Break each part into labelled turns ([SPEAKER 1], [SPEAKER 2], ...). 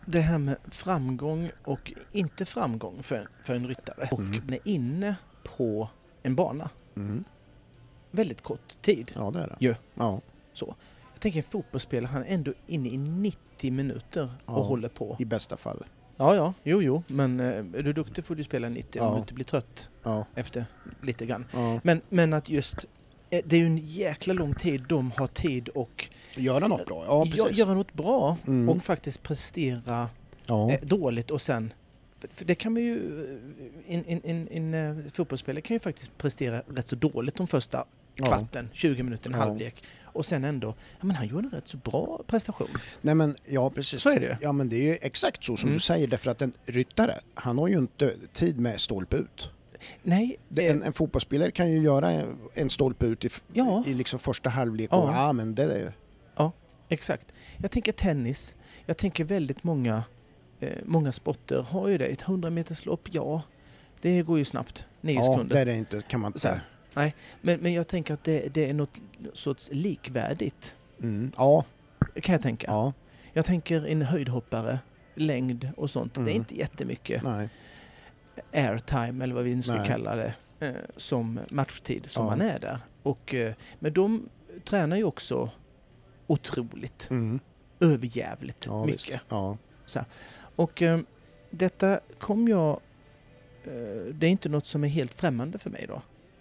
[SPEAKER 1] det här med framgång och inte framgång för en ryttare. Och den är inne på en bana. Väldigt kort tid.
[SPEAKER 2] Ja, det är det.
[SPEAKER 1] Ja.
[SPEAKER 2] Ja.
[SPEAKER 1] Så. Jag tänker en fotbollsspelare, han är ändå inne i 90 minuter och håller på.
[SPEAKER 2] I bästa fall.
[SPEAKER 1] Ja, jo. Men är du duktig får du spela 90 om du inte blir trött efter lite grann.
[SPEAKER 2] Ja.
[SPEAKER 1] Men att just, det är ju en jäkla lång tid de har tid och
[SPEAKER 2] göra något bra. Ja, precis.
[SPEAKER 1] Göra något bra och faktiskt prestera dåligt och sen, för det kan man ju, en fotbollsspelare kan ju faktiskt prestera rätt så dåligt de första kvarten, 20 minuter, en halvlek. Och sen ändå, men han gjorde en rätt så bra prestation.
[SPEAKER 2] Nej men, ja precis.
[SPEAKER 1] Så är det.
[SPEAKER 2] Ja men det är ju exakt så som du säger, därför att en ryttare, han har ju inte tid med stolpe ut.
[SPEAKER 1] Nej.
[SPEAKER 2] En fotbollsspelare kan ju göra en stolpe ut i liksom första halvlek. Och, men det är ju...
[SPEAKER 1] Ja, exakt. Jag tänker tennis. Jag tänker väldigt många sporter har ju det. Ett 100-meterslopp, det går ju snabbt. 9 sekunder.
[SPEAKER 2] Ja, det är det inte, kan man inte säga.
[SPEAKER 1] Nej, men jag tänker att det är något sorts likvärdigt.
[SPEAKER 2] Ja.
[SPEAKER 1] Kan jag tänka.
[SPEAKER 2] Ja.
[SPEAKER 1] Jag tänker en höjdhoppare, längd och sånt. Det är inte jättemycket airtime eller vad vi nu ska kalla det som matchtid som man är där. Och, men de tränar ju också otroligt, överjävligt mycket. Ja. Så. Och detta det är inte något som är helt främmande för mig då.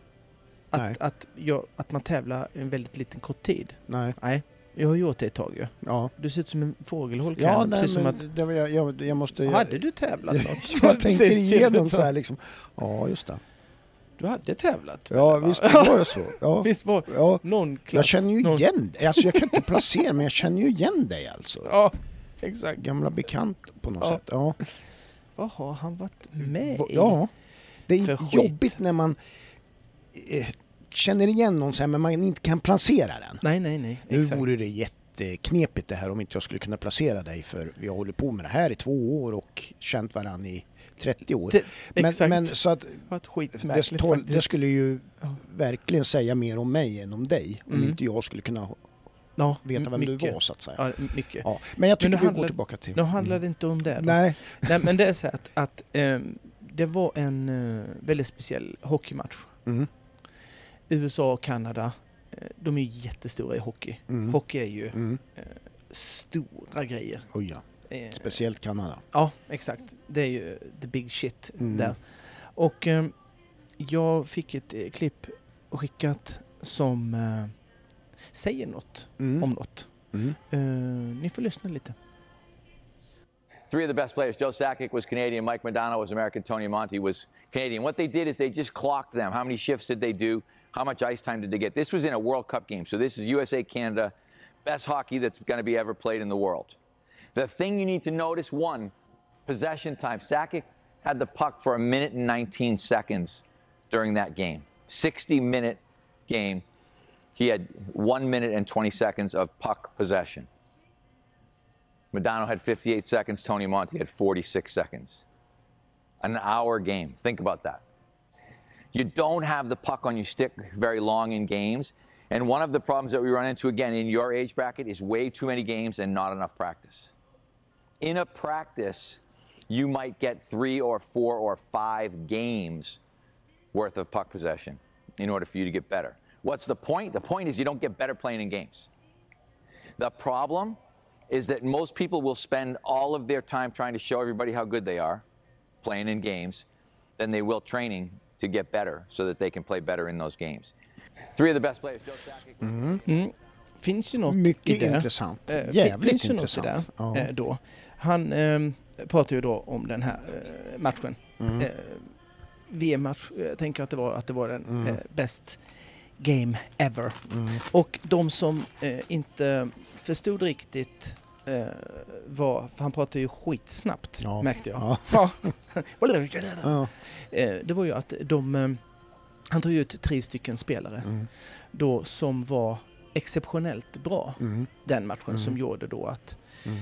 [SPEAKER 1] Att man tävlar en väldigt liten kort tid. Nej. Jag har gjort det ett tag ju. Ja. Du ser ut som en fågelholk här.
[SPEAKER 2] Ja, nej, som att jag måste...
[SPEAKER 1] Hade du tävlat något?
[SPEAKER 2] Jag tänker igenom så här liksom. Ja, just det.
[SPEAKER 1] Du hade tävlat?
[SPEAKER 2] Ja, visst var det så. Ja.
[SPEAKER 1] Visst var någon klass...
[SPEAKER 2] Jag känner ju igen dig. Alltså jag kan inte placera, men jag känner ju igen dig alltså.
[SPEAKER 1] Ja, exakt.
[SPEAKER 2] Gamla bekant på något sätt. Ja.
[SPEAKER 1] Vad har han varit med i?
[SPEAKER 2] Ja, det är jobbigt när man... känner igen någon så här, men man inte kan placera den.
[SPEAKER 1] Nej.
[SPEAKER 2] Nu vore det jätteknepigt det här om inte jag skulle kunna placera dig, för vi har hållit på med det här i 2 år och känt varandra i 30 år. Men så att det skulle ju verkligen säga mer om mig än om dig om inte jag skulle kunna veta vem du var så att säga.
[SPEAKER 1] Ja, mycket.
[SPEAKER 2] Ja, men jag tycker vi går tillbaka till...
[SPEAKER 1] Nu handlar det inte om det då.
[SPEAKER 2] Nej,
[SPEAKER 1] men det är så att det var en väldigt speciell hockeymatch. USA och Kanada, de är ju jättestora i hockey. Hockey är ju stora grejer.
[SPEAKER 2] Oh ja. Speciellt Kanada.
[SPEAKER 1] Ja, exakt. Det är ju the big shit där. Och jag fick ett klipp skickat som säger något om något. Ni får lyssna lite.
[SPEAKER 3] 3 of the best players. Joe Sakic was Canadian. Mike Modano was American. Tony Monty was Canadian. What they did is they just clocked them. How many shifts did they do? How much ice time did they get? This was in a World Cup game. So this is USA, Canada. Best hockey that's going to be ever played in the world. The thing you need to notice, one, possession time. Sakic had the puck for 1 minute and 19 seconds during that game. 60-minute game. He had 1 minute and 20 seconds of puck possession. Modano had 58 seconds. Tony Monty had 46 seconds. An hour game. Think about that. You don't have the puck on your stick very long in games. And one of the problems that we run into, again, in your age bracket is way too many games and not enough practice. In a practice, you might get 3 or 4 or 5 games worth of puck possession in order for you to get better. What's the point? The point is you don't get better playing in games. The problem is that most people will spend all of their time trying to show everybody how good they are playing in games than they will training to get better so that they can play better in those games. 3 of the best players, Joe Sakic.
[SPEAKER 1] Finns ju något
[SPEAKER 2] mycket
[SPEAKER 1] i det.
[SPEAKER 2] Jävligt finns
[SPEAKER 1] intressant. Något i det, då. Han pratar ju då om den här matchen. VM-match, jag tänker att det var den best game ever. Och de som inte förstod riktigt för han pratade ju skitsnabbt, märkte jag. Det var ju att han tog ut 3 stycken spelare då som var exceptionellt bra den matchen som gjorde då att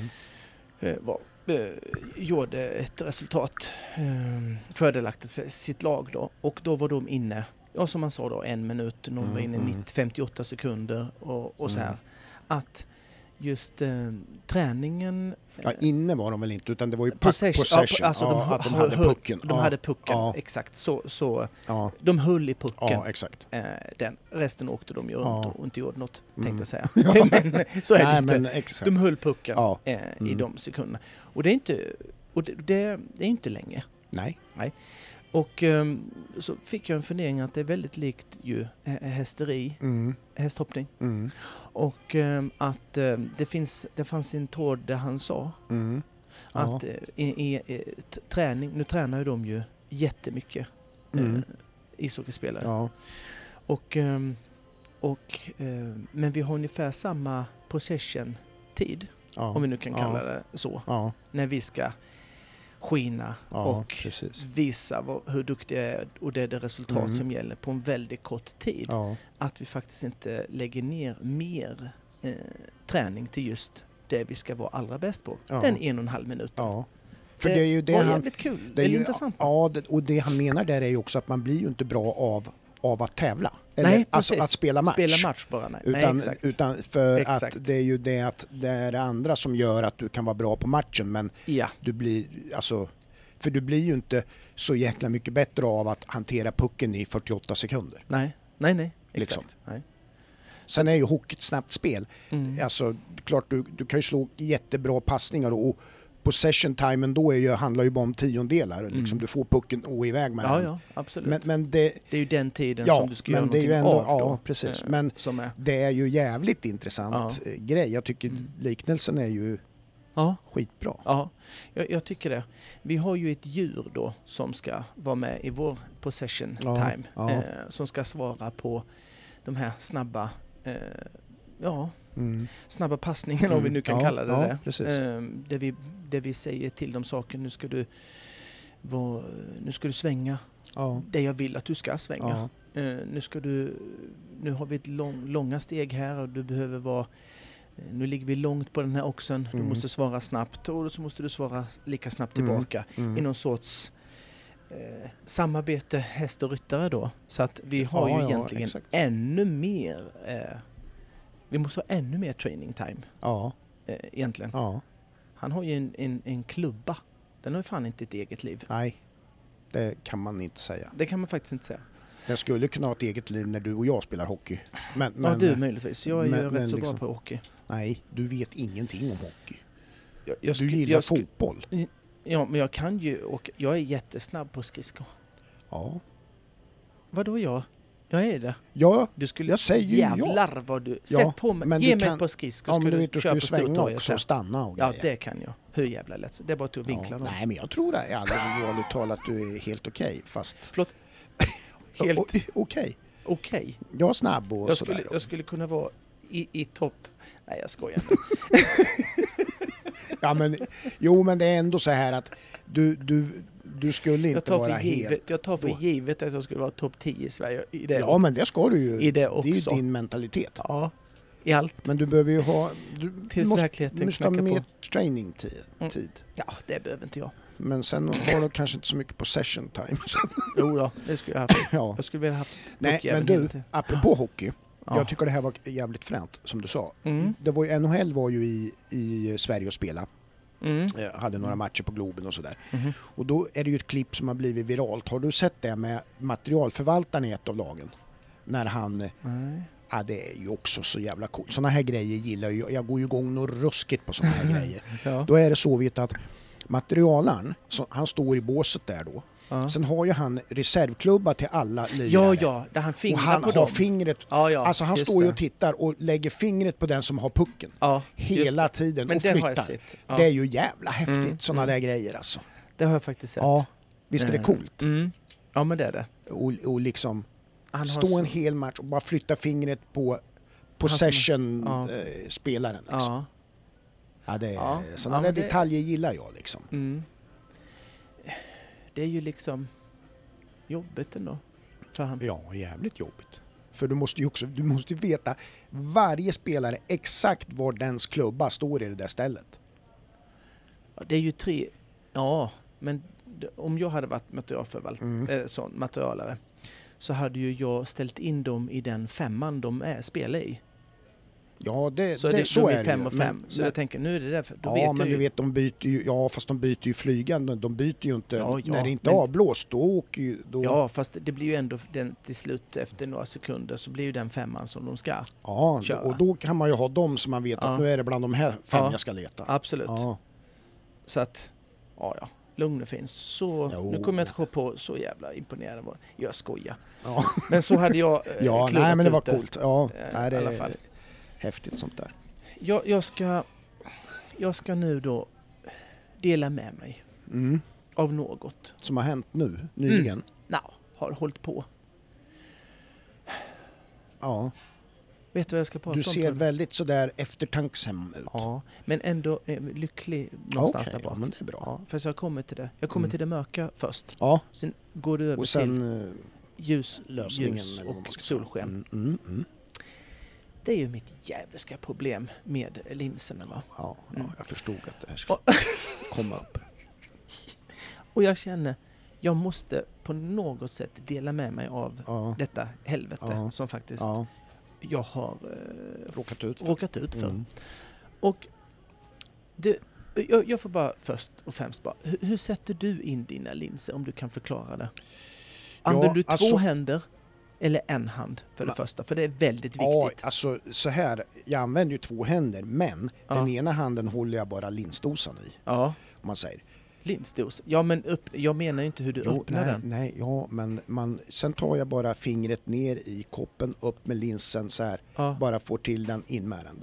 [SPEAKER 1] gjorde ett resultat fördelaktigt för sitt lag då. Och då var de inne, som man sa då, 1 minut, någon var inne 58 sekunder och så här. Att just träningen.
[SPEAKER 2] Ja, inne var de väl inte, utan det var ju possession.
[SPEAKER 1] Ja, alltså
[SPEAKER 2] att de hade pucken.
[SPEAKER 1] De hade pucken, exakt. Så de höll i pucken.
[SPEAKER 2] Ja, exakt.
[SPEAKER 1] Resten åkte de ju runt och inte gjorde något, tänkte jag säga. Men så är det inte. De höll pucken i de sekunderna. Och det är inte länge.
[SPEAKER 2] Nej.
[SPEAKER 1] Och så fick jag en fundering att det är väldigt likt ju hästhoppning. Och att det fanns en tråd där han sa att i träning, nu tränar ju de ju jättemycket ishockeyspelare. Men vi har ungefär samma possession-tid, om vi nu kan kalla det så, när vi ska skina och visa hur duktiga är, och det är det resultat som gäller på en väldigt kort tid. Att vi faktiskt inte lägger ner mer träning till just det vi ska vara allra bäst på. Den 1,5 minuter.
[SPEAKER 2] För det är ju det
[SPEAKER 1] jävligt kul. Det är ju intressant.
[SPEAKER 2] Och det han menar där är ju också att man blir ju inte bra av att tävla. Eller
[SPEAKER 1] nej,
[SPEAKER 2] alltså att spela match.
[SPEAKER 1] Spela match bara, nej.
[SPEAKER 2] Utan för att det är ju det att det är det andra som gör att du kan vara bra på matchen, men du blir för du blir ju inte så jäkla mycket bättre av att hantera pucken i 48 sekunder.
[SPEAKER 1] Nej. Exakt.
[SPEAKER 2] Liksom. Nej. Sen är ju hockey ett snabbt spel. Alltså klart du kan ju slå jättebra passningar, och possession timen då handlar ju bara om tiondelar. Liksom, du får pucken och iväg med den.
[SPEAKER 1] Ja, absolut.
[SPEAKER 2] Men det
[SPEAKER 1] är ju den tiden som du ska göra någonting
[SPEAKER 2] ändå,
[SPEAKER 1] av.
[SPEAKER 2] Ja, precis. Men det är ju jävligt intressant grej. Jag tycker liknelsen är ju skitbra.
[SPEAKER 1] Ja, jag tycker det. Vi har ju ett djur då som ska vara med i vår possession time. Som ska svara på de här snabba snabba passningen, om vi nu kan kalla det där vi säger till dem saker. Nu ska du svänga det jag vill att du ska svänga. Nu har vi ett långa steg här, och du behöver vara, nu ligger vi långt på den här oxen. Du måste svara snabbt, och så måste du svara lika snabbt tillbaka i någon sorts samarbete häst och ryttare då. Så att vi har ju egentligen ännu mer vi måste ha ännu mer training time. Egentligen. Han har ju en klubba. Den har ju fan inte ett eget liv.
[SPEAKER 2] Nej, det kan man inte säga.
[SPEAKER 1] Det kan man faktiskt inte säga.
[SPEAKER 2] Den skulle kunna ha ett eget liv när du och jag spelar hockey. Men
[SPEAKER 1] du möjligtvis. Jag är ju rätt så bra på hockey.
[SPEAKER 2] Nej, du vet ingenting om hockey. Du gillar fotboll.
[SPEAKER 1] Ja, men jag kan ju, och jag är jättesnabb på skridskor.
[SPEAKER 2] Ja.
[SPEAKER 1] Vadå jag? Jag är det.
[SPEAKER 2] Ja,
[SPEAKER 1] du skulle
[SPEAKER 2] jag säger
[SPEAKER 1] jävlar vad du... Sätt på mig, ge mig ett par skridskor.
[SPEAKER 2] Ja, men du skulle svänga också och stanna och
[SPEAKER 1] grejer. Ja, det kan jag. Hur jävla lätt. Det är bara att vinkla dem.
[SPEAKER 2] Nej, men jag tror det. Allvarligt talat att du är helt okej, fast...
[SPEAKER 1] Förlåt? Helt
[SPEAKER 2] okej.
[SPEAKER 1] Okej.
[SPEAKER 2] Jag är snabb och sådär.
[SPEAKER 1] Jag skulle kunna vara i topp. Nej, jag skojar.
[SPEAKER 2] Ja, men det är ändå så här att du skulle inte vara helt...
[SPEAKER 1] Jag tar för givet att jag skulle vara topp 10 i Sverige. I det
[SPEAKER 2] ja, men det ska du ju.
[SPEAKER 1] I det också.
[SPEAKER 2] Det är ju din mentalitet.
[SPEAKER 1] Ja, i allt.
[SPEAKER 2] Men du behöver ju ha...
[SPEAKER 1] Tills verkligheten
[SPEAKER 2] måste ha mer training-tid.
[SPEAKER 1] Ja, det behöver inte jag.
[SPEAKER 2] Men sen har du kanske inte så mycket possession time.
[SPEAKER 1] Jo då, det skulle jag haft. Jag skulle vilja haft...
[SPEAKER 2] Nej, men du, apropå hockey. Jag tycker det här var jävligt fränt, som du sa. Det var ju, NHL var ju i Sverige och spela. Hade några matcher på Globen och sådär. Och då är det ju ett klipp som har blivit viralt. Har du sett det med materialförvaltaren i ett av lagen? När han...
[SPEAKER 1] Nej.
[SPEAKER 2] Ja, det är ju också så jävla coolt. Såna här grejer gillar jag. Jag går ju igång och ruskigt på såna här grejer. Då är det så vitt att materialaren, han står i båset där då. Sen har ju han reservklubba till alla lirare.
[SPEAKER 1] Ja, där han fingrar
[SPEAKER 2] och han
[SPEAKER 1] på
[SPEAKER 2] har
[SPEAKER 1] dem.
[SPEAKER 2] Fingret, alltså han står ju och tittar och lägger fingret på den som har pucken. Hela tiden.
[SPEAKER 1] Men
[SPEAKER 2] och flyttar. Det är ju jävla häftigt, såna där grejer alltså.
[SPEAKER 1] Det har jag faktiskt sett.
[SPEAKER 2] Ja, visst är det coolt?
[SPEAKER 1] Ja, men det är det.
[SPEAKER 2] Och liksom stå en hel match och bara flytta fingret på possession-spelaren. Liksom. Ja, det är, sådana där detaljer gillar jag liksom.
[SPEAKER 1] Det är ju liksom jobbigt ändå för han.
[SPEAKER 2] Ja, jävligt jobbigt. För du måste veta varje spelare exakt var dens klubba står i det där stället.
[SPEAKER 1] Ja, det är ju 3. Ja, men om jag hade varit materialare så hade ju jag ställt in dem i den 5:an de spelar i.
[SPEAKER 2] Ja,
[SPEAKER 1] så
[SPEAKER 2] de
[SPEAKER 1] är 5 och 5. Så jag tänker, nu är det därför. Då vet
[SPEAKER 2] men
[SPEAKER 1] du
[SPEAKER 2] vet, de byter ju, fast de byter ju flygande. De byter ju inte, när det inte är avblåst, då åker ju... Då...
[SPEAKER 1] Ja, fast det blir ju ändå den till slut efter några sekunder så blir ju den 5:an som de ska köra.
[SPEAKER 2] Och då kan man ju ha dem som man vet att nu är det bland de här 5 jag ska leta.
[SPEAKER 1] Absolut. Ja. Så att, lugn finns. Så, nu kommer jag inte på så jävla imponerande. Jag skojar. Ja. Men så hade jag
[SPEAKER 2] men det var coolt. Ja, det är i alla fall häftigt sånt där.
[SPEAKER 1] Jag ska nu då dela med mig av något.
[SPEAKER 2] Som har hänt nu, nyligen?
[SPEAKER 1] Har hållit på.
[SPEAKER 2] Ja.
[SPEAKER 1] Vet du vad jag ska prata om?
[SPEAKER 2] Du ser väldigt sådär eftertanksam ut.
[SPEAKER 1] Ja, men ändå lycklig någonstans där bak.
[SPEAKER 2] Ja, men det är bra.
[SPEAKER 1] Ja, för jag kommer till det. Jag kommer till det mörka först.
[SPEAKER 2] Ja.
[SPEAKER 1] Sen går du över till ljus och solsken. Det är ju mitt jävliga problem med linserna. Va?
[SPEAKER 2] Ja, jag förstod att det här ska komma upp.
[SPEAKER 1] Och jag känner, jag måste på något sätt dela med mig av detta helvete som faktiskt jag har råkat ut för. Och jag får bara först och främst hur sätter du in dina linser, om du kan förklara det? Använder du 2 händer eller en hand för det första? För det är väldigt viktigt.
[SPEAKER 2] Ja, alltså så här, jag använder ju 2 händer, men den ena handen håller jag bara linsdosan i. Ja. Om man säger.
[SPEAKER 1] Linsdos. Ja, men jag menar ju inte hur du öppnar den.
[SPEAKER 2] Nej, men sen tar jag bara fingret ner i koppen, upp med linsen så här. Bara får till den inmären.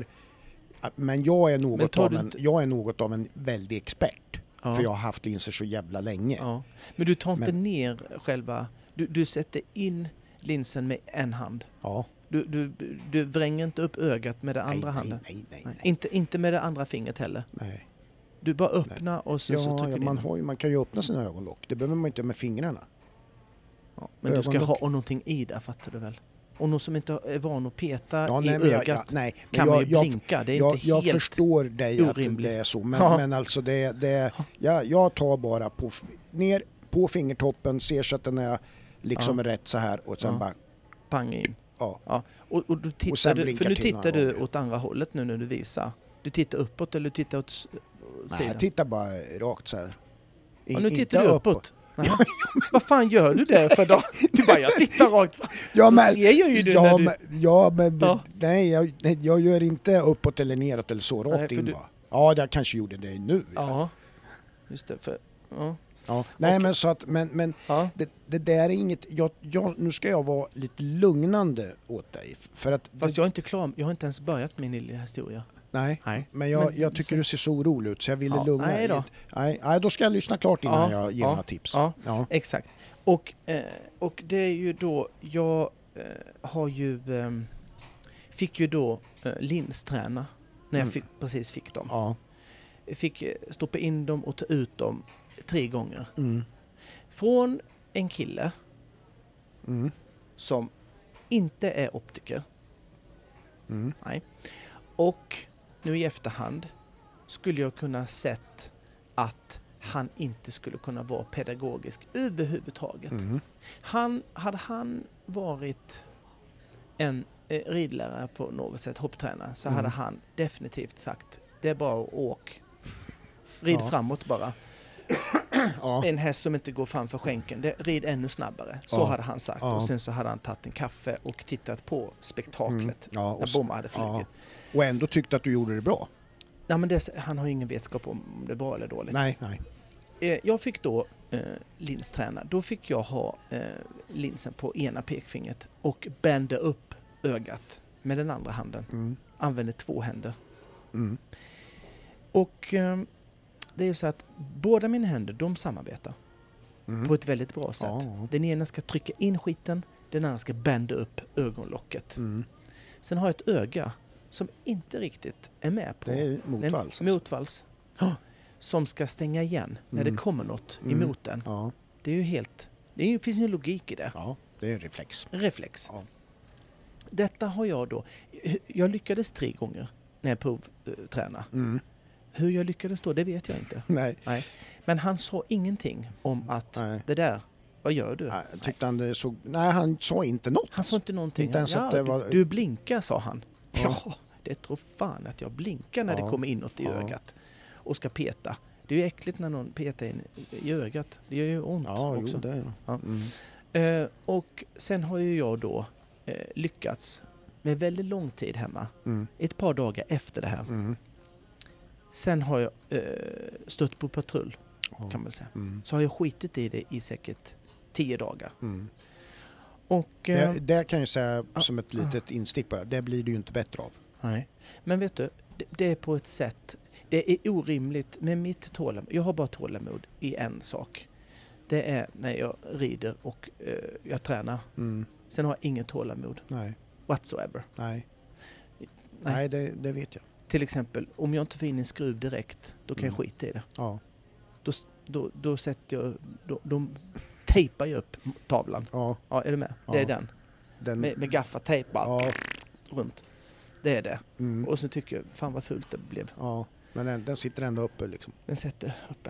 [SPEAKER 2] Men jag är något av en väldig expert. För jag har haft linser så jävla länge. Ja.
[SPEAKER 1] Men du tar inte ner själva... Du sätter in linsen med en hand. Ja. Du vränger inte upp ögat med den andra handen. Nej. Inte med det andra fingret heller. Nej. Du bara öppnar och så trycker
[SPEAKER 2] man kan ju öppna sina ögonlock. Det behöver man inte med fingrarna.
[SPEAKER 1] Ja, men du ska ha någonting i där, fattar du väl? Och någon som inte är van att peta i ögat kan man ju blinka. Det är inte
[SPEAKER 2] jag
[SPEAKER 1] helt
[SPEAKER 2] förstår dig orimligt. Att det är så. Men alltså jag tar bara ner på fingertoppen, ser så att den är liksom rätt så här och sen bara
[SPEAKER 1] pang in. Ja. Och du tittar, för nu tittar du åt andra hållet nu när du visar. Du tittar uppåt eller du tittar åt sidan?
[SPEAKER 2] Nej, jag tittar bara rakt så här.
[SPEAKER 1] Nu tittar du uppåt. Vad fan gör du där för då? Du bara, jag tittar rakt. Ser jag ju när du...
[SPEAKER 2] Nej, jag gör inte uppåt eller neråt eller så, rakt in bara. Ja, jag kanske gjorde det nu.
[SPEAKER 1] Ja, just det.
[SPEAKER 2] Nej, men så att, men det där är inget, nu ska jag vara lite lugnande åt dig. För att
[SPEAKER 1] fast jag är inte klar, jag har inte ens börjat min lilla historia.
[SPEAKER 2] Nej. Men jag tycker du ser så orolig ut så jag ville lugna dig. Nej, då ska jag lyssna klart innan jag ger några tips.
[SPEAKER 1] Ja, exakt. Och det är ju då, jag har ju fick ju då linsträna när jag precis fick dem. Ja. Jag fick stoppa in dem och ta ut dem 3 gånger. Från en kille som inte är optiker. Nej. Och nu i efterhand skulle jag kunna sett att han inte skulle kunna vara pedagogisk överhuvudtaget. Hade han varit en ridlärare på något sätt, hopptränare, så hade han definitivt sagt, det är bara att åk. Rid framåt bara. En häst som inte går framför skänken, rid ännu snabbare. Så hade han sagt. Och sen så hade han tagit en kaffe och tittat på spektaklet när Bomma hade flugit.
[SPEAKER 2] Och ändå tyckte att du gjorde det bra.
[SPEAKER 1] Nej, men han har ju ingen vetskap om det är bra eller dåligt.
[SPEAKER 2] Nej.
[SPEAKER 1] Jag fick då linsträna. Då fick jag ha linsen på ena pekfingret och bända upp ögat med den andra handen. Använde 2 händer. Och det är ju så att båda mina händer, de samarbetar på ett väldigt bra sätt. Den ena ska trycka in skiten, den andra ska bända upp ögonlocket. Sen har jag ett öga som inte riktigt är med på.
[SPEAKER 2] Det är motvalls.
[SPEAKER 1] Motvalls. Som ska stänga igen när det kommer något emot den. Ja. Det är ju helt... Det finns ju logik i det.
[SPEAKER 2] Ja, det är en reflex.
[SPEAKER 1] Ja. Detta har jag då... Jag lyckades 3 gånger när jag provtränade. Hur jag lyckades då, det vet jag inte.
[SPEAKER 2] Nej.
[SPEAKER 1] Men han sa ingenting om att det där, vad gör du?
[SPEAKER 2] Han sa inte något.
[SPEAKER 1] Han sa inte någonting.
[SPEAKER 2] Inte ens att det var...
[SPEAKER 1] Du blinkar, sa han. Ja, Det tror fan att jag blinkar när det kommer inåt i ögat och ska peta. Det är ju äckligt när någon petar in i ögat. Det gör ju ont också.
[SPEAKER 2] Jo, det är.
[SPEAKER 1] Ja. Och sen har ju jag då lyckats med väldigt lång tid hemma. Ett par dagar efter det här. Sen har jag stött på patrull, kan man säga. Så har jag skitit i det i säkert 10 dagar. Och,
[SPEAKER 2] det kan jag säga som ett litet instick bara. Det blir det ju inte bättre av.
[SPEAKER 1] Nej, men vet du, det är på ett sätt, det är orimligt med mitt tålamod. Jag har bara tålamod i en sak. Det är när jag rider och jag tränar. Sen har jag ingen tålamod.
[SPEAKER 2] Nej.
[SPEAKER 1] Whatsoever.
[SPEAKER 2] Nej, det vet jag.
[SPEAKER 1] Till exempel, om jag inte får in en skruv direkt, då kan jag skita i det.
[SPEAKER 2] Ja.
[SPEAKER 1] Då sätter jag, då tejpar jag upp tavlan.
[SPEAKER 2] Ja.
[SPEAKER 1] Ja, är du med? Det är den. Med gaffatejp bara runt. Det är det. Och så tycker jag, fan vad fult det blev.
[SPEAKER 2] Ja, men den sitter ändå uppe liksom.
[SPEAKER 1] Den sitter uppe.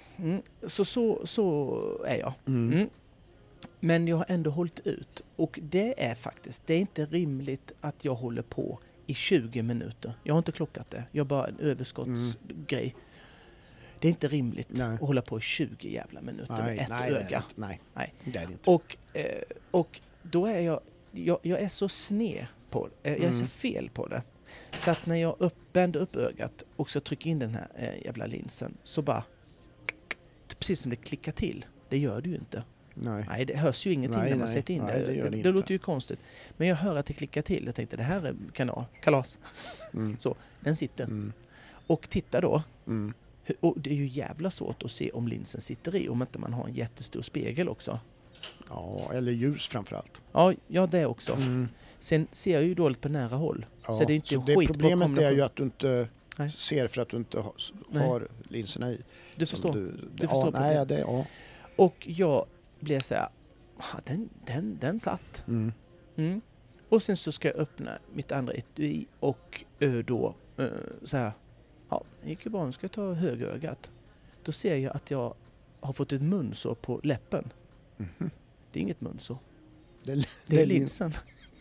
[SPEAKER 1] Så är jag. Men jag har ändå hållit ut. Och det är inte rimligt att jag håller på i 20 minuter. Jag har inte klockat det. Jag har bara en överskottsgrej. Det är inte rimligt att hålla på i 20 jävla minuter med ett öga.
[SPEAKER 2] Nej, det är det inte.
[SPEAKER 1] Och då är jag är så sned på det. Jag är så fel på det. Så att när jag bänder upp ögat och så trycker in den här jävla linsen så bara precis som det klickar till. Det gör det ju inte. Nej, det hörs ju ingenting när man sätter in det. Det låter ju konstigt. Men jag hör att det klickar till. Jag tänkte, det här är kalas. Så, den sitter. Och titta då. Och det är ju jävla svårt att se om linsen sitter i. Om inte man har en jättestor spegel också.
[SPEAKER 2] Ja, eller ljus framförallt.
[SPEAKER 1] Ja, det också. Sen ser jag ju dåligt på nära håll.
[SPEAKER 2] Ja,
[SPEAKER 1] så det är inte
[SPEAKER 2] så det problemet är ju att du inte ser för att du inte har linserna i.
[SPEAKER 1] Du förstår. Du förstår
[SPEAKER 2] problemet.
[SPEAKER 1] Och jag blev så här, den satt. Och sen så ska jag öppna mitt andra etui och då så här, det gick ju bra, nu ska jag ta högerögat. Då ser jag att jag har fått ett munsår på läppen. Det är inget munsår. Det är linsen.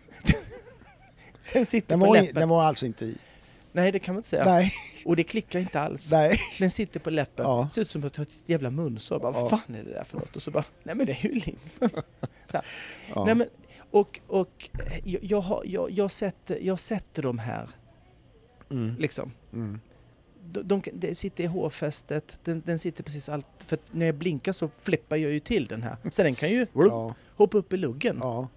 [SPEAKER 1] Den sitter på läppen.
[SPEAKER 2] Den var alltså inte i?
[SPEAKER 1] Nej, det kan man inte säga.
[SPEAKER 2] Nej.
[SPEAKER 1] Och det klickar inte alls.
[SPEAKER 2] Nej.
[SPEAKER 1] Den sitter på läppen. Ja. Ser ut som att jag har ett jävla munsår. Vad fan är det där för något? Och så bara, nej men det är ju linsen. Nej, men, och jag sätter de här liksom. Det sitter i hårfästet. Den sitter precis allt. För när jag blinkar så flippar jag ju till den här. Så den kan ju hoppa upp i luggen.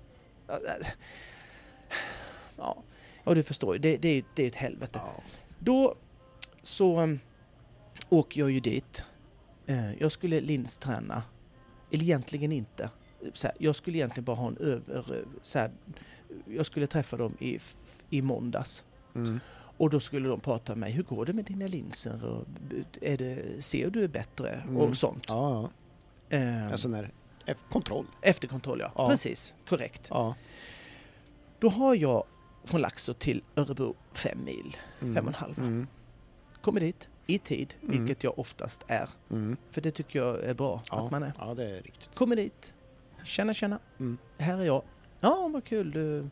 [SPEAKER 1] Ja, du förstår. Det är ett helvete. Då så åker jag ju dit. Jag skulle linsträna. Eller egentligen inte. Jag skulle egentligen bara ha en jag skulle träffa dem i måndags. Och då skulle de prata med mig. Hur går det med dina linser? Och ser du bättre? Och sånt.
[SPEAKER 2] Ja. Alltså när kontroll.
[SPEAKER 1] Efterkontroll, ja. Precis. Korrekt.
[SPEAKER 2] Ja.
[SPEAKER 1] Då har jag från Laxå till Örebro 5 mil. 5,5. Kommer dit i tid, vilket jag oftast är. För det tycker jag är bra att man är.
[SPEAKER 2] Ja, det är riktigt.
[SPEAKER 1] Kommer dit. Tjena. Här är jag. Ja, vad kul.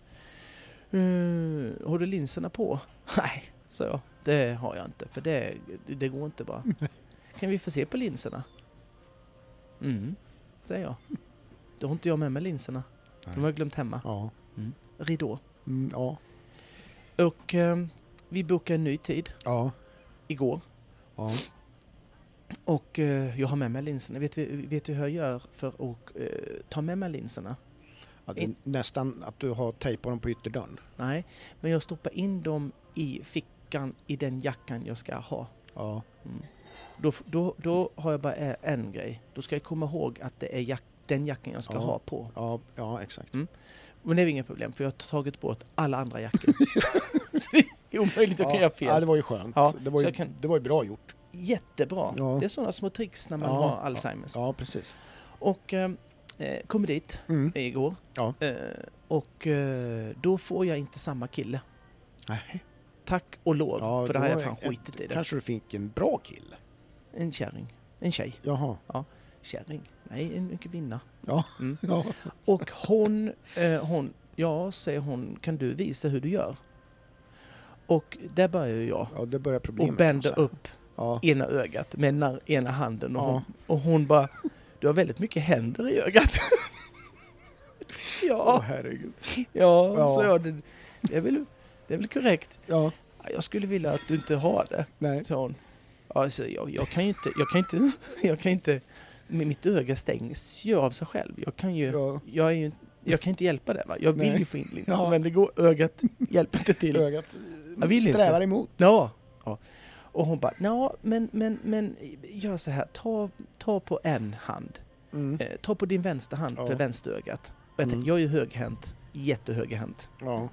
[SPEAKER 1] Har du linserna på? Nej, så jag. Det har jag inte. För det går inte bara. Kan vi få se på linserna? Säger jag. Då har inte jag med mig linserna. De har jag glömt hemma.
[SPEAKER 2] Ja.
[SPEAKER 1] Ridå.
[SPEAKER 2] Ja.
[SPEAKER 1] Och vi bokade en ny tid.
[SPEAKER 2] Ja.
[SPEAKER 1] Igår.
[SPEAKER 2] Ja.
[SPEAKER 1] Och jag har med mig linserna. Vet du hur jag gör för att ta med mig linserna?
[SPEAKER 2] Ja, nästan att du har tejp på dem på ytterdörren.
[SPEAKER 1] Nej, men jag stoppar in dem i fickan i den jackan jag ska ha.
[SPEAKER 2] Ja.
[SPEAKER 1] Då har jag bara en grej. Då ska jag komma ihåg att det är den jackan jag ska ha på.
[SPEAKER 2] Ja, exakt.
[SPEAKER 1] Men det är inget problem, för jag har tagit bort alla andra jackor. Så det är omöjligt att kunna göra fel.
[SPEAKER 2] Ja, det var ju skönt. Ja, det var ju bra gjort.
[SPEAKER 1] Jättebra. Ja. Det är sådana små tricks när man har Alzheimers.
[SPEAKER 2] Ja, precis.
[SPEAKER 1] Och kom dit igår.
[SPEAKER 2] Ja.
[SPEAKER 1] Och då får jag inte samma kille.
[SPEAKER 2] Nej.
[SPEAKER 1] Tack och lov, för det här är fan skitit i det.
[SPEAKER 2] Kanske du fick en bra kille?
[SPEAKER 1] En kärring. En tjej.
[SPEAKER 2] Jaha.
[SPEAKER 1] Ja, kärring. Nej, en kvinna.
[SPEAKER 2] Ja. Ja.
[SPEAKER 1] Och hon, säger hon, kan du visa hur du gör? Och där börjar ju jag.
[SPEAKER 2] Ja, det börjar problemet.
[SPEAKER 1] Och bänder upp ena ögat med ena handen. Och hon bara, du har väldigt mycket händer i ögat. Ja.
[SPEAKER 2] Herregud.
[SPEAKER 1] Ja, så ja, det är väl korrekt. Ja. Jag skulle vilja att du inte har det.
[SPEAKER 2] Nej.
[SPEAKER 1] Så hon. Alltså, jag kan inte mitt öga stängs ju av sig själv. Jag kan inte hjälpa det, va? Jag vill ju få in linsen, men det går, ögat hjälper inte till.
[SPEAKER 2] Ögat strävar emot.
[SPEAKER 1] Ja. Och hon bara, men gör så här, ta på en hand. Ta på din vänster hand för vänsterögat. Och jag är ju höghänt, jättehöghänt.
[SPEAKER 2] Ja.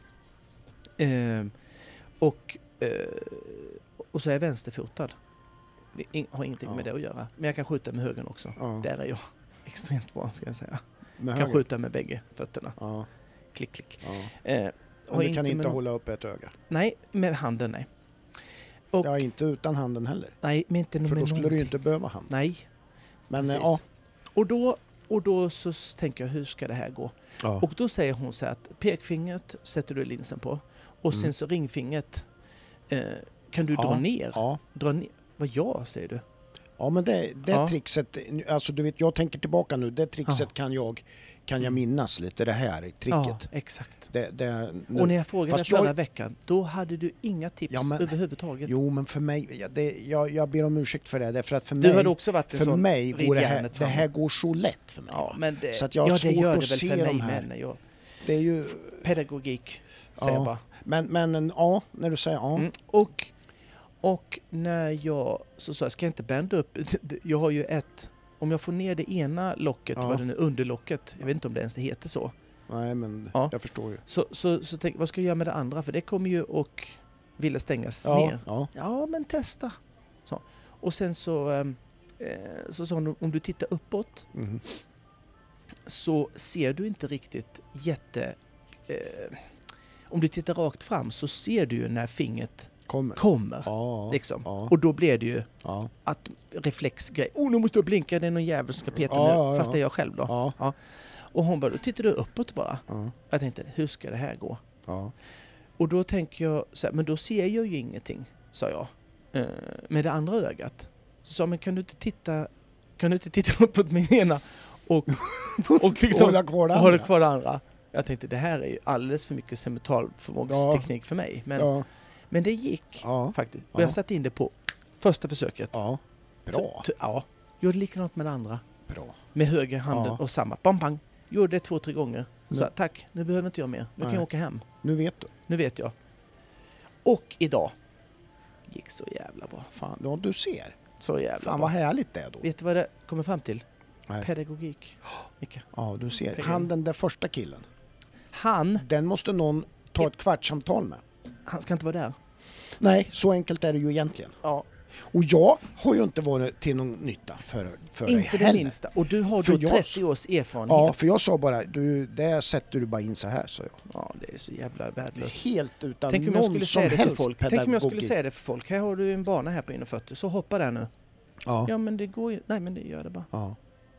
[SPEAKER 1] Och så är jag vänsterfotad. Har ingenting med det att göra. Men jag kan skjuta med högern också.
[SPEAKER 2] Ja.
[SPEAKER 1] Där är jag extremt bra, ska jag säga.
[SPEAKER 2] Med
[SPEAKER 1] kan skjuta med bägge fötterna.
[SPEAKER 2] Ja.
[SPEAKER 1] Klick, klick.
[SPEAKER 2] Ja. Men du kan inte hålla upp ett öga?
[SPEAKER 1] Nej, med handen nej.
[SPEAKER 2] Och inte utan handen heller?
[SPEAKER 1] Nej, men inte med
[SPEAKER 2] för då skulle
[SPEAKER 1] någonting.
[SPEAKER 2] du ju inte behöva hand.
[SPEAKER 1] Nej,
[SPEAKER 2] men
[SPEAKER 1] ja. Och då så tänker jag, hur ska det här gå? Ja. Och då säger hon så här att pekfingret sätter du linsen på. Och sen så ringfingret kan du dra ner. Ja. Dra ner. Vad säger du?
[SPEAKER 2] Ja, men det trixet, alltså du vet, jag tänker tillbaka nu, det trixet kan jag minnas lite, det här tricket.
[SPEAKER 1] Ja, exakt.
[SPEAKER 2] Och
[SPEAKER 1] när jag frågade förra veckan, då hade du inga tips överhuvudtaget.
[SPEAKER 2] Jo, men för mig, jag ber om ursäkt för det, därför att för
[SPEAKER 1] du
[SPEAKER 2] mig,
[SPEAKER 1] hade också varit en
[SPEAKER 2] för
[SPEAKER 1] sån
[SPEAKER 2] mig går det här går så lätt för mig.
[SPEAKER 1] Ja, men
[SPEAKER 2] så att jag har svårt att se de här.
[SPEAKER 1] Men
[SPEAKER 2] det är ju
[SPEAKER 1] pedagogik, säger jag bara.
[SPEAKER 2] Men när du säger
[SPEAKER 1] Och när jag så sa jag, ska jag inte bända upp, jag har ju om jag får ner det ena locket, vad det nu, underlocket, jag vet inte om det ens heter så.
[SPEAKER 2] Nej, men jag förstår ju.
[SPEAKER 1] Så tänk, vad ska jag göra med det andra? För det kommer ju och ville stängas ner. Ja, men testa. Så. Och sen så sa hon, om du tittar uppåt så ser du inte riktigt om du tittar rakt fram så ser du ju när fingret kommer. Liksom. Och då blir det ju att reflexgrej. Nu måste jag blinka, det är någon jävel som ska peta nu. Fast det är jag själv då. Ja. Och hon bara, då tittar du uppåt bara. Jag tänkte, hur ska det här gå? Och då tänker jag, så här, men då ser jag ju ingenting, sa jag. Med det andra ögat. Så sa, men kan du inte titta uppåt med ena och liksom
[SPEAKER 2] hålla kvar
[SPEAKER 1] det andra? Jag tänkte, det här är ju alldeles för mycket cementalförmågsteknik för mig. Men det gick faktiskt. Och jag satte in det på första försöket.
[SPEAKER 2] Ja, bra.
[SPEAKER 1] Gjorde likadant med det andra.
[SPEAKER 2] Bra.
[SPEAKER 1] Med höger handen och samma. Bang, bang. Gjorde det 2-3 gånger. Så tack, nu behöver inte jag mer. Nu kan jag åka hem.
[SPEAKER 2] Nu vet du.
[SPEAKER 1] Nu vet jag. Och idag gick så jävla bra.
[SPEAKER 2] Fan, ja, du ser.
[SPEAKER 1] Så jävla
[SPEAKER 2] fan, vad härligt det är då.
[SPEAKER 1] Vet du vad det kommer fram till? Nej. Pedagogik. Micke.
[SPEAKER 2] Ja, du ser. Han, den där första killen.
[SPEAKER 1] Han.
[SPEAKER 2] Den måste någon ta ett kvartssamtal med.
[SPEAKER 1] Han ska inte vara där.
[SPEAKER 2] Nej, så enkelt är det ju egentligen.
[SPEAKER 1] Ja.
[SPEAKER 2] Och jag har ju inte varit till någon nytta för dig
[SPEAKER 1] inte det minsta. Och du har då 30 års erfarenhet.
[SPEAKER 2] Ja, för jag sa bara, där sätter du bara in så här, så jag.
[SPEAKER 1] Ja, det är så jävla värdelöst.
[SPEAKER 2] Helt utan
[SPEAKER 1] tänk
[SPEAKER 2] någon som helst pedagogik.
[SPEAKER 1] Tänk om jag skulle säga det för folk. Här har du en bana här på 1,40, så hoppa där nu. Ja, men det går ju. Nej, men det gör det bara.
[SPEAKER 2] Ja.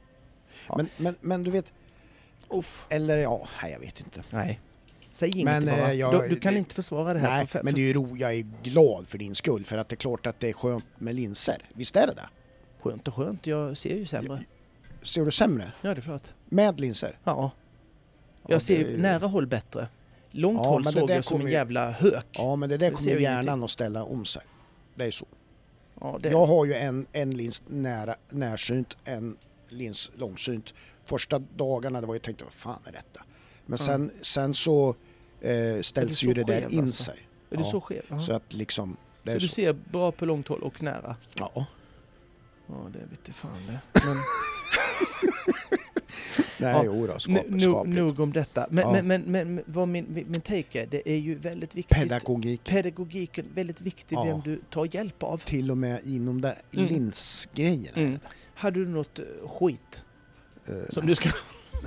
[SPEAKER 2] Men du vet. Eller jag vet inte.
[SPEAKER 1] Nej. Säg inget bara. Du kan inte försvara det här.
[SPEAKER 2] Nej, men det är ju jag är glad för din skull, för att det är klart att det är skönt med linser. Visst är det det?
[SPEAKER 1] Skönt. Jag ser ju sämre.
[SPEAKER 2] Ser du sämre?
[SPEAKER 1] Ja, det är klart.
[SPEAKER 2] Med linser?
[SPEAKER 1] Ja. Jag ser ju nära håll bättre. Långt håll såg jag som en jävla hök.
[SPEAKER 2] Ja, men det där kommer hjärnan att ställa om sig. Det är så. Ja, jag har ju en lins närsynt, en lins långsynt. Första dagarna, det var jag tänkte, vad fan är detta? Men sen så ställs ju det där in sig.
[SPEAKER 1] Är du så skev?
[SPEAKER 2] Så att liksom...
[SPEAKER 1] Så du ser bra på långt håll och nära?
[SPEAKER 2] Ja.
[SPEAKER 1] Ja, det vet jag fan det. Men...
[SPEAKER 2] Nej, skapligt.
[SPEAKER 1] Nog om detta. Men vad min take är, det är ju väldigt viktigt. Pedagogiken, väldigt viktig vem du tar hjälp av.
[SPEAKER 2] Till och med inom det linsgrejen.
[SPEAKER 1] Hade du något skit som du ska...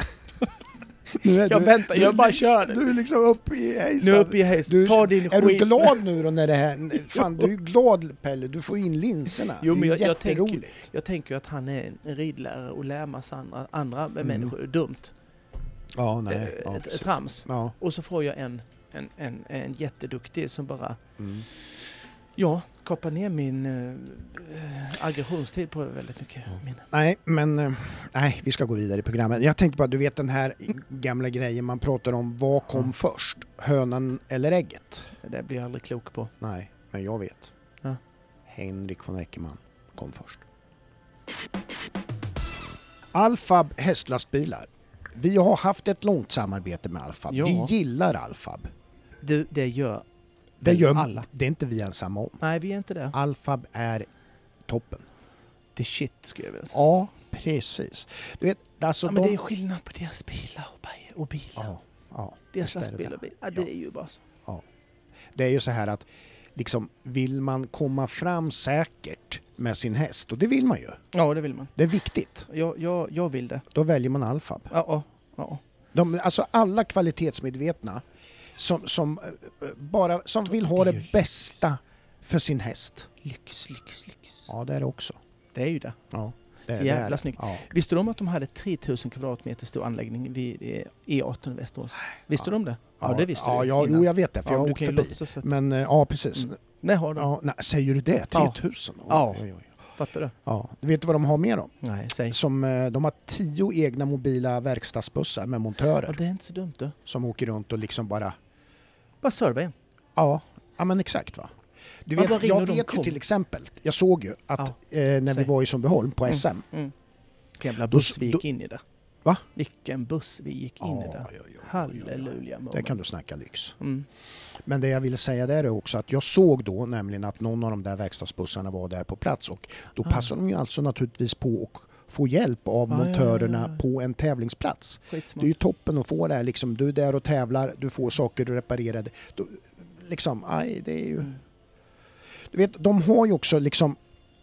[SPEAKER 2] Jag
[SPEAKER 1] bara kör.
[SPEAKER 2] Du är liksom uppe i hejsan.
[SPEAKER 1] Nu uppe i hejsan. Ta din skit.
[SPEAKER 2] Är du glad nu då när det här... Fan, du är glad, Pelle. Du får in linserna.
[SPEAKER 1] Jo, men jag tänker att han är en ridlärare och lär massa andra människor. Dumt.
[SPEAKER 2] Ja, nej.
[SPEAKER 1] Ett trams. Ja. Och så får jag en jätteduktig som bara kapar ner min aggressionstid på väldigt mycket.
[SPEAKER 2] Nej, men vi ska gå vidare i programmet. Jag tänkte bara, du vet den här gamla grejen man pratar om, vad kom först? Hönan eller ägget?
[SPEAKER 1] Det blir jag aldrig klok på.
[SPEAKER 2] Nej, men jag vet.
[SPEAKER 1] Ja.
[SPEAKER 2] Henrik von Eckermann kom först. Alfab hästlastbilar. Vi har haft ett långt samarbete med Alfab.
[SPEAKER 1] Ja.
[SPEAKER 2] Vi gillar Alfab.
[SPEAKER 1] Det gör alla.
[SPEAKER 2] Det är inte vi ensamma om.
[SPEAKER 1] Nej, vi är inte det.
[SPEAKER 2] Alfab är toppen.
[SPEAKER 1] Det är shit, skulle jag vilja säga.
[SPEAKER 2] Ja, precis. Du vet, alltså
[SPEAKER 1] men det är skillnad på deras bilar och bilar.
[SPEAKER 2] Ja,
[SPEAKER 1] deras lastbilar och bilar. Ja, det är ju bara så.
[SPEAKER 2] Ja. Det är ju så här att liksom, vill man komma fram säkert med sin häst, och det vill man ju.
[SPEAKER 1] Ja, det vill man.
[SPEAKER 2] Det är viktigt.
[SPEAKER 1] Jag vill det.
[SPEAKER 2] Då väljer man Alfab.
[SPEAKER 1] Ja.
[SPEAKER 2] Alltså alla kvalitetsmedvetna som vill ha det bästa för sin häst.
[SPEAKER 1] Lyx.
[SPEAKER 2] Ja, det är det också.
[SPEAKER 1] Det är ju det.
[SPEAKER 2] Ja.
[SPEAKER 1] Det är jävla snyggt. Ja. Visste du om att de hade 3000 kvadratmeter stor anläggning vid E18 i Västerås? Visste du om det? Ja, det visste du.
[SPEAKER 2] Ja, jag vet det, för jag har åkt förbi. Men precis.
[SPEAKER 1] Nej, har de.
[SPEAKER 2] Ja, säger du det? 3000?
[SPEAKER 1] Ja. Fattar du?
[SPEAKER 2] Ja. Du vet vad de har med dem?
[SPEAKER 1] Nej, säg.
[SPEAKER 2] De har 10 egna mobila verkstadsbussar med montörer.
[SPEAKER 1] Ja, det är inte så dumt då.
[SPEAKER 2] Som åker runt och liksom bara
[SPEAKER 1] servar en.
[SPEAKER 2] Ja, men exakt va. Du vet, jag vet ju till exempel, jag såg ju att när vi var i Sundbyholm på SM.
[SPEAKER 1] Jävla buss vi gick in i det.
[SPEAKER 2] Va?
[SPEAKER 1] Vilken buss vi gick in i det. Halleluja.
[SPEAKER 2] Det kan du snacka lyx. Men det jag ville säga där är också att jag såg då nämligen att någon av de där verkstadsbussarna var där på plats, och då passar de ju alltså naturligtvis på att få hjälp av montörerna på en tävlingsplats.
[SPEAKER 1] Skitsmart.
[SPEAKER 2] Det är ju toppen att få det här, liksom, du är där och tävlar, du får saker reparerade. Liksom, det är ju... Du vet, de har ju också liksom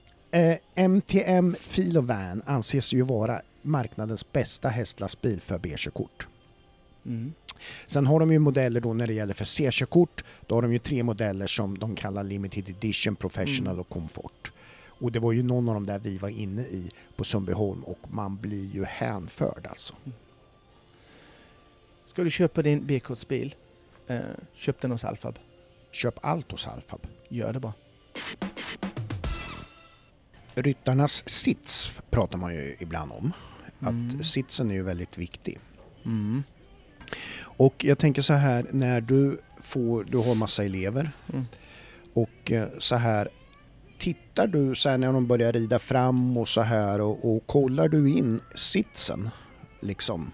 [SPEAKER 2] MTM Filovan anses ju vara marknadens bästa hästlastbil för B-körkort. Sen har de ju modeller då när det gäller för C-körkort. Då har de ju 3 modeller som de kallar Limited Edition, Professional och Comfort. Och det var ju någon av dem där vi var inne i på Sundbyholm, och man blir ju hänförd alltså.
[SPEAKER 1] Ska du köpa din B-kortsbil, köp den hos Alfab.
[SPEAKER 2] Köp allt hos Alfab.
[SPEAKER 1] Gör det bara.
[SPEAKER 2] Ryttarnas sits pratar man ju ibland om. Att sitsen är ju väldigt viktig. Och jag tänker så här, när du har massa elever och så här, tittar du så här när de börjar rida fram och så här, och kollar du in sitsen liksom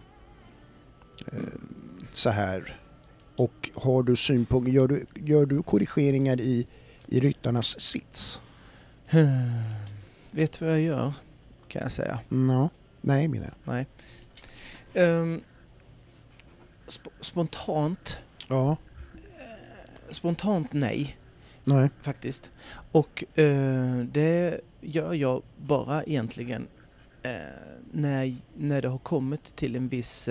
[SPEAKER 2] så här, och har du synpunkter, gör du korrigeringar i ryttarnas sits?
[SPEAKER 1] Vet du vad jag gör, kan jag säga?
[SPEAKER 2] Nej, mina.
[SPEAKER 1] Nej. Spontant.
[SPEAKER 2] Ja.
[SPEAKER 1] Spontant nej.
[SPEAKER 2] Nej.
[SPEAKER 1] Faktiskt. Och det gör jag bara egentligen när det har kommit till en viss...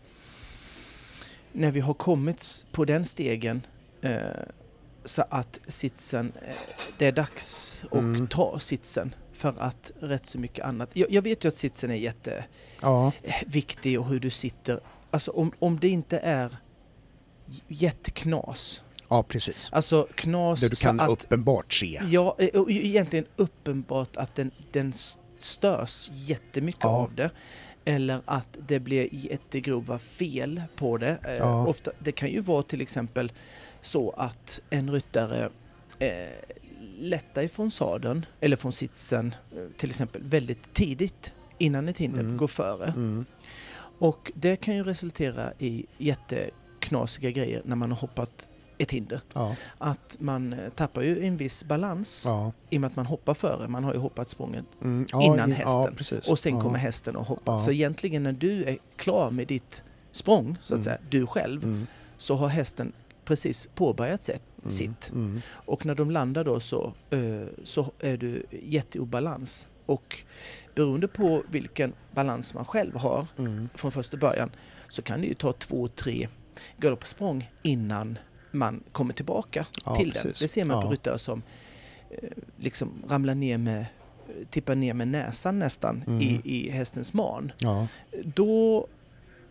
[SPEAKER 1] när vi har kommit på den stegen så att sitsen, det är dags att ta sitsen, för att rätt så mycket annat. Jag vet ju att sitsen är jätteviktig och hur du sitter. Alltså om det inte är jätteknas.
[SPEAKER 2] Ja, precis.
[SPEAKER 1] Alltså knas.
[SPEAKER 2] Det du kan uppenbart se.
[SPEAKER 1] Ja, och egentligen uppenbart att den störs jättemycket av det. Eller att det blir jättegrova fel på det. Ofta, det kan ju vara till exempel så att en ryttare lättar ifrån sadeln eller från sitsen till exempel väldigt tidigt innan ett hinder går före. Och det kan ju resultera i jätteknasiga grejer när man har hoppat ett hinder. Att man tappar ju en viss balans i och med att man hoppar före. Man har ju hoppat språnget innan hästen. Och sen kommer hästen och hoppar. Så egentligen när du är klar med ditt språng, så att säga, du själv, så har hästen precis påbörjat sitt. Och när de landar då så är du jätteobalans. Och beroende på vilken balans man själv har från första början, så kan det ju ta 2-3 galoppsprång innan man kommer tillbaka till den. Det ser man på ryttare som liksom ramlar ner tippar ner med näsan nästan i hästens man. Då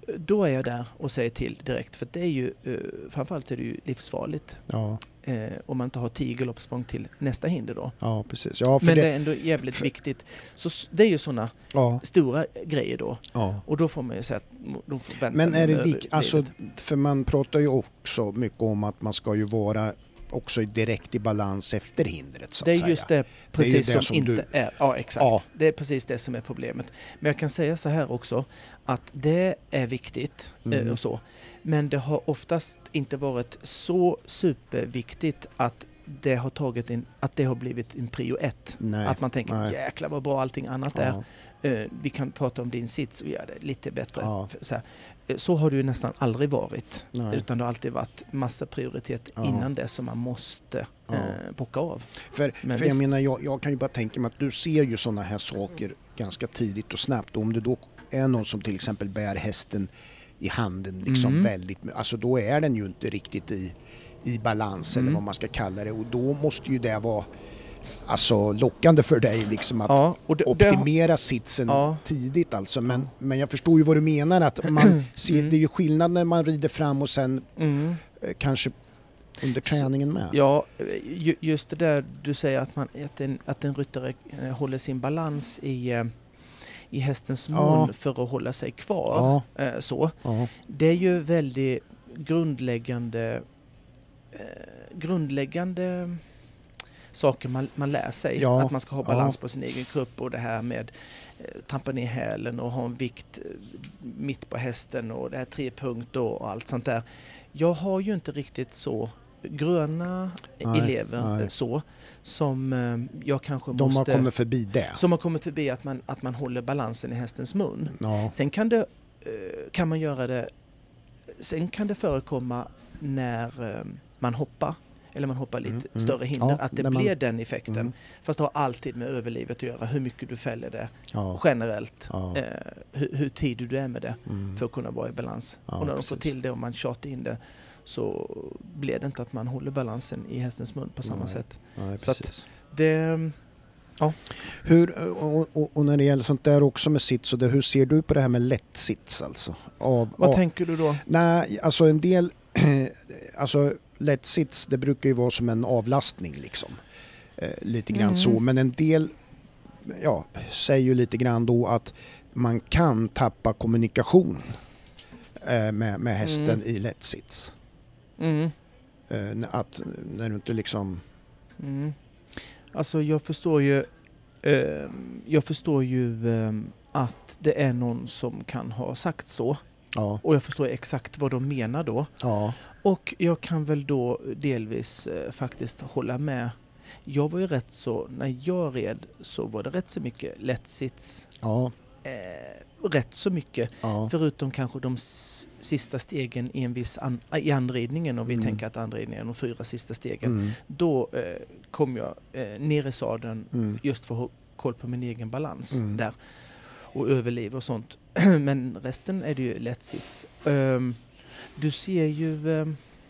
[SPEAKER 1] då är jag där och säger till direkt. För det är ju, framförallt är det ju livsfarligt.
[SPEAKER 2] Ja.
[SPEAKER 1] Om man inte har 10 galoppsprång till nästa hinder då.
[SPEAKER 2] Ja, precis. Ja,
[SPEAKER 1] men det är ändå jävligt viktigt. Så det är ju sådana stora grejer då.
[SPEAKER 2] Ja.
[SPEAKER 1] Och då får man ju säga att de får vänta.
[SPEAKER 2] Men är det alltså, för man pratar ju också mycket om att man ska ju vara också direkt i balans efter hindret, så att säga.
[SPEAKER 1] Det är just det precis det som inte är. Ja, exakt. Ja. Det är precis det som är problemet. Men jag kan säga så här också, att det är viktigt och så. Men det har oftast inte varit så superviktigt att det har att det har blivit en prio 1. Att man tänker, jäklar vad bra allting annat är. Vi kan prata om din sits och göra det lite bättre. Ja. Så har det ju nästan aldrig varit. Nej. Utan det har alltid varit massa prioritet innan det som man måste bocka av.
[SPEAKER 2] För jag menar, jag kan ju bara tänka mig att du ser ju sådana här saker ganska tidigt och snabbt. Och om det då är någon som till exempel bär hästen i handen liksom väldigt, alltså då är den ju inte riktigt i balans eller vad man ska kalla det, och då måste ju det vara alltså lockande för dig liksom att optimera sitsen tidigt alltså, men jag förstår ju vad du menar, att man ser, det är ju skillnad när man rider fram och sen kanske under träningen med.
[SPEAKER 1] Ja, just det där du säger att en ryttare håller sin balans i hästens mun för att hålla sig kvar. Det är ju väldigt grundläggande saker man lär sig. Att man ska ha balans på sin egen kropp, och det här med trampa ner hälen och ha en vikt mitt på hästen och det här 3 punkter och allt sånt där. Jag har ju inte riktigt så gröna elever så som jag kanske måste...
[SPEAKER 2] De har kommit förbi det.
[SPEAKER 1] Som har kommit förbi att man håller balansen i hästens mun. Ja. Sen kan man göra det... Sen kan det förekomma när man hoppar, eller man hoppar lite större hinder, att det blir den effekten. Fast det har alltid med överlivet att göra, hur mycket du fäller det generellt. Hur tidig du är med det för att kunna vara i balans. Och när de får till det och man tjatar in det, så blir det inte att man håller balansen i hästens mun på samma sätt.
[SPEAKER 2] Nej,
[SPEAKER 1] så att det... Ja.
[SPEAKER 2] Och när det gäller sånt där också med sits, så hur ser du på det här med lätt sits alltså?
[SPEAKER 1] Vad tänker du då?
[SPEAKER 2] Nej, alltså en del... alltså lätt sits, det brukar ju vara som en avlastning liksom. Lite grann så. Men en del säger ju lite grann då att man kan tappa kommunikation med hästen i lätt sits. Att när du inte liksom...
[SPEAKER 1] Alltså jag förstår ju att det är någon som kan ha sagt så. Ja. Och jag förstår exakt vad de menar då. Ja. Och jag kan väl då delvis faktiskt hålla med. Jag var ju rätt så, när jag red så var det rätt så mycket lättsits. Ja. Rätt så mycket. Ja. Förutom kanske de sista stegen i en viss i anridningen, och vi tänker att anridningen är de 4 sista stegen. Då kom jag ner i sadeln just för att ha koll på min egen balans där. Och överliv och sånt. Men resten är det ju lättsits. Du ser ju...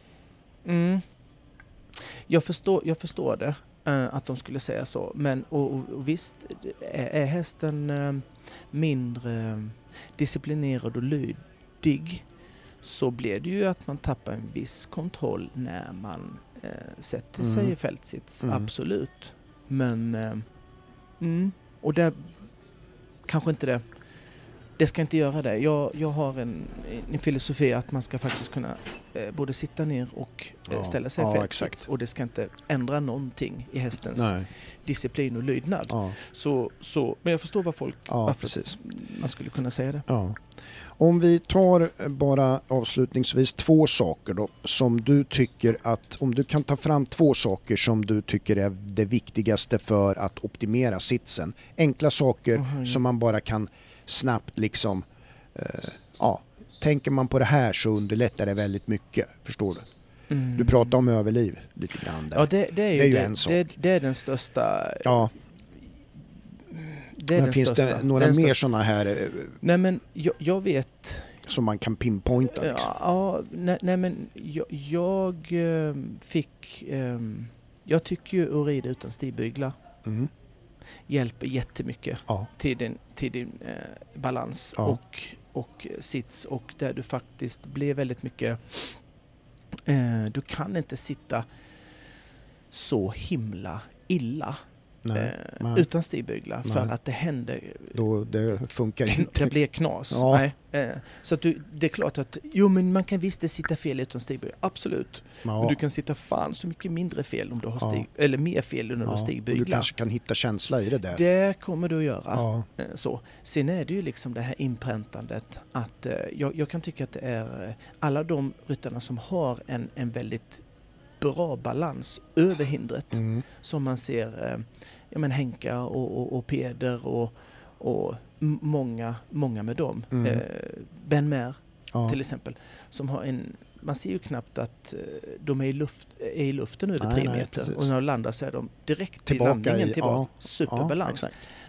[SPEAKER 1] Jag förstår det. Att de skulle säga så. Men och visst, är hästen mindre disciplinerad och lydig, så blir det ju att man tappar en viss kontroll när man sätter sig i fältsits. Absolut. Men... och där kanske inte det ska inte göra det. Jag har en filosofi att man ska faktiskt kunna både sitta ner och ställa sig i fältsits. Och det ska inte ändra någonting i hästens disciplin och lydnad. Ja. Men jag förstår vad varför man skulle kunna säga det. Ja.
[SPEAKER 2] Om vi tar bara avslutningsvis 2 saker då, som du tycker att, om du kan ta fram 2 saker som du tycker är det viktigaste för att optimera sitsen. Enkla saker som man bara kan snabbt liksom, tänker man på det här så underlättar det väldigt mycket, förstår du? Du pratar om överliv lite grann där.
[SPEAKER 1] Ja, det är ju en sak. Det är den största...
[SPEAKER 2] Ja. Men finns det några mer sådana här...
[SPEAKER 1] Nej, men jag vet...
[SPEAKER 2] Som man kan pinpointa liksom.
[SPEAKER 1] Ja, nej men jag fick... jag tycker ju att rida utan stigbyglar hjälper jättemycket till din balans. Ja. Och och sits, och där du faktiskt blir väldigt mycket, du kan inte sitta så himla illa utan stigbyglar, för att det händer.
[SPEAKER 2] Då det funkar inte.
[SPEAKER 1] Det blir knas.
[SPEAKER 2] Ja.
[SPEAKER 1] Så att det är klart att men man kan visst sitta fel utan stigbyglar. Absolut. Ja. Men du kan sitta fan så mycket mindre fel om du har eller mer fel när du har stigbyglar.
[SPEAKER 2] Du kanske kan hitta känsla i det där.
[SPEAKER 1] Det kommer du att göra. Så. Sen är det ju liksom det här inpräntandet att jag kan tycka att det är alla de ryttarna som har en väldigt bra balans över hindret, som man ser Henka och Peder och många med dem. Ben Mer till exempel, som har man ser ju knappt att de är i luften över 3 meter, och när de landar så är de direkt till landningen tillbaka. Superbalans.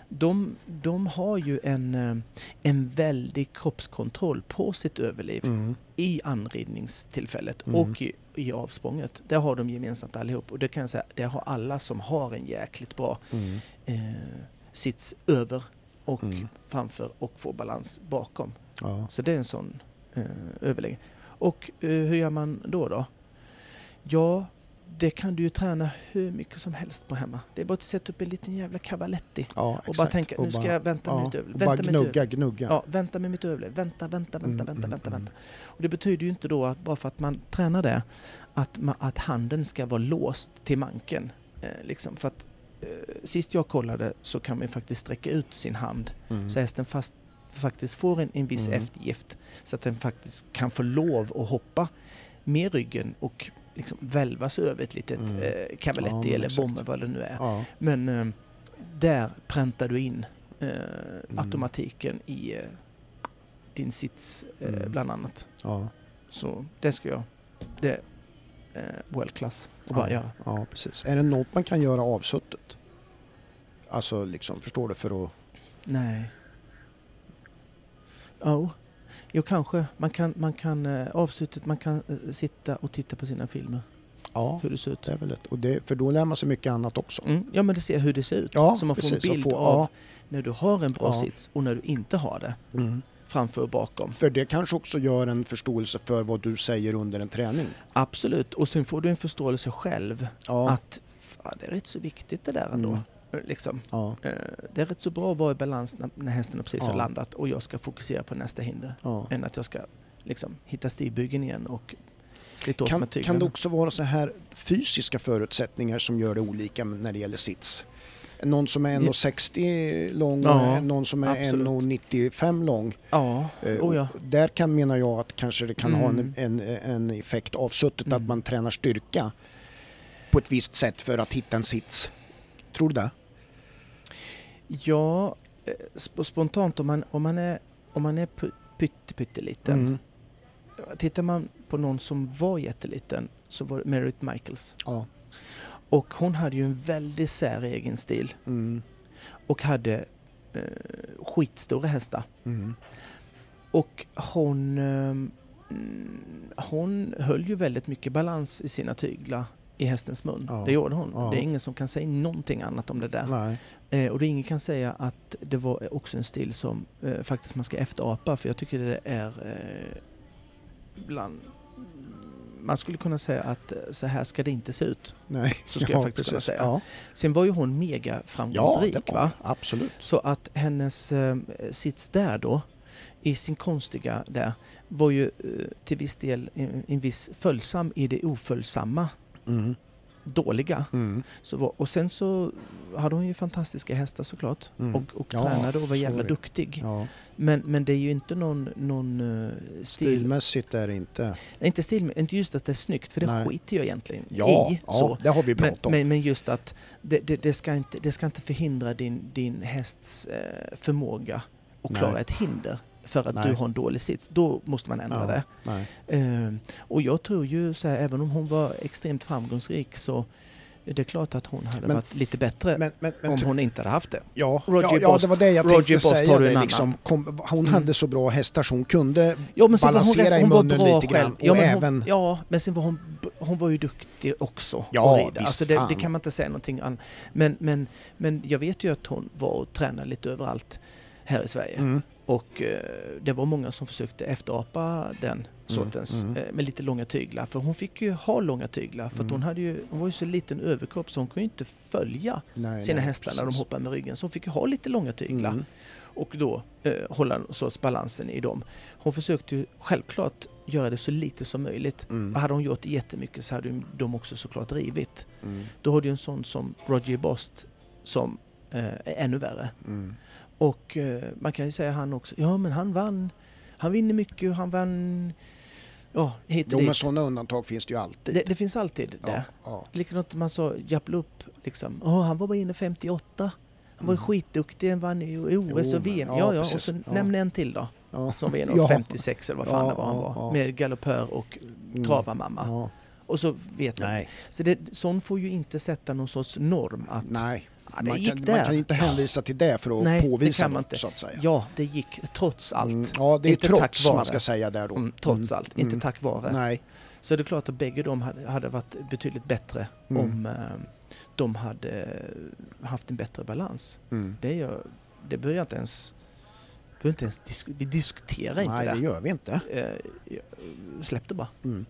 [SPEAKER 1] De har ju en väldig kroppskontroll på sitt överliv i anridningstillfället och i avsprånget. Det har de gemensamt allihop, och det kan jag säga, det har alla som har en jäkligt bra sits över och framför och får balans bakom. Så det är en sån överläggning. Och hur gör man då? Ja, det kan du ju träna hur mycket som helst på hemma. Det är bara att sätta upp en liten jävla cavaletti och bara tänka, nu ska jag vänta med mitt överlev.
[SPEAKER 2] Gnugga.
[SPEAKER 1] Ja, vänta med mitt överlev. Vänta. Och det betyder ju inte då att bara för att man tränar det, att handen ska vara låst till manken. Liksom, för att sist jag kollade så kan man faktiskt sträcka ut sin hand så hästen faktiskt får en viss eftergift, så att den faktiskt kan få lov att hoppa med ryggen och liksom välvas över ett litet cavaletti eller bomber, vad det nu är. Men där präntar du in automatiken i din sits bland annat. Så det ska det är world class att bara göra.
[SPEAKER 2] Ja, precis. Är det något man kan göra avsuttet? Alltså liksom, förstår du, för att...
[SPEAKER 1] Nej. Jo, kanske. Man kan avsuttet, man kan sitta och titta på sina filmer.
[SPEAKER 2] Ja,
[SPEAKER 1] hur det ser ut.
[SPEAKER 2] Det är väl det. För då lär man sig mycket annat också.
[SPEAKER 1] Ja, men det ser hur det ser ut.
[SPEAKER 2] Ja,
[SPEAKER 1] så man får en bild av när du har en bra sits och när du inte har det. Framför och bakom.
[SPEAKER 2] För det kanske också gör en förståelse för vad du säger under en träning.
[SPEAKER 1] Absolut. Och sen får du en förståelse själv att det är rätt så viktigt det där ändå. Liksom. Det är rätt så bra att vara i balans när hästen precis har landat och jag ska fokusera på nästa hinder än att jag ska liksom hitta stigbyggen igen och slita åt med tyglarna.
[SPEAKER 2] Kan det också vara så här fysiska förutsättningar som gör det olika när det gäller sits? Någon som är 1,60 lång, någon som är 1,95 lång. Där menar jag att kanske det kan ha en effekt avsuttet att man tränar styrka på ett visst sätt för att hitta en sits. Tror du det?
[SPEAKER 1] Ja, spontant om man är pytteliten. Tittar man på någon som var jätteliten så var det Merit Michaels. Och hon hade ju en väldigt säregen stil. Och hade skitstora hästar. Och hon höll ju väldigt mycket balans i sina tyglar i hästens mun. Det gjorde hon. Det är ingen som kan säga någonting annat om det där. Och det ingen kan säga att det var också en stil som faktiskt man ska efterapa, för jag tycker det är man skulle kunna säga att så här ska det inte se ut. Så skulle jag faktiskt kunna säga. Sen var ju hon mega framgångsrik, va?
[SPEAKER 2] Absolut.
[SPEAKER 1] Så att hennes sits där då i sin konstiga där var ju till viss del en viss följsam i det oföljsamma. Dåliga. Och sen så hade hon ju fantastiska hästar såklart och tränade och var jävla duktig. Men det är ju inte någon
[SPEAKER 2] stilmässigt är det inte.
[SPEAKER 1] Inte stilmässigt, inte just att det är snyggt, för det skiter jag egentligen
[SPEAKER 2] i. Så. Det har vi pratat om.
[SPEAKER 1] Men just att det ska inte förhindra din hästs förmåga att klara ett hinder. För att du har en dålig sits. Då måste man ändra det. Och jag tror ju så här, även om hon var extremt framgångsrik, så är det klart att hon hade varit lite bättre om hon inte hade haft det.
[SPEAKER 2] Det var det jag tänkte säga. Liksom, hon hade så bra hästar så hon kunde balansera i munnen lite grann.
[SPEAKER 1] Men sen var hon var ju duktig också. Alltså det kan man inte säga någonting annat. Men jag vet ju att hon var och tränade lite överallt. här i Sverige. Och det var många som försökte efterapa den sortens med lite långa tyglar. För hon fick ju ha långa tyglar för att hon var ju så liten överkropp så hon kunde ju inte följa sina hästar när de hoppade med ryggen. Så hon fick ju ha lite långa tyglar och då hålla en sorts balansen i dem. Hon försökte ju självklart göra det så lite som möjligt. Hade hon gjort det jättemycket så hade de också såklart rivit. Då har du en sån som Roger Bost som är ännu värre. Och man kan ju säga han också, ja men han vinner mycket och han vann hit och dit.
[SPEAKER 2] Men sådana undantag finns det ju alltid.
[SPEAKER 1] Det finns alltid det. Ja. Likadant man sa Japlup liksom, han var bara inne 58. Han var skitduktig, han vann i OS och VM. Och så nämn en till då. Som var inne 56 eller vad fan det var han var. Med galoppör och travamamma. Och så vet man. Så sån får ju inte sätta någon sorts norm att
[SPEAKER 2] man kan inte hänvisa till det för att påvisa något, så att säga.
[SPEAKER 1] Ja, det gick trots allt.
[SPEAKER 2] Ja, det är inte trots man ska säga där då.
[SPEAKER 1] Trots allt, inte tack vare.
[SPEAKER 2] Nej.
[SPEAKER 1] Så det är klart att bägge de hade varit betydligt bättre om de hade haft en bättre balans. Det bör jag inte ens... Vi diskuterar inte det.
[SPEAKER 2] Nej, det gör vi inte.
[SPEAKER 1] Släpp det bara.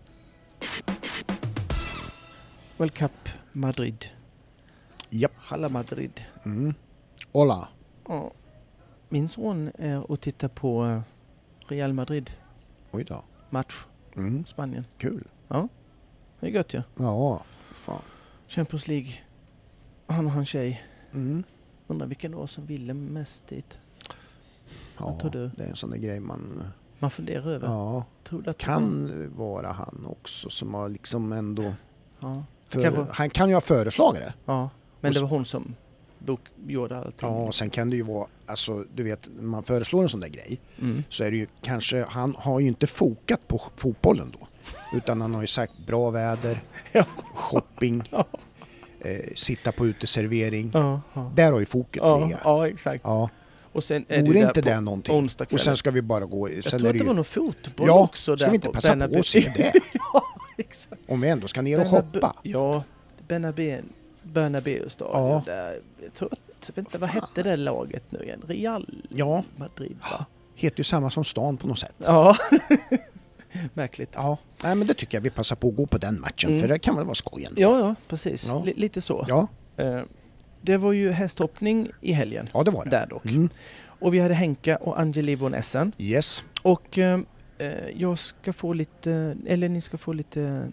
[SPEAKER 1] World Cup Madrid.
[SPEAKER 2] Japp.
[SPEAKER 1] Halla Madrid.
[SPEAKER 2] Hola.
[SPEAKER 1] Ja. Min son är och tittar på Real Madrid.
[SPEAKER 2] Oj då.
[SPEAKER 1] Match. Spanien.
[SPEAKER 2] Kul.
[SPEAKER 1] Ja. Det är gött ju.
[SPEAKER 2] Ja, fan.
[SPEAKER 1] Champions League. Han och hans tjej. Undrar vilken år som ville mest dit.
[SPEAKER 2] Ja, det är en sån där grej
[SPEAKER 1] man funderar över.
[SPEAKER 2] Ja.
[SPEAKER 1] Tror du att
[SPEAKER 2] kan vara han också som har liksom ändå...
[SPEAKER 1] Ja.
[SPEAKER 2] Han kan ju ha föreslagit det.
[SPEAKER 1] Ja, men det var hon som gjorde allting.
[SPEAKER 2] Ja, och sen kan det ju vara, alltså du vet, när man föreslår en sån där grej så är det ju kanske, han har ju inte fokat på fotbollen då. Utan han har ju sagt bra väder, shopping, sitta på uteservering. Där har ju foket legat.
[SPEAKER 1] Ja, exakt.
[SPEAKER 2] Ja.
[SPEAKER 1] Och sen är
[SPEAKER 2] det inte det någonting. Och sen ska vi bara gå...
[SPEAKER 1] Jag tror att det var någon fotboll också där.
[SPEAKER 2] Ska vi inte passa på att se det?
[SPEAKER 1] Exakt.
[SPEAKER 2] Om vi ändå ska ner och hoppa.
[SPEAKER 1] Ja, Bernabéu-stadion där. Jag vet inte, vad hette det laget nu igen? Real Madrid, va?
[SPEAKER 2] Heter ju samma som stan på något sätt.
[SPEAKER 1] Ja, märkligt.
[SPEAKER 2] Ja, nej, men det tycker jag vi passar på att gå på den matchen. För det kan väl vara skojen.
[SPEAKER 1] Ja, precis. Ja. Lite så.
[SPEAKER 2] Ja.
[SPEAKER 1] Det var ju hästhoppning i helgen.
[SPEAKER 2] Ja, det var det.
[SPEAKER 1] Där dock. Och vi hade Henka och Angeli von Essen.
[SPEAKER 2] Yes.
[SPEAKER 1] Och jag ska få lite, eller ni ska få lite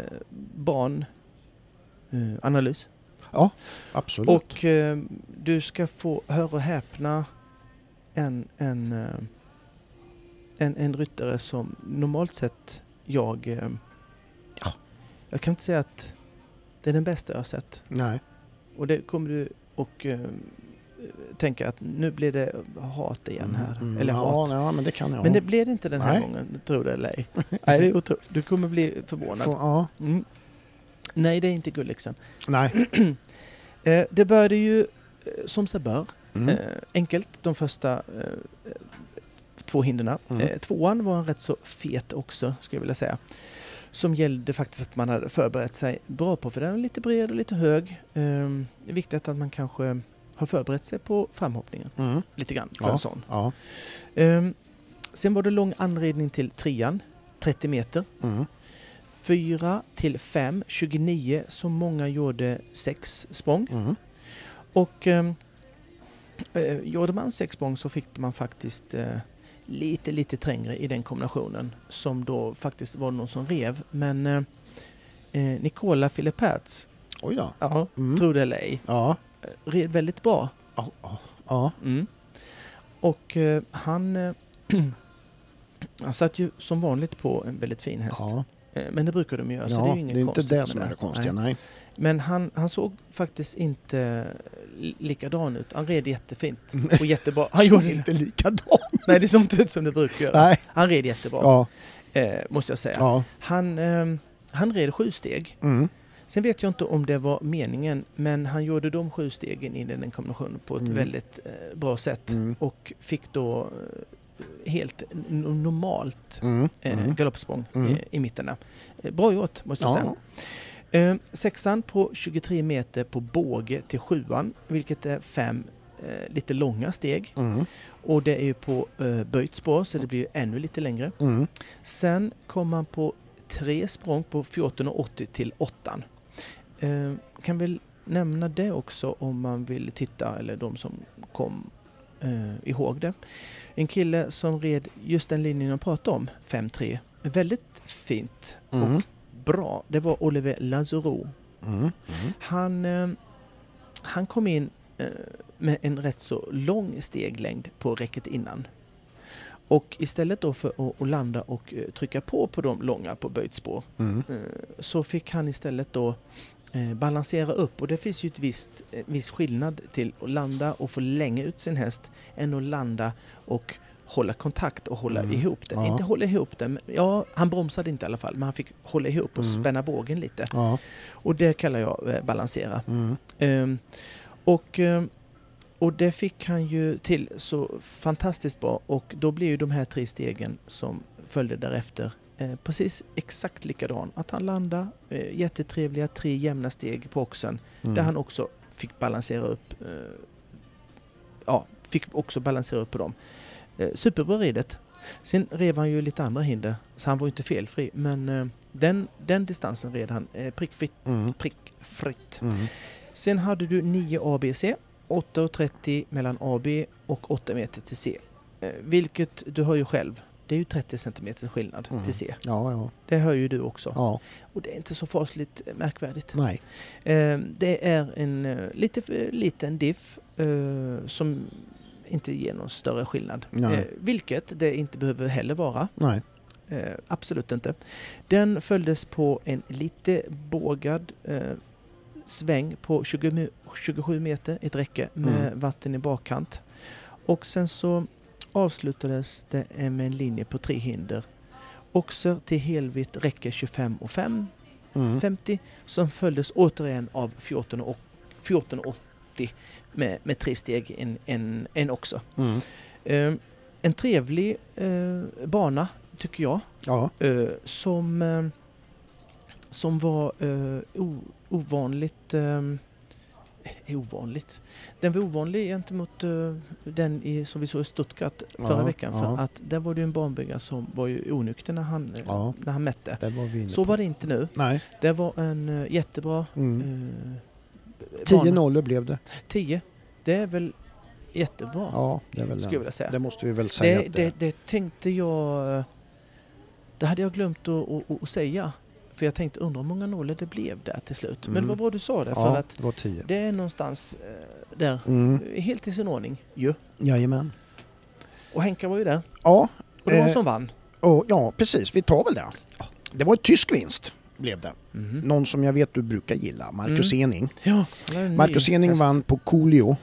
[SPEAKER 1] barnanalys.
[SPEAKER 2] Ja, absolut.
[SPEAKER 1] Och du ska få höra och häpna en ryttare som normalt sett jag kan inte säga att det är den bästa jag har sett.
[SPEAKER 2] Nej.
[SPEAKER 1] Och det kommer du och tänka att nu blir det hat igen här. Eller hat.
[SPEAKER 2] Ja, men det kan jag.
[SPEAKER 1] Men det blev det inte den här gången, tror du eller ej. Nej, du kommer bli förvånad. Nej, det är inte Gulliksen.
[SPEAKER 2] Nej.
[SPEAKER 1] Det började ju som sig bör. Enkelt, de första 2 hinderna. 2:an var en rätt så fet också, skulle jag vilja säga. Som gällde faktiskt att man hade förberett sig bra på. För den är lite bred och lite hög. Det är viktigt att man kanske har förberett sig på framhoppningen. Lite grann för en sån.
[SPEAKER 2] Ja.
[SPEAKER 1] Sen var det lång anridning till 3:an. 30 meter. 4 till 5, 29. Så många gjorde 6 språng. Och gjorde man 6 språng så fick man faktiskt lite trängre i den kombinationen. Som då faktiskt var någon som rev. Men Nicola Philippertz.
[SPEAKER 2] Oj då.
[SPEAKER 1] Ja, tror det eller ej.
[SPEAKER 2] Ja.
[SPEAKER 1] Red väldigt bra.
[SPEAKER 2] Ja.
[SPEAKER 1] Och han satt ju som vanligt på en väldigt fin häst.
[SPEAKER 2] Ja.
[SPEAKER 1] Men det brukar de göra, så
[SPEAKER 2] ja,
[SPEAKER 1] det är ju ingen konstigt.
[SPEAKER 2] Det är inte det som är det konstiga, nej.
[SPEAKER 1] Men han såg faktiskt inte likadan ut. Han red jättefint och jättebra.
[SPEAKER 2] Han gjorde inte likadan.
[SPEAKER 1] Nej, det såg inte ut som det brukar göra.
[SPEAKER 2] Nej.
[SPEAKER 1] Han red jättebra, måste jag säga.
[SPEAKER 2] Ja.
[SPEAKER 1] Han red 7 steg. Sen vet jag inte om det var meningen, men han gjorde de 7 stegen in i den kombinationen på ett väldigt bra sätt. Och fick då helt normalt galoppsprång i mitten. Bra gjort, måste jag säga. 6:an på 23 meter på båge till 7:an, vilket är 5 lite långa steg. Och det är ju på böjt spår så det blir ju ännu lite längre. Sen kom man på 3 språng på 14,80 till 8. Kan väl nämna det också om man vill titta, eller de som kom ihåg det. En kille som red just den linjen jag pratade om, 5-3. Väldigt fint och bra. Det var Oliver Lazaro. Han kom in med en rätt så lång steglängd på räcket innan. Och istället då för att landa och trycka på de långa på böjt spår så fick han istället då balansera upp. Och det finns ju viss skillnad till att landa och få länge ut sin häst än att landa och hålla kontakt och hålla ihop den. Inte hålla ihop den. Ja, han bromsade inte i alla fall, men han fick hålla ihop och spänna bågen lite. Och det kallar jag balansera. Och det fick han ju till så fantastiskt bra. Och då blir ju de här 3 stegen som följde därefter precis exakt likadan. Att han landade jättetrevliga 3 jämna steg på oxen. Där han också fick balansera upp på dem. Superbra ridet. Sen rev han ju lite andra hinder. Så han var ju inte felfri. Men den distansen red han prickfritt. Sen hade du 9 ABC. 8,30 mellan AB och 8 meter till C. Vilket du hör ju själv. Det är ju 30 centimeter skillnad till C.
[SPEAKER 2] Ja.
[SPEAKER 1] Det hör ju du också.
[SPEAKER 2] Ja.
[SPEAKER 1] Och det är inte så fasligt märkvärdigt.
[SPEAKER 2] Nej.
[SPEAKER 1] Det är en liten diff som inte ger någon större skillnad. Vilket det inte behöver heller vara.
[SPEAKER 2] Nej.
[SPEAKER 1] Absolut inte. Den följdes på en lite bågad sväng på 27 meter, ett räcke med vatten i bakkant. Och sen så avslutades det med en linje på 3 hinder. Också till helvitt räcke 25 och 50 som följdes återigen av 14,80 med 3 steg en också. En trevlig bana tycker jag. Som var ovanligt. Den var ovanlig gentemot den som vi såg i Stuttgart förra veckan. För att där var det en banbyggare som var ju onykter när han mätte. Så var det inte nu.
[SPEAKER 2] Nej.
[SPEAKER 1] Det var en jättebra
[SPEAKER 2] 10-0 blev det.
[SPEAKER 1] 10. Det är väl jättebra.
[SPEAKER 2] Ja, det är väl
[SPEAKER 1] skulle jag vilja säga.
[SPEAKER 2] Det måste vi väl säga.
[SPEAKER 1] Det tänkte jag. Det hade jag glömt att säga. För jag tänkte undra hur många nollor det blev där till slut. Men det var bra du sa det. För att
[SPEAKER 2] det var 10.
[SPEAKER 1] Det är någonstans där. Helt i sin ordning.
[SPEAKER 2] Jajamän.
[SPEAKER 1] Och Henka var ju där.
[SPEAKER 2] Ja.
[SPEAKER 1] Och det var som vann.
[SPEAKER 2] Ja, precis. Vi tar väl det. Det var en tysk vinst blev det. Någon som jag vet du brukar gilla. Marcus Ening.
[SPEAKER 1] Ja,
[SPEAKER 2] Marcus Ening vann på Coolio.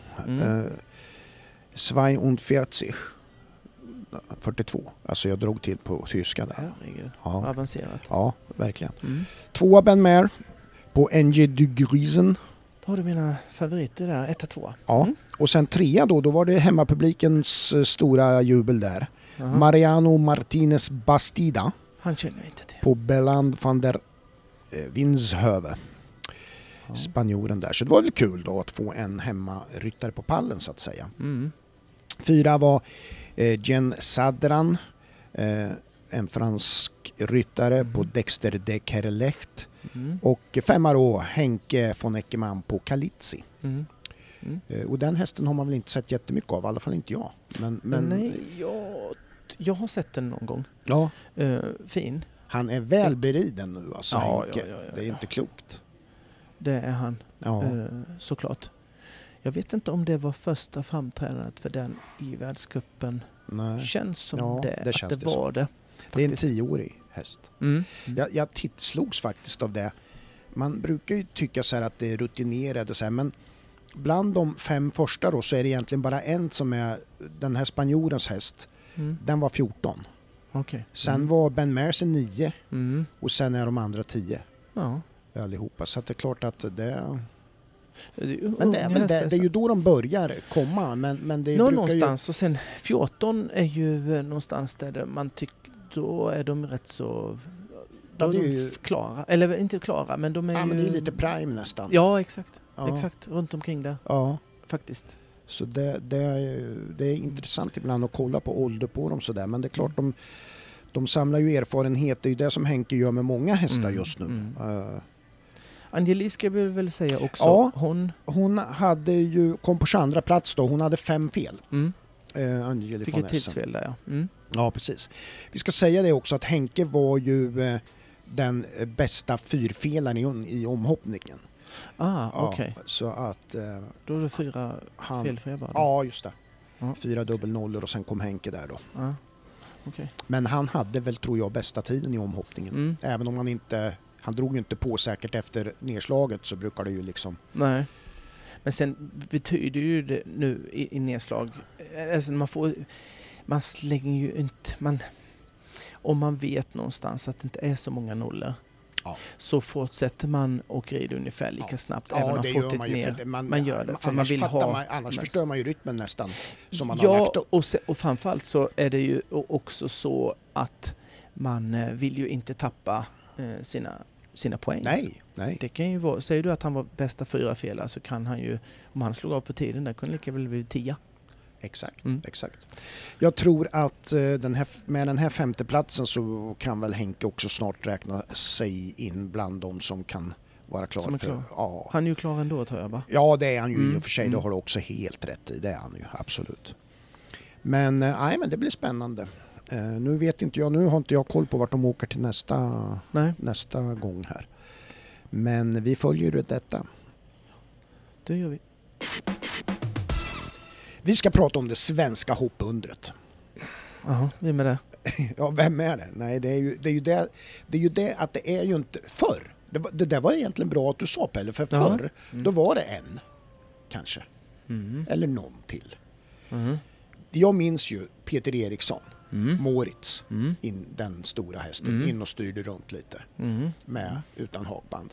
[SPEAKER 2] 42. 42. Alltså jag drog till på tyska där.
[SPEAKER 1] Herregud. Avancerat.
[SPEAKER 2] Ja, verkligen. 2 Ben Mer på NG du Grisen.
[SPEAKER 1] Då har du mina favoriter där, 1-2.
[SPEAKER 2] Ja, och sen 3 då var det hemmapublikens stora jubel där. Mariano Martinez Bastida.
[SPEAKER 1] Han känner jag inte till.
[SPEAKER 2] På Beland van der Winshöve. Spanjoren där. Så det var väl kul då att få en hemmaryttare på pallen så att säga. 4 var Jen Sadran, en fransk ryttare på Dexter de Kerlecht. Och 5 då Henke von Eckermann på Kalitsi. Och den hästen har man väl inte sett jättemycket av, i alla fall inte jag. Men
[SPEAKER 1] nej, jag har sett den någon gång.
[SPEAKER 2] Ja.
[SPEAKER 1] Fin.
[SPEAKER 2] Han är väl beriden nu alltså, Henke. Det är inte klokt.
[SPEAKER 1] Det är han, såklart. Jag vet inte om det var första framträdandet för den i världscupen.
[SPEAKER 2] Nej.
[SPEAKER 1] Känns som det
[SPEAKER 2] känns
[SPEAKER 1] att det var det.
[SPEAKER 2] Faktiskt. Det är en 10-årig häst. Jag slogs faktiskt av det. Man brukar ju tycka så här att det är rutinerade så här, men bland de 5 första då så är det egentligen bara en som är den här spanjorens häst. Den var 14.
[SPEAKER 1] Okay.
[SPEAKER 2] Sen var Ben Mersen 9 och sen är de andra 10.
[SPEAKER 1] Ja.
[SPEAKER 2] Allihopa. Så att det är klart att det...
[SPEAKER 1] Men
[SPEAKER 2] det är ju då de börjar komma. Men det brukar
[SPEAKER 1] någonstans. Och sen 14 är ju någonstans där man tycker då är de rätt så... Då är de klara. Eller inte klara, men de är ju...
[SPEAKER 2] men det är lite prime nästan.
[SPEAKER 1] Ja, exakt. Ja. Exakt. Runt omkring där.
[SPEAKER 2] Ja.
[SPEAKER 1] Faktiskt.
[SPEAKER 2] Så det är intressant ibland att kolla på ålder på dem sådär. Men det är klart, de samlar ju erfarenhet. Det är ju det som Henke gör med många hästar just nu.
[SPEAKER 1] Angelique ska vi väl säga också.
[SPEAKER 2] Ja, hon hade ju, kom på 22:a plats då. Hon hade 5 fel.
[SPEAKER 1] Angelique fick ett tidsfel där, ja.
[SPEAKER 2] Ja, precis. Vi ska säga det också att Henke var ju den bästa fyrfelaren i omhoppningen.
[SPEAKER 1] Okej.
[SPEAKER 2] Så att...
[SPEAKER 1] då är det 4 felfria bara.
[SPEAKER 2] Ja, just det. 4 dubbelnollor och sen kom Henke där då.
[SPEAKER 1] Okay.
[SPEAKER 2] Men han hade väl, tror jag, bästa tiden i omhoppningen. Även om han drog ju inte på säkert efter nedslaget, så brukar det ju liksom...
[SPEAKER 1] Nej. Men sen betyder ju det nu i nedslag, alltså man slänger ju inte, om man vet någonstans att det inte är så många nollor, så fortsätter man och rider ungefär lika snabbt. Även om
[SPEAKER 2] det
[SPEAKER 1] fått
[SPEAKER 2] gör man ju.
[SPEAKER 1] ner.
[SPEAKER 2] Man
[SPEAKER 1] gör det för man vill ha.
[SPEAKER 2] Annars förstör man ju rytmen nästan som man har lagt upp.
[SPEAKER 1] Och framförallt så är det ju också så att man vill ju inte tappa sina poäng.
[SPEAKER 2] Nej.
[SPEAKER 1] Det kan ju vara, säger du att han var bästa 4 felare, så kan han ju, om han slog av på tiden där, kunde lika väl bli 10.
[SPEAKER 2] Exakt. Jag tror att med den här 5:e platsen så kan väl Henke också snart räkna sig in bland de som kan vara klar. Ja.
[SPEAKER 1] Han är ju klar ändå, tror jag, va?
[SPEAKER 2] Ja, det är han ju i och för sig. Det har du också helt rätt i. Det är han ju, absolut. Men det blir spännande. Nu vet inte jag, nu har inte jag koll på vart de åker till nästa gång här. Men vi följer ju detta.
[SPEAKER 1] Det gör vi.
[SPEAKER 2] Vi ska prata om det svenska hoppundret.
[SPEAKER 1] Ja, vem är det?
[SPEAKER 2] Ja, vem är det? Nej, det är ju det att det är ju inte förr. Det där var egentligen bra att du sa, Pelle, för förr då var det en kanske. Eller någon till. Jag minns ju Peter Eriksson. Moritz, den stora hästen, in och styrde runt lite utan hakband.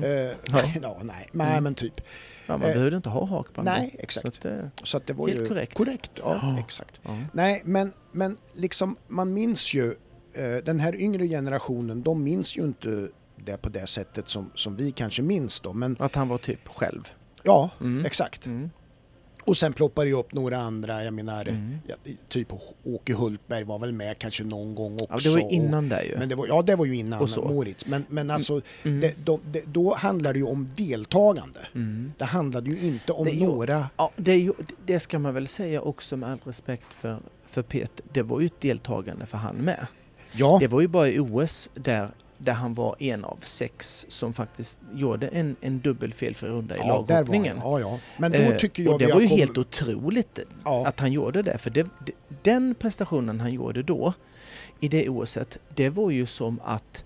[SPEAKER 2] Men typ.
[SPEAKER 1] Ja, man behövde inte ha hakband.
[SPEAKER 2] Nej, exakt. Så att det var
[SPEAKER 1] helt
[SPEAKER 2] ju korrekt. Ja, exakt. Nej, men liksom man minns ju den här yngre generationen, de minns ju inte det på det sättet som vi kanske minns då. Men
[SPEAKER 1] att han var typ själv.
[SPEAKER 2] Ja, exakt. Och sen ploppar det upp några andra, jag menar, typ Åke Hultberg var väl med kanske någon gång också.
[SPEAKER 1] Ja, det var ju innan där ju.
[SPEAKER 2] Men det var ju innan Moritz. Men alltså, då handlar det ju om deltagande. Det handlade ju inte om några...
[SPEAKER 1] Ja, det ska man väl säga också med all respekt för Peter. Det var ju ett deltagande för han med.
[SPEAKER 2] Ja.
[SPEAKER 1] Det var ju bara i OS där han var en av 6 som faktiskt gjorde en dubbelfelfri runda i laghoppningen.
[SPEAKER 2] Ja. Men då tycker jag
[SPEAKER 1] och det var ju helt otroligt att han gjorde det. För den prestationen han gjorde då i det OSet, det var ju som att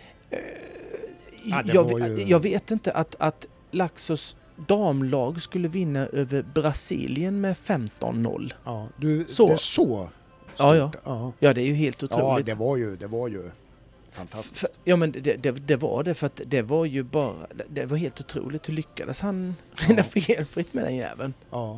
[SPEAKER 1] jag vet inte att Laxos damlag skulle vinna över Brasilien med 15-0.
[SPEAKER 2] Ja, det är så stort.
[SPEAKER 1] Ja, det är ju helt otroligt.
[SPEAKER 2] Ja, det var ju fantastiskt.
[SPEAKER 1] Men det var det, för att det var ju bara, det var helt otroligt hur lyckades han rida felfritt med den jäveln.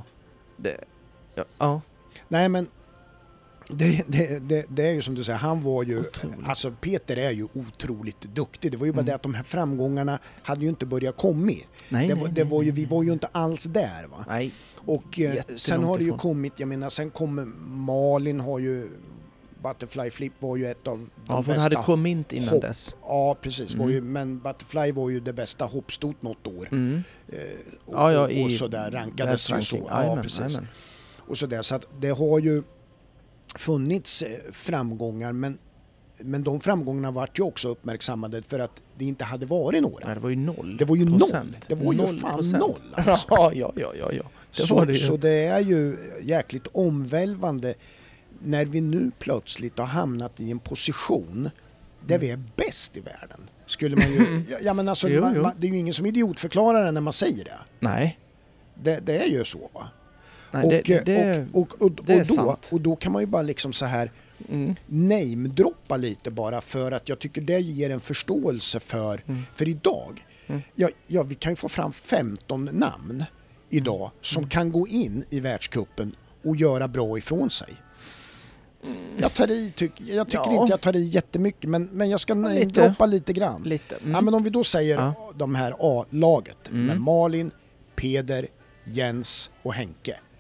[SPEAKER 2] Nej, men det är ju som du säger, han var ju otroligt. Alltså Peter är ju otroligt duktig. Det var ju bara det att de här framgångarna hade ju inte börjat komma. Vi var ju inte alls där, va?
[SPEAKER 1] Nej.
[SPEAKER 2] Och sen har det ju kommit, jag menar, sen kommer Malin, har ju Butterfly Flip var ju ett av de bästa.
[SPEAKER 1] Hon hade kommit innan dess.
[SPEAKER 2] Ja, precis. Men Butterfly var ju det bästa hoppstot något år. Och så där rankades ju så. Ja, precis. Och så där, så att det har ju funnits framgångar, men de framgångarna vart ju också uppmärksammade för att det inte hade varit några.
[SPEAKER 1] Nej, det var ju 0%.
[SPEAKER 2] Det var ju 0. Det var ju fan 0. Alltså.
[SPEAKER 1] Ja.
[SPEAKER 2] Så det är ju jäkligt omvälvande när vi nu plötsligt har hamnat i en position där vi är bäst i världen. Skulle man ju... men alltså, det är ju ingen som idiotförklarar det när man säger det.
[SPEAKER 1] Nej.
[SPEAKER 2] Det är ju så, va?
[SPEAKER 1] Nej,
[SPEAKER 2] och då kan man ju bara liksom så här namedroppa lite bara, för att jag tycker det ger en förståelse för idag. Vi kan ju få fram 15 namn idag som kan gå in i världscupen och göra bra ifrån sig. Jag tycker inte jag tar i jättemycket, men jag ska droppa lite grann. Ja, men om vi då säger de här A-laget med Malin, Peder, Jens och Henke.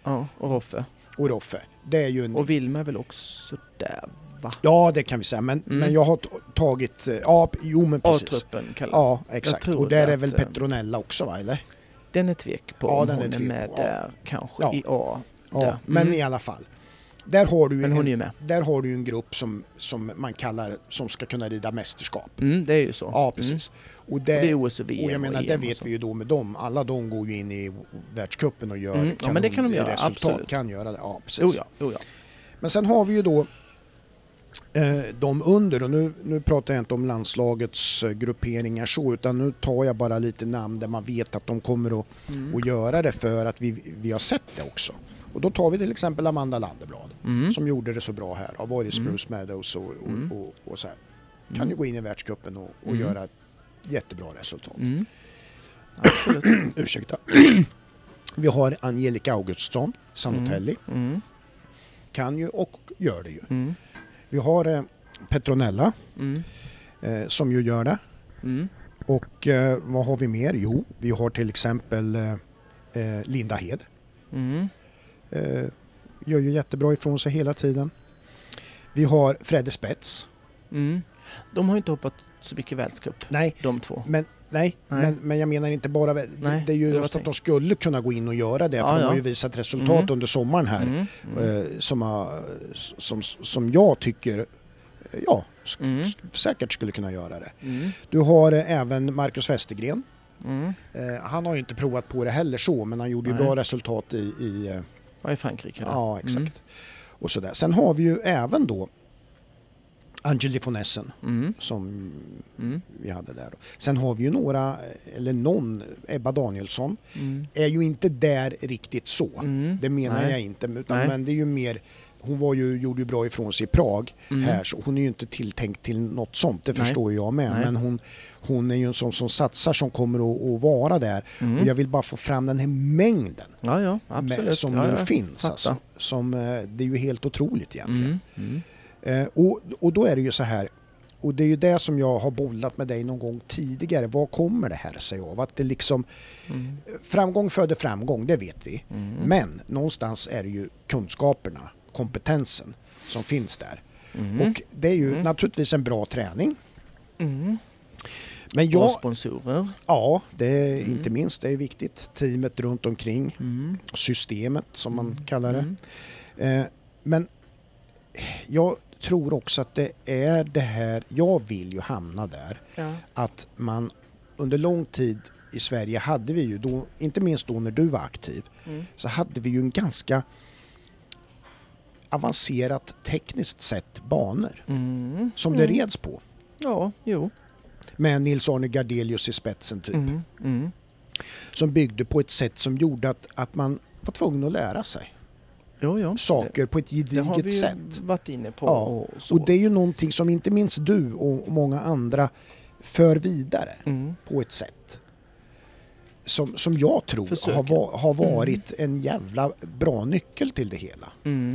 [SPEAKER 1] Ja, och Roffe.
[SPEAKER 2] Det är ju
[SPEAKER 1] och Wilma är väl också där, va?
[SPEAKER 2] Ja, det kan vi säga. Men jag har tagit... Ja, men precis.
[SPEAKER 1] A-truppen kallar
[SPEAKER 2] Ja, exakt. Och där är väl Petronella också, va? Eller?
[SPEAKER 1] Den är tvek på om hon är med där, kanske i A.
[SPEAKER 2] Ja, men i alla fall. Där har du
[SPEAKER 1] men hon är ju med.
[SPEAKER 2] Där har du en grupp som man kallar som ska kunna rida mästerskap.
[SPEAKER 1] Det är ju så.
[SPEAKER 2] Ja, precis. Och det
[SPEAKER 1] är OS och VM.
[SPEAKER 2] Och jag menar, det vet vi ju då med dem. Alla de går ju in i världscupen och gör
[SPEAKER 1] men det kan de göra,
[SPEAKER 2] resultat.
[SPEAKER 1] absolut.
[SPEAKER 2] Kan göra det, ja, precis.
[SPEAKER 1] Jo, ja.
[SPEAKER 2] Men sen har vi ju då de under, och nu pratar jag inte om landslagets grupperingar så, utan nu tar jag bara lite namn där man vet att de kommer att göra det, för att vi har sett det också. Och då tar vi till exempel Amanda Landeblad som gjorde det så bra här. Har varit i Spruce Meadows och så här. Kan ju gå in i världscupen och göra ett jättebra resultat.
[SPEAKER 1] Absolut.
[SPEAKER 2] Ursäkta. Vi har Angelica Augustsson, Sanotelli. Kan ju och gör det ju. Vi har Petronella som ju gör det. Och vad har vi mer? Jo, vi har till exempel Linda Hed. Gör ju jättebra ifrån sig hela tiden. Vi har Fredde Spets.
[SPEAKER 1] De har ju inte hoppat så mycket världscup, de två.
[SPEAKER 2] Men jag menar inte bara... Det är ju just att de skulle kunna gå in och göra det. För de har ju visat resultat under sommaren här. Som jag tycker säkert skulle kunna göra det. Du har även Marcus Westergren. Han har ju inte provat på det heller så, men han gjorde ju bra resultat i
[SPEAKER 1] Frankrike.
[SPEAKER 2] Ja, exakt. Och så där. Sen har vi ju även då Angeli von Essen som vi hade där då. Sen har vi ju Ebba Danielsson är ju inte där riktigt så. Det menar jag inte, men det är ju mer, hon gjorde ju bra ifrån sig i Prag här, så hon är ju inte tilltänkt till något sånt, det förstår jag med. Men hon är ju en sån som satsar, som kommer att vara där. Och jag vill bara få fram den här mängden
[SPEAKER 1] absolut.
[SPEAKER 2] Som nu finns. Alltså, det är ju helt otroligt egentligen. Och då är det ju så här, och det är ju det som jag har bollat med dig någon gång tidigare. Vad kommer det här sig av? Att det liksom framgång föder framgång, det vet vi. Men någonstans är det ju kunskaperna, kompetensen som finns där. Och det är ju naturligtvis en bra träning. Men
[SPEAKER 1] bra sponsorer.
[SPEAKER 2] Ja, det är inte minst, det är viktigt. Teamet runt omkring, systemet som man kallar det. Men jag tror också att det är det här, jag vill ju hamna där, att man under lång tid i Sverige hade vi ju då, inte minst då när du var aktiv, så hade vi ju en ganska avancerat tekniskt sett banor som det reds på.
[SPEAKER 1] Ja, jo.
[SPEAKER 2] Med Nils-Arne Gardelius i spetsen typ. Som byggde på ett sätt som gjorde att man var tvungen att lära sig. Saker på ett gediget sätt. Det har vi
[SPEAKER 1] varit inne på.
[SPEAKER 2] Och det är ju någonting som inte minst du och många andra för vidare på ett sätt som jag tror har varit en jävla bra nyckel till det hela.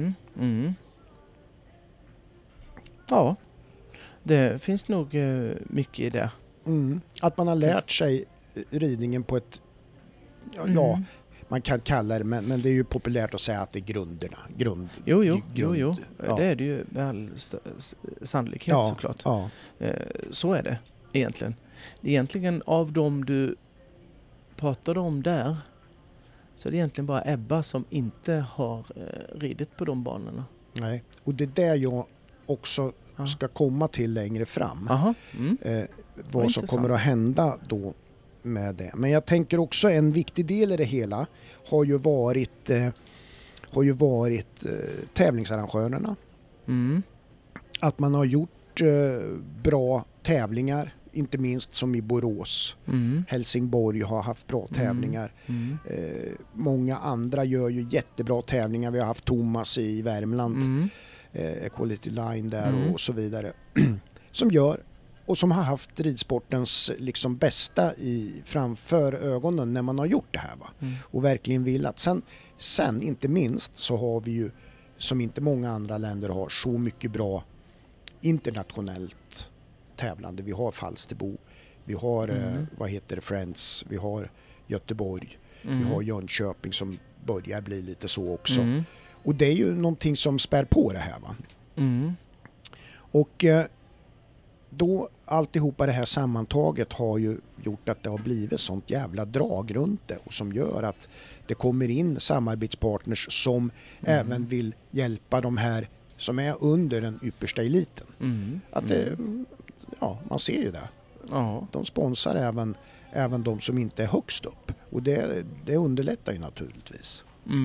[SPEAKER 1] Ja, det finns nog mycket i det.
[SPEAKER 2] Att man har lärt sig ridningen på ett man kan kalla det, men det är ju populärt att säga att det är grunderna.
[SPEAKER 1] Jo. Det är det ju med all sannolikhet såklart. Så är det egentligen. Egentligen av dem du pratade om där, så är det egentligen bara Ebba som inte har ridit på de banorna.
[SPEAKER 2] Nej, och det är där jag också ska komma till längre fram. Vad som kommer att hända då med det. Men jag tänker också en viktig del i det hela har ju varit tävlingsarrangörerna. Att man har gjort bra tävlingar, inte minst som i Borås. Helsingborg har haft bra tävlingar. Många andra gör ju jättebra tävlingar. Vi har haft Thomas i Värmland, Equality Line där och så vidare. Som gör och som har haft ridsportens liksom bästa framför ögonen när man har gjort det här. Och verkligen vill att sen inte minst så har vi ju, som inte många andra länder har, så mycket bra internationellt tävlande. Vi har Falsterbo, vi har Friends, vi har Göteborg, vi har Jönköping som börjar bli lite så också. Och det är ju någonting som spär på det här, va? Och då alltihopa det här sammantaget har ju gjort att det har blivit sånt jävla drag runt det, och som gör att det kommer in samarbetspartners som även vill hjälpa de här som är under den yppersta eliten. Att det, man ser ju det. De sponsrar även de som inte är högst upp, och det underlättar ju naturligtvis.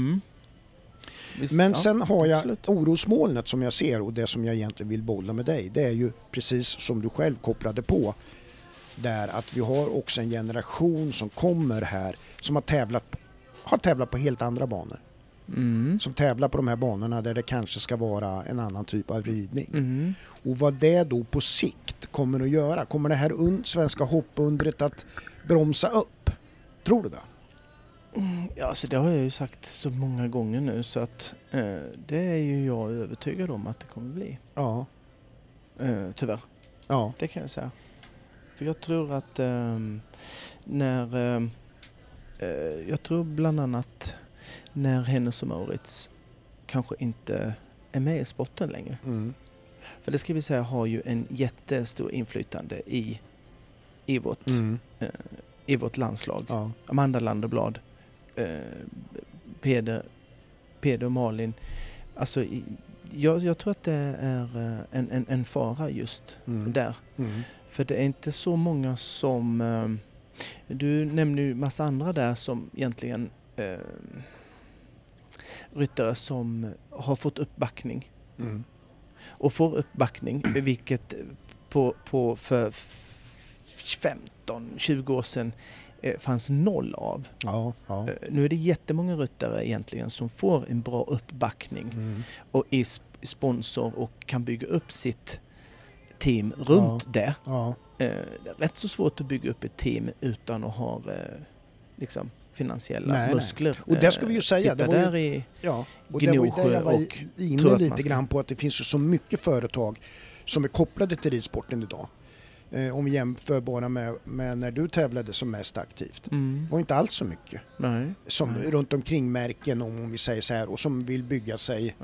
[SPEAKER 2] Men sen har jag orosmolnet som jag ser, och det som jag egentligen vill bolla med dig, det är ju precis som du själv kopplade på där, att vi har också en generation som kommer här som har tävlat på helt andra banor. Som tävlar på de här banorna där det kanske ska vara en annan typ av ridning. Och vad det då på sikt kommer att göra, kommer det här svenska hoppundret att bromsa upp? Tror du det?
[SPEAKER 1] Ja, alltså det har jag ju sagt så många gånger nu, så att det är ju jag övertygad om att det kommer bli.
[SPEAKER 2] Ja.
[SPEAKER 1] Tyvärr.
[SPEAKER 2] Ja.
[SPEAKER 1] Det kan jag säga. För jag tror att jag tror bland annat när Hennes och Mauritz kanske inte är med i sporten längre. För det ska vi säga har ju en jättestor inflytande i vårt landslag.
[SPEAKER 2] Ja.
[SPEAKER 1] Amanda Landerblad, Peder och Malin. Alltså, jag tror att det är en fara just där. För det är inte så många som... du nämner ju massa andra där som egentligen ryttare som har fått uppbackning. Och får uppbackning, vilket för 15-20 år sedan fanns noll av. Nu är det jättemånga ryttare egentligen som får en bra uppbackning och är sponsor och kan bygga upp sitt team runt det. Det är rätt så svårt att bygga upp ett team utan att ha liksom finansiella muskler.
[SPEAKER 2] Och det ska vi ju säga,
[SPEAKER 1] det var där i Gnosjö
[SPEAKER 2] och inne lite grann på att det finns ju så mycket företag som är kopplade till ridsporten idag. Om vi jämför bara med när du tävlade som mest aktivt. Det var inte alls så mycket. Som runt omkring märken, om vi säger så här, och som vill bygga sig.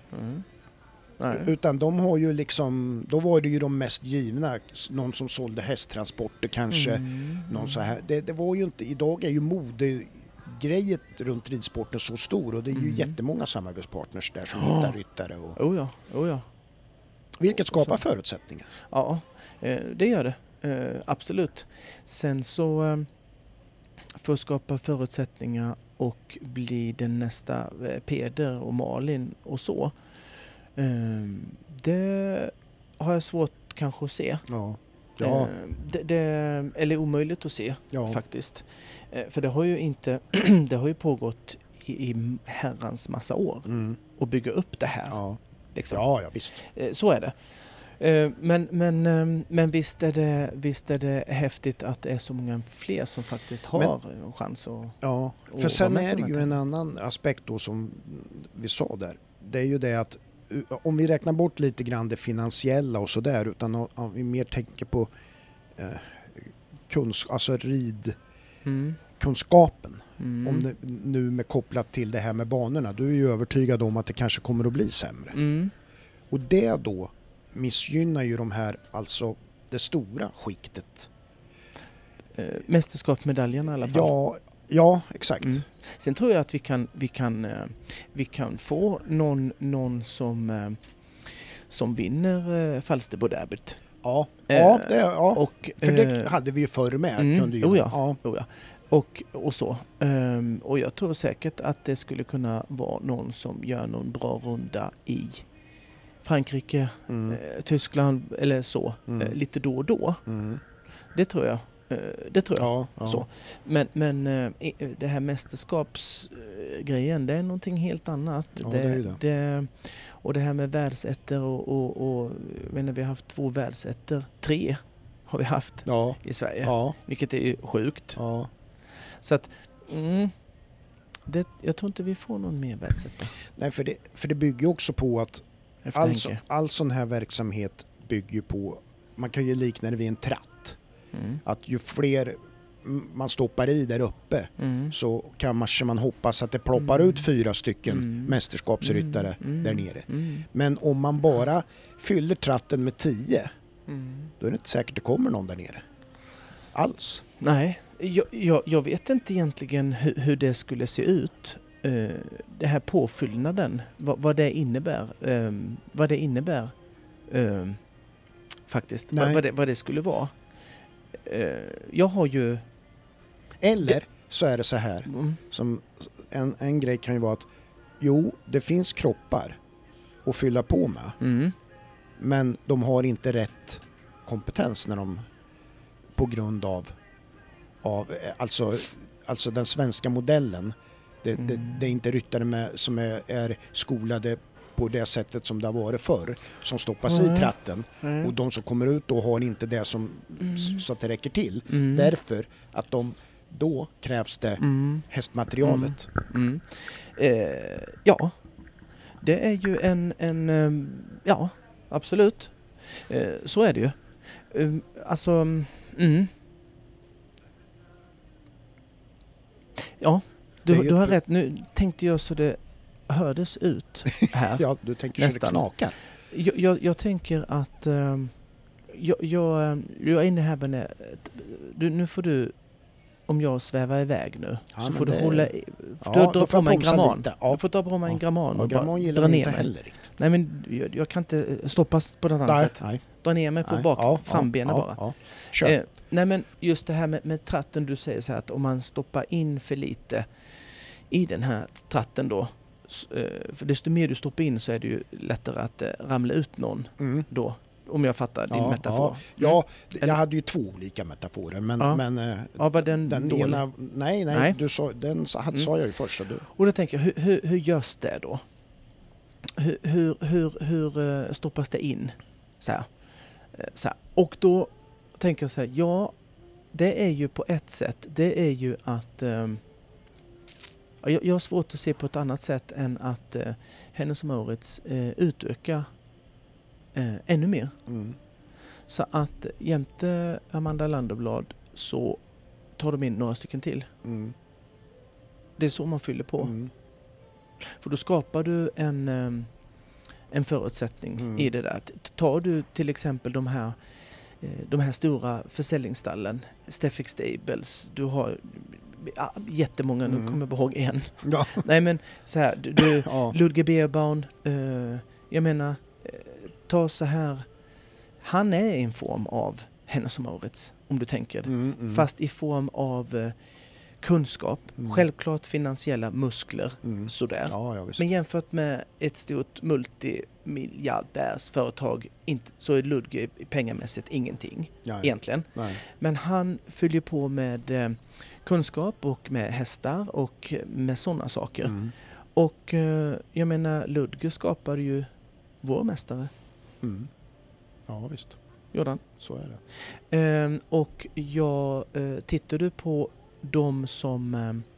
[SPEAKER 2] Utan de har ju liksom, då var det ju de mest givna, någon som sålde hästtransporter kanske, någon så här. Det var ju inte, idag är ju modegrejet runt ridsporten så stor, och det är ju jättemånga samarbetspartners där som hittar ryttare. Och... Vilket skapar förutsättningar.
[SPEAKER 1] Ja, det gör det. Absolut. Sen så för att skapa förutsättningar och bli den nästa Peder och Malin och så. Det har jag svårt kanske att se. Eller omöjligt att se faktiskt. För det har ju inte det har ju pågått i herrans massa år att bygga upp det här. Liksom.
[SPEAKER 2] Ja, visst.
[SPEAKER 1] Så är det. Men visst är det häftigt att det är så många fler som faktiskt har en chans att...
[SPEAKER 2] Ja, för sen är det ju en annan aspekt då som vi sa där. Det är ju det att om vi räknar bort lite grann det finansiella och så där, utan om vi mer tänker på alltså ridkunskapen. Om det nu med kopplat till det här med banorna, du är ju övertygad om att det kanske kommer att bli sämre. Och det då missgynnar ju de här, alltså det stora skiktet.
[SPEAKER 1] Mästerskapsmedaljerna i alla fall.
[SPEAKER 2] Ja, exakt.
[SPEAKER 1] Sen tror jag att vi kan få någon som vinner Falsterbo-derbyt.
[SPEAKER 2] Och för det hade vi ju förr med. Kunde ju.
[SPEAKER 1] Och så. Och jag tror säkert att det skulle kunna vara någon som gör någon bra runda i Frankrike, Tyskland eller så, lite då och då. Det tror jag. Så. Men det här mästerskapsgrejen, det är någonting helt annat. Och det här med världsettor och men vi har haft 2 världsettor, 3 har vi haft i Sverige, vilket är ju sjukt. Så att jag tror inte vi får någon mer världsettor.
[SPEAKER 2] Nej, för det bygger också på att all sån här verksamhet bygger på, man kan ju likna det vid en tratt. Att ju fler man stoppar i där uppe så kanske man hoppas att det ploppar ut 4 stycken mästerskapsryttare där nere. Men om man bara fyller tratten med 10 då är det inte säkert det kommer någon där nere. Alls.
[SPEAKER 1] Nej, jag vet inte egentligen hur det skulle se ut. Det här påfyllnaden, vad det innebär. Faktiskt. Vad det skulle vara. Jag har ju...
[SPEAKER 2] Eller så är det så här. Som en grej kan ju vara att det finns kroppar att fylla på med. Men de har inte rätt kompetens när de på grund av alltså den svenska modellen. Det är inte ryttare som är skolade på det sättet som det har varit förr, som stoppas i tratten. Och de som kommer ut då har inte det som så att det räcker till. Därför att då krävs det hästmaterialet.
[SPEAKER 1] Ja, det är ju en ja, absolut. Så är det ju. Ja, du har rätt. Nu tänkte jag så det hördes ut här.
[SPEAKER 2] Ja, du tänker så det knakar.
[SPEAKER 1] Jag tänker att jag är inne här med nu får du, om jag svävar iväg nu, så får du hålla dra på mig en gramman. Jag får dra på mig en gramman och
[SPEAKER 2] gramman gillar jag inte heller riktigt.
[SPEAKER 1] Nej, men jag kan inte stoppas på något annat sätt. Nej. Dra ner mig på frambenen bara.
[SPEAKER 2] Ja. Kör.
[SPEAKER 1] Nej, men just det här med tratten, du säger så här att om man stoppar in för lite i den här tratten då, för desto mer du stoppar in så är det ju lättare att ramla ut någon då, om jag fattar din metafor.
[SPEAKER 2] Ja, jag hade ju 2 olika metaforer, men
[SPEAKER 1] var den
[SPEAKER 2] ena, nej. Du sa, sa jag ju först.
[SPEAKER 1] Och då tänker jag, hur görs det då? Hur stoppas det in? Så här. Och då tänker jag så här, det är ju på ett sätt, det är ju att jag har svårt att se på ett annat sätt än att Hennes & Mauritz utöka ännu mer. Så att jämte Amanda Landerblad så tar de in några stycken till. Det är så man fyller på. För då skapar du en förutsättning i det där. Tar du till exempel de här stora försäljningsstallen, Steffik Stables, du har jättemånga, nu kommer jag ihåg en. Ja. Nej, men så här, du Ludger Beerbaum, jag menar, ta så här, han är en form av Hennes & Mauritz, om du tänker, fast i form av kunskap, självklart finansiella muskler, sådär. Ja, men jämfört med ett stort multimiljardärsföretag så är Ludger pengamässigt ingenting egentligen. Nej. Men han fyller på med kunskap och med hästar och med sådana saker. Och jag menar, Ludger skapade ju vår mästare.
[SPEAKER 2] Ja, visst.
[SPEAKER 1] Jordan.
[SPEAKER 2] Så är det.
[SPEAKER 1] Och tittar du på de som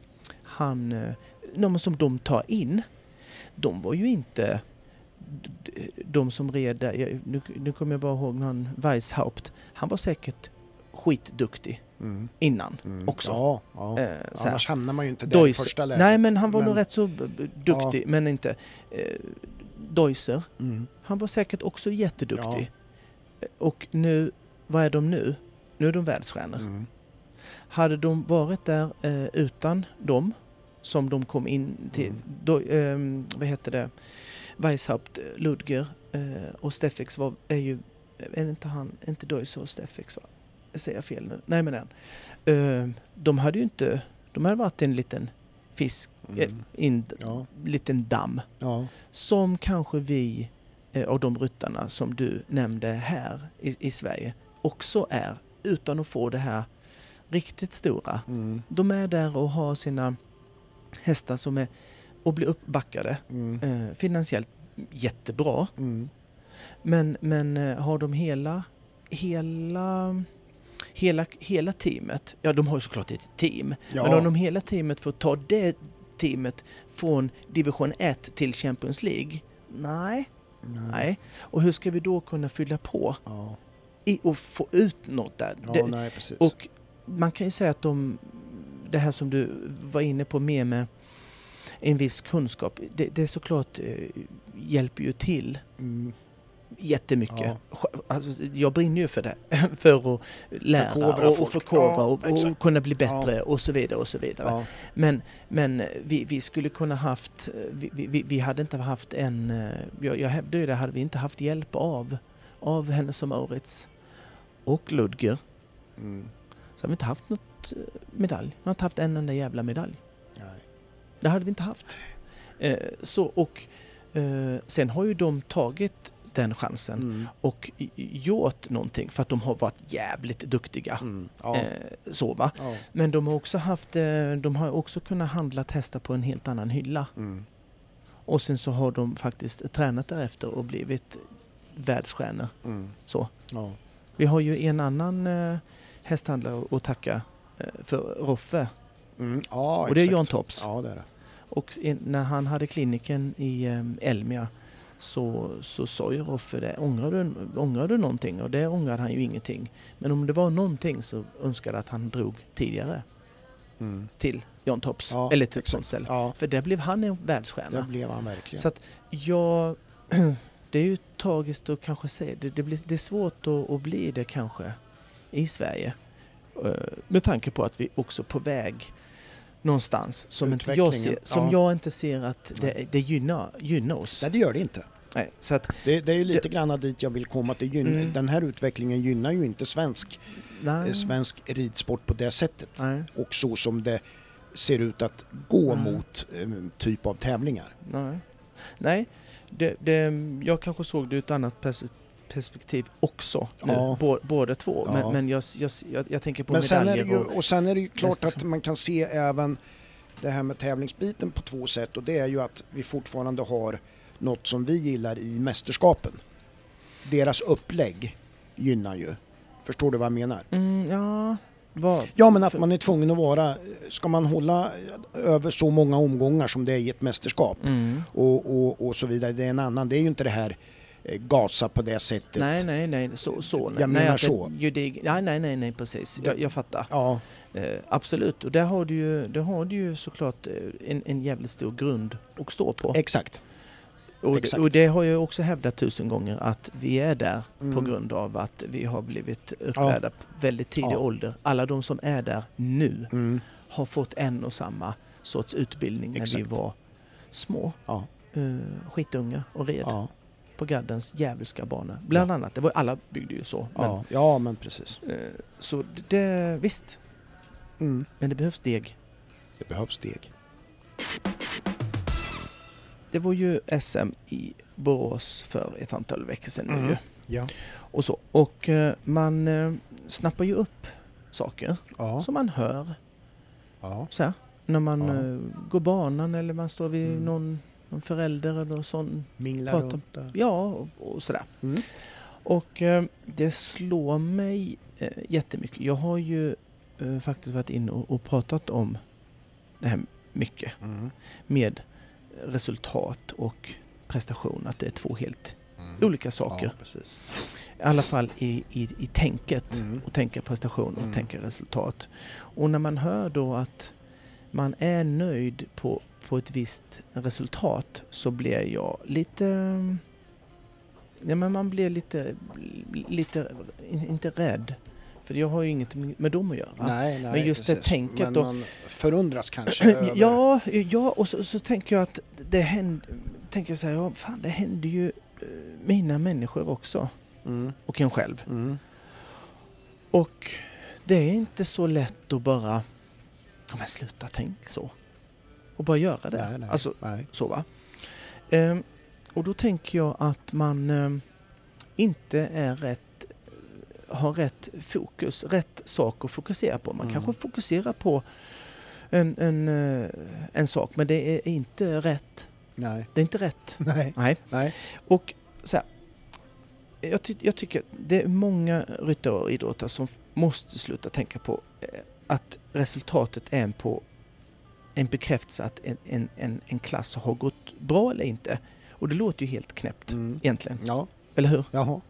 [SPEAKER 1] de tar in, de var ju inte de som red nu kommer jag bara ihåg någon Weishaupt. Han var säkert skitduktig innan också.
[SPEAKER 2] Ja. Annars hamnar man ju inte där i första läget.
[SPEAKER 1] Nej, men han var nog rätt så duktig, men inte. Deusser, han var säkert också jätteduktig. Och nu, vad är de nu? Nu är de världsstjärnor. Hade de varit där utan dem, som de kom in till, då, vad heter det, Weishaupt, Ludger och Steffix är ju, inte Deusser och Steffix, va? Säger jag fel nu? Nej, men de hade varit en liten fisk, liten damm, som kanske vi och de ryttarna som du nämnde här i Sverige också är, utan att få det här riktigt stora. De är där och har sina hästar som är och blir uppbackade finansiellt jättebra. Men har de hela teamet, de har ju såklart ett team, men om de hela teamet får ta det teamet från division 1 till Champions League, nej. Och hur ska vi då kunna fylla på och få ut något där?
[SPEAKER 2] Nej, precis.
[SPEAKER 1] Och man kan ju säga att det här som du var inne på med en viss kunskap, det är såklart hjälper ju till jättemycket. Ja. Alltså, jag brinner ju för det, för att lära och förkovra och kunna bli bättre och så vidare och så vidare. Ja. Men vi skulle kunna haft, vi hade inte haft jag hävdar ju det, hade vi inte haft hjälp av Hennes & Mauritz och Ludger, så har vi inte haft något medalj. Man har inte haft en enda jävla medalj. Nej. Det hade vi inte haft. Sen har ju de tagit den chansen och gjort någonting för att de har varit jävligt duktiga. Ja. Men de har också kunnat handla hästar på en helt annan hylla. Och sen så har de faktiskt tränat därefter och blivit världsstjärnor. Så. Ja. Vi har ju en annan hästhandlare att tacka för, Roffe. Ja, och det är Jan Tops.
[SPEAKER 2] Ja, det är det.
[SPEAKER 1] Och när han hade kliniken i Elmia så sa ju Roffe det, ångrar du någonting? Och det ångrade han ju ingenting. Men om det var någonting så önskade att han drog tidigare till Jan Tops. Ja, eller till ett sånt ställe. Ja. För där blev han en världsstjärna.
[SPEAKER 2] Det blev han verkligen.
[SPEAKER 1] Så att det är ju tragiskt att kanske säga. Det är svårt att bli det kanske i Sverige. Med tanke på att vi också är på väg någonstans som jag inte ser att det gynnar oss.
[SPEAKER 2] Nej, det gör det inte.
[SPEAKER 1] Nej, så att
[SPEAKER 2] det är ju lite grann dit jag vill komma. Att den här utvecklingen gynnar ju inte svensk ridsport på det sättet. Nej. Och så som det ser ut att gå mot typ av tävlingar.
[SPEAKER 1] Nej. Jag kanske såg det ur ett annat perspektiv också. Ja. Båda två. Ja. Men jag tänker på medaljer.
[SPEAKER 2] Sen är det ju klart att man kan se även det här med tävlingsbiten på två sätt. Och det är ju att vi fortfarande har något som vi gillar i mästerskapen. Deras upplägg gynnar ju. Förstår du vad jag menar? Ja, men att man är tvungen att vara, ska man hålla över så många omgångar som det är i ett mästerskap och så vidare, det är en annan, det är ju inte det här gasa på det sättet.
[SPEAKER 1] Nej, nej, precis. Jag fattar. Ja. Absolut, och där har du ju såklart en jävligt stor grund att stå på.
[SPEAKER 2] Exakt.
[SPEAKER 1] Och det har jag också hävdat 1000 gånger att vi är där på grund av att vi har blivit upplärda på väldigt tidig ålder. Alla de som är där nu har fått en och samma sorts utbildning när vi var små. Ja. Skitunga och red på Gaddens djävulska banor. Bland annat, alla byggde ju så.
[SPEAKER 2] Men, men precis.
[SPEAKER 1] Så det, visst. Men det behövs deg.
[SPEAKER 2] Det behövs deg.
[SPEAKER 1] Det var ju SM i Borås för ett antal veckor sedan nu. Ja. Och så. Och man snappar ju upp saker som man hör. Ja. Så här, när man går banan eller man står vid någon förälder eller sån.
[SPEAKER 2] Minglar runt där.
[SPEAKER 1] Ja, och sådär. Och det slår mig jättemycket. Jag har ju faktiskt varit inne och pratat om det här mycket. Med resultat och prestation, att det är två helt olika saker. Ja, precis. I alla fall i tänket och tänka prestation och tänka resultat. Och när man hör då att man är nöjd på ett visst resultat så blir jag lite men man blir lite inte rädd. För jag har ju inget med dem att göra. Nej, men just precis. Det tänket men
[SPEAKER 2] då. Man förundras kanske över.
[SPEAKER 1] Ja, och så tänker jag att det händer, tänker jag så här, fan, det händer ju mina människor också. Och en själv. Och det är inte så lätt att bara sluta tänka så. Och bara göra det. Nej. Så va. Och då tänker jag att man inte är har rätt fokus, rätt sak att fokusera på. Man kanske fokuserar på en sak, men det är inte rätt. Nej. Det är inte rätt. Nej. Och så här, jag tycker det är många ryttare och idrottare som måste sluta tänka på att resultatet är en bekräftelse att en klass har gått bra eller inte. Och det låter ju helt knäppt egentligen. Ja. Eller hur?
[SPEAKER 2] Jaha.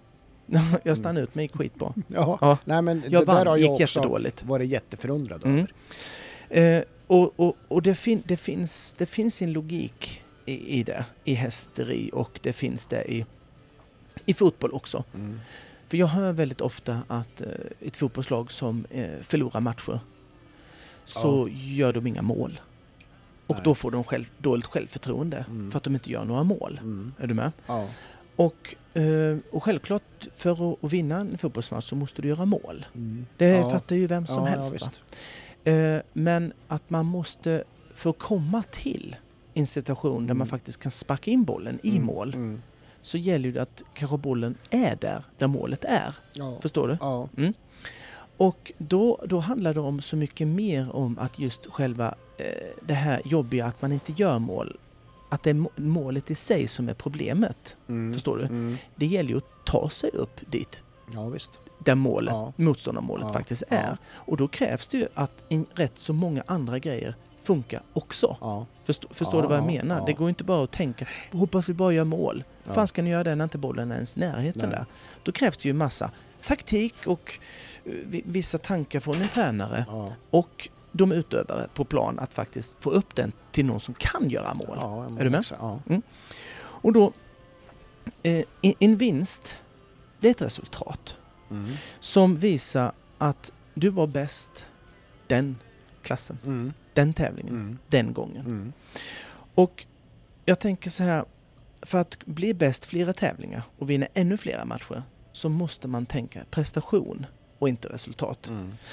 [SPEAKER 1] Jag stannade ut mig skitbra.
[SPEAKER 2] Ja. Nej, men
[SPEAKER 1] jag
[SPEAKER 2] det där har jag också
[SPEAKER 1] jättedåligt.
[SPEAKER 2] Varit jätteförundrad över.
[SPEAKER 1] Och det finns en logik i det, i hästeri, och det finns det i fotboll också. För jag hör väldigt ofta att ett fotbollslag som förlorar matcher så gör de inga mål. Och då får de dåligt självförtroende för att de inte gör några mål. Är du med?
[SPEAKER 2] Ja.
[SPEAKER 1] Och självklart för att vinna en fotbollsmatch så måste du göra mål. Det fattar ju vem som helst. Men att man måste få komma till en situation där man faktiskt kan sparka in bollen i mål, så gäller det att kanske bollen är där målet är.
[SPEAKER 2] Ja.
[SPEAKER 1] Förstår du?
[SPEAKER 2] Ja.
[SPEAKER 1] Och då handlar det om så mycket mer om att just själva det här jobbiga att man inte gör mål. Att det är målet i sig som är problemet. Förstår du? Det gäller ju att ta sig upp dit.
[SPEAKER 2] Ja, visst.
[SPEAKER 1] Där motståndarmålet faktiskt är. Och då krävs det ju att rätt så många andra grejer funkar också. Förstår du vad jag menar? Det går inte bara att tänka, hoppas vi bara gör mål. Fan ska ni göra det när inte bollen är ens närheten där? Då krävs det ju massa taktik och vissa tankar från en tränare och de utövare på plan att faktiskt få upp den till någon som kan göra mål. Är du med? Och då en vinst, det är ett resultat som visar att du var bäst den klassen, den tävlingen, den gången. Och jag tänker så här, för att bli bäst flera tävlingar och vinna ännu flera matcher så måste man tänka prestation och inte resultat.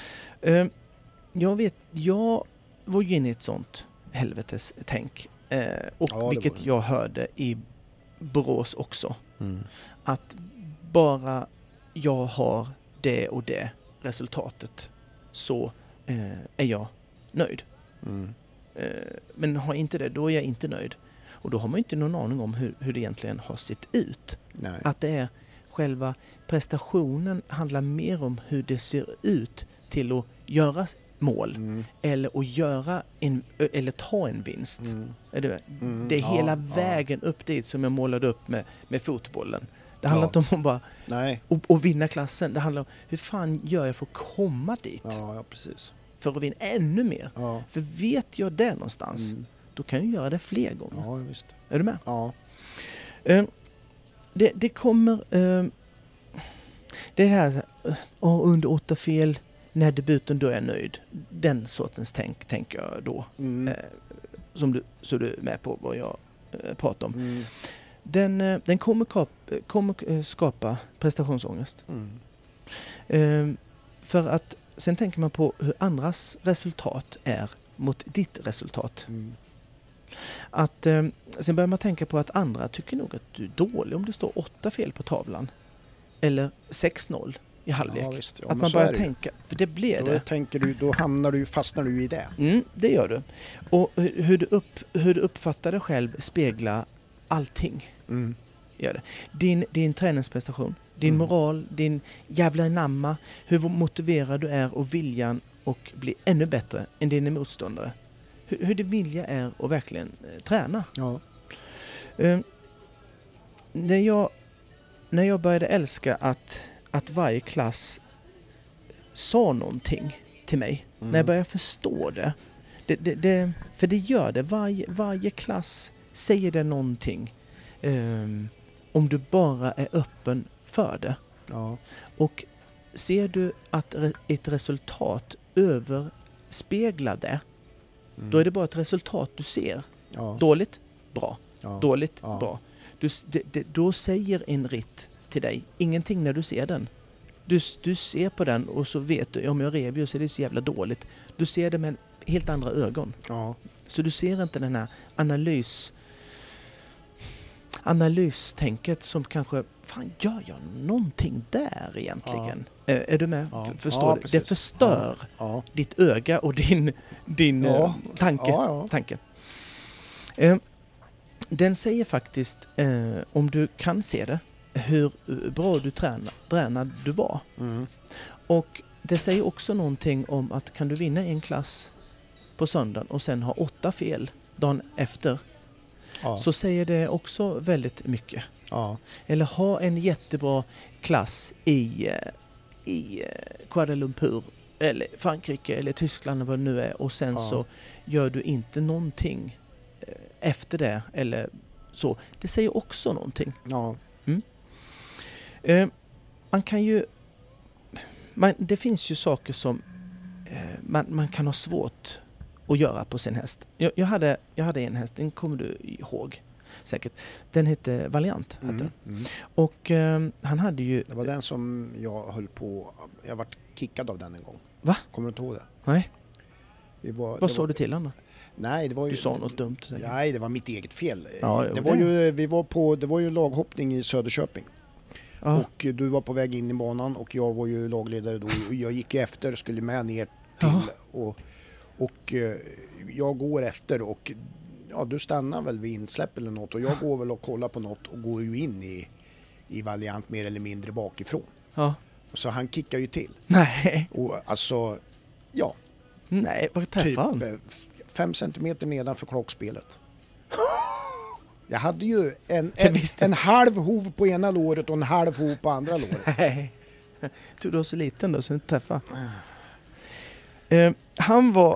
[SPEAKER 1] Jag var ju inne i ett sånt helvetes tänk. Vilket jag hörde i Borås också. Att bara jag har det och det resultatet så är jag nöjd. Men har inte det, då är jag inte nöjd. Och då har man inte någon aning om hur det egentligen har sett ut.
[SPEAKER 2] Nej.
[SPEAKER 1] Att det är själva prestationen handlar mer om hur det ser ut till att göra mål eller att göra eller ta en vinst. Det är hela vägen upp dit som jag målade upp med fotbollen. Det handlar inte om att bara och vinna klassen. Det handlar om hur fan gör jag för att komma dit?
[SPEAKER 2] Ja, precis.
[SPEAKER 1] För att vinna ännu mer. För vet jag det någonstans, då kan jag göra det fler gånger.
[SPEAKER 2] Ja, visst.
[SPEAKER 1] Är du med?
[SPEAKER 2] Ja.
[SPEAKER 1] Det kommer det här under 8 fel när debuten, då är jag nöjd. Den sortens tänker jag då. Så du är med på vad jag pratar om. Den kommer skapa prestationsångest. För att sen tänker man på hur andras resultat är mot ditt resultat. Att sen börjar man tänka på att andra tycker nog att du är dålig om det står 8 fel på tavlan. Eller 6-0 i halvlek. Att man börjar tänka, för det blir det.
[SPEAKER 2] Då fastnar du i det.
[SPEAKER 1] Det gör du. Och hur du uppfattar dig själv speglar allting. Gör det. Din träningsprestation, din moral, din jävla namma, hur motiverad du är och viljan och bli ännu bättre än dina motståndare. Hur din vilja är att verkligen träna.
[SPEAKER 2] Ja.
[SPEAKER 1] När jag började älska att varje klass sa någonting till mig. När jag började förstå det. För det gör det. Varje klass säger det någonting. Om du bara är öppen för det.
[SPEAKER 2] Ja.
[SPEAKER 1] Och ser du att ett resultat överspeglar det, då är det bara ett resultat du ser. Dåligt, bra. Dåligt, bra. Då säger en ritt till dig ingenting när du ser den. Du ser på den och så vet du, om jag review så är det så jävla dåligt. Du ser det med helt andra ögon. Så du ser inte den här analystänket som kanske, fan gör jag någonting där egentligen? Är du med? Förstår du? Det förstör ditt öga och din tanke. Den säger faktiskt, om du kan se det, hur bra du tränad du var. Och det säger också någonting om att kan du vinna en klass på söndagen och sen ha 8 fel dagen efter, så säger det också väldigt mycket.
[SPEAKER 2] Ja.
[SPEAKER 1] Eller ha en jättebra klass i Kuala Lumpur eller Frankrike eller Tyskland eller vad det nu är, och sen så gör du inte någonting efter det eller så. Det säger också någonting.
[SPEAKER 2] Ja.
[SPEAKER 1] Man kan ju... det finns ju saker som man kan ha svårt att göra på sin häst. Jag hade en häst, den kommer du ihåg säkert. Den hette Valiant. Och han hade ju...
[SPEAKER 2] Det var den som jag höll på... Jag varit kickad av den en gång.
[SPEAKER 1] Va?
[SPEAKER 2] Kommer du inte ihåg det?
[SPEAKER 1] Nej. Vad sa du till honom?
[SPEAKER 2] Nej, det var ju...
[SPEAKER 1] Du sa något dumt.
[SPEAKER 2] Nej, det var mitt eget fel.
[SPEAKER 1] Ja,
[SPEAKER 2] det var ju laghoppning i Söderköping. Ja. Och du var på väg in i banan och jag var ju lagledare då. Jag gick efter, skulle med ner till och jag går efter och du stannar väl vid insläpp eller något och jag går väl och kollar på något och går ju in i Valiant mer eller mindre bakifrån.
[SPEAKER 1] Ja.
[SPEAKER 2] Så han kickar ju till.
[SPEAKER 1] Nej.
[SPEAKER 2] Och alltså, ja.
[SPEAKER 1] Nej, vad träffade han?
[SPEAKER 2] Typ 5 centimeter nedanför klockspelet. Jag hade ju en halv hov på ena låret och en halv hov på andra låret.
[SPEAKER 1] Nej. Du var så liten då så du inte träffade. Han var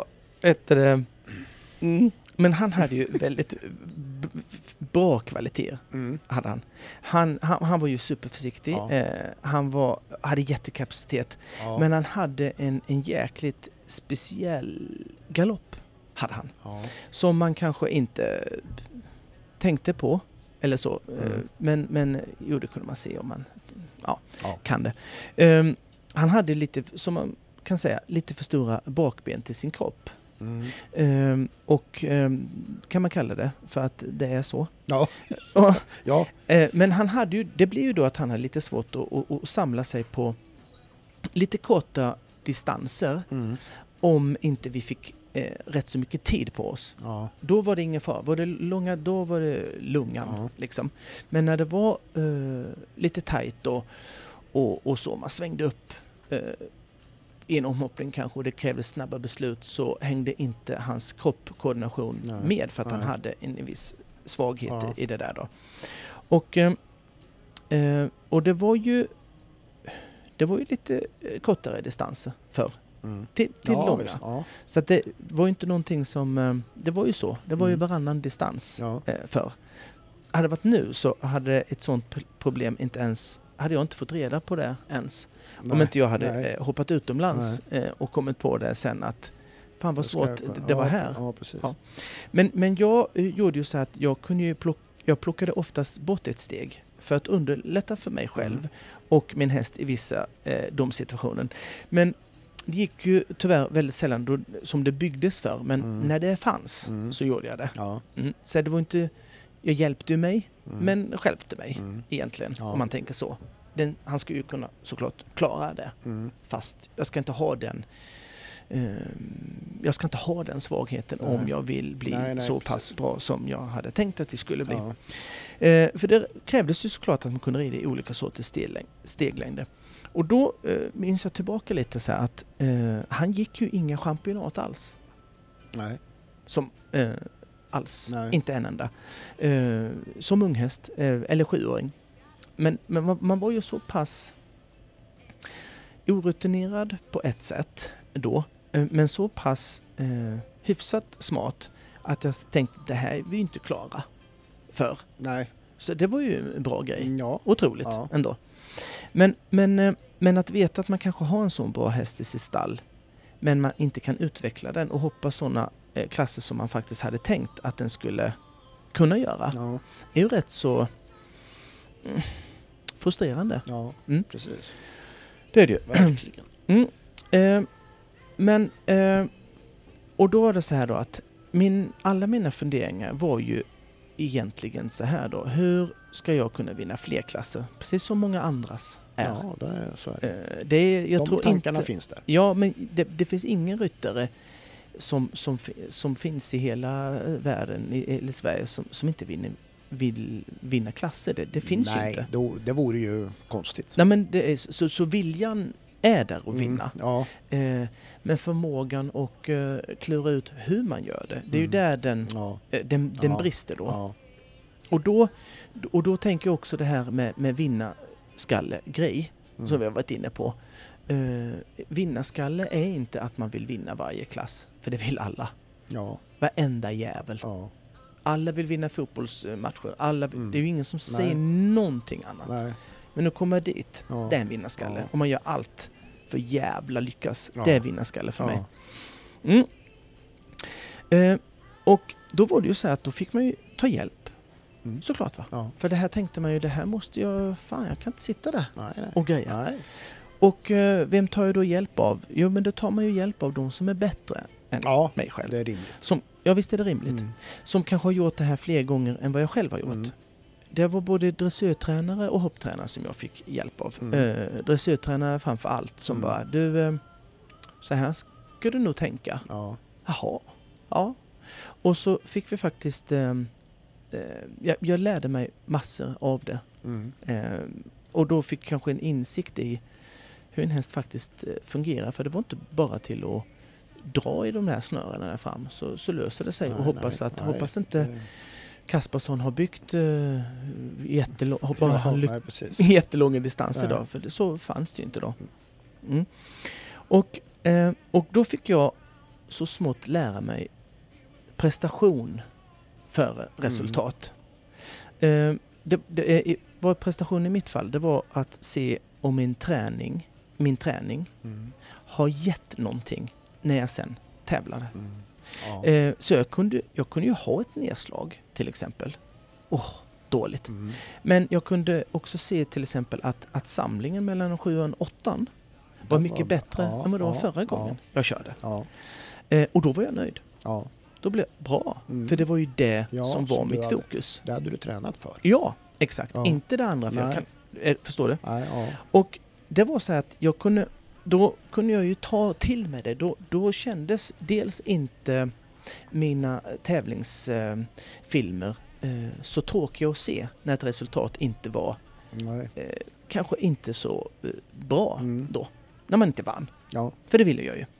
[SPEAKER 1] men han hade ju väldigt bra kvalitet. Hade han. Han var ju superförsiktig. Ja. Han hade jättekapacitet. Ja. Men han hade en jäkligt speciell galopp. Hade han. Ja. Som man kanske inte tänkte på. Eller så. Men det kunde man se om man kan det. Han hade lite, som man kan säga, lite för stora bakben till sin kropp. Kan man kalla det för att det är så.
[SPEAKER 2] Ja.
[SPEAKER 1] Men han hade ju, det blir ju då att han hade lite svårt att samla sig på lite korta distanser om inte vi fick rätt så mycket tid på oss. Ja. Då var det ingen fara. Var det långa, då var det lungan. Liksom. Men när det var lite tajt och så, man svängde upp i en omhoppning kanske och det krävdes snabba beslut, så hängde inte hans kroppkoordination med för att han hade en viss svaghet i det där då. Och det var ju lite kortare distanser för till långa. Ja. Så att det var ju inte någonting som det var ju så. Det var ju varannan distans för. Hade det varit nu så hade ett sånt problem hade jag inte fått reda på det ens. Om inte jag hade hoppat utomlands och kommit på det sen att fan vad svårt det var här.
[SPEAKER 2] Ja, precis.
[SPEAKER 1] Ja. Men jag gjorde ju så att jag kunde ju jag plockade oftast bort ett steg för att underlätta för mig själv och min häst i vissa de situationen. Men det gick ju tyvärr väldigt sällan då, som det byggdes för, men när det fanns så gjorde jag det. Ja. Så det var inte, jag hjälpte ju mig, men stjälpte mig egentligen, om man tänker så. Han ska ju kunna såklart klara det, fast jag ska inte ha den svagheten om jag vill bli så pass bra som jag hade tänkt att det skulle bli. Ja. För det krävdes ju såklart att man kunde rida i olika sorters steglängder. Och då minns jag tillbaka lite så här att han gick ju inga championat alls.
[SPEAKER 2] Nej.
[SPEAKER 1] Som alls, inte en enda. Som unghäst eller 7-åring. Men man var ju så pass orutinerad på ett sätt då, men så pass hyfsat smart att jag tänkte det här är vi inte klara för.
[SPEAKER 2] Nej.
[SPEAKER 1] Så det var ju en bra grej.
[SPEAKER 2] Ja.
[SPEAKER 1] Otroligt ändå. Men att veta att man kanske har en sån bra häst i sitt stall, men man inte kan utveckla den och hoppa sådana klasser som man faktiskt hade tänkt att den skulle kunna göra, är ju rätt så frustrerande.
[SPEAKER 2] Ja, precis.
[SPEAKER 1] Det är det ju.
[SPEAKER 2] Verkligen.
[SPEAKER 1] Och då var det så här då att alla mina funderingar var ju egentligen så här då. Hur ska jag kunna vinna fler klasser? Precis som många andras är.
[SPEAKER 2] Ja, så är det.
[SPEAKER 1] Jag tror
[SPEAKER 2] tankarna
[SPEAKER 1] inte,
[SPEAKER 2] finns där.
[SPEAKER 1] Ja, men det finns ingen ryttare som finns i hela världen, i Sverige, som inte vill vinna klasser. Det finns ju inte.
[SPEAKER 2] Nej, det vore ju konstigt.
[SPEAKER 1] Nej, men så viljan är där att vinna.
[SPEAKER 2] Ja.
[SPEAKER 1] Men förmågan och klura ut hur man gör det. Det är ju där den brister då. Och då tänker jag också det här med vinnarskalle-grej som vi har varit inne på. Vinnarskalle är inte att man vill vinna varje klass, för det vill alla.
[SPEAKER 2] Ja.
[SPEAKER 1] Varenda jävel. Ja. Alla vill vinna fotbollsmatcher. Det är ju ingen som säger någonting annat. Nej. Men nu kommer jag dit. Ja. Det är en vinnarskalle. Ja. Och man gör allt för jävla lyckas. Ja. Det är vinnarskalle för mig. Och då var det ju så här att då fick man ju ta hjälp. Såklart va? Ja. För det här tänkte man ju, det här måste jag kan inte sitta där och greja. Nej. Och vem tar jag då hjälp av? Jo, men då tar man ju hjälp av de som är bättre än mig själv.
[SPEAKER 2] Det är rimligt.
[SPEAKER 1] Visst är det rimligt. Som kanske har gjort det här fler gånger än vad jag själv har gjort. Det var både dressörtränare och hopptränare som jag fick hjälp av. Dressörtränare framför allt som bara, du, så här ska du nog tänka. Ja. Jaha. Ja. Och så fick vi faktiskt, jag lärde mig massor av det. Och då fick kanske en insikt i hur en häst faktiskt fungerar. För det var inte bara till att dra i de här snörena där fram, så löser det sig. Och hoppas inte Kaspersson har byggt jättelånga distanser då, för så fanns det ju inte då. Och då fick jag så smått lära mig prestation före resultat. Det var prestation i mitt fall, det var att se om min träning har gett någonting när jag sen tävlade. Så jag kunde ju ha ett nedslag till exempel. Dåligt. Men jag kunde också se till exempel att samlingen mellan 7 och 8 var mycket bättre än vad det var förra gången jag körde. Och då var jag nöjd. Då blev det bra. För det var ju det som var mitt fokus.
[SPEAKER 2] Det hade du tränat för.
[SPEAKER 1] Ja, exakt. Inte det andra. För förstår du? Och det var så att då kunde jag ju ta till mig det. Då kändes dels inte mina tävlingsfilmer så tråkiga att se när ett resultat inte var kanske inte så bra då. När man inte vann. Ja. För det ville jag ju.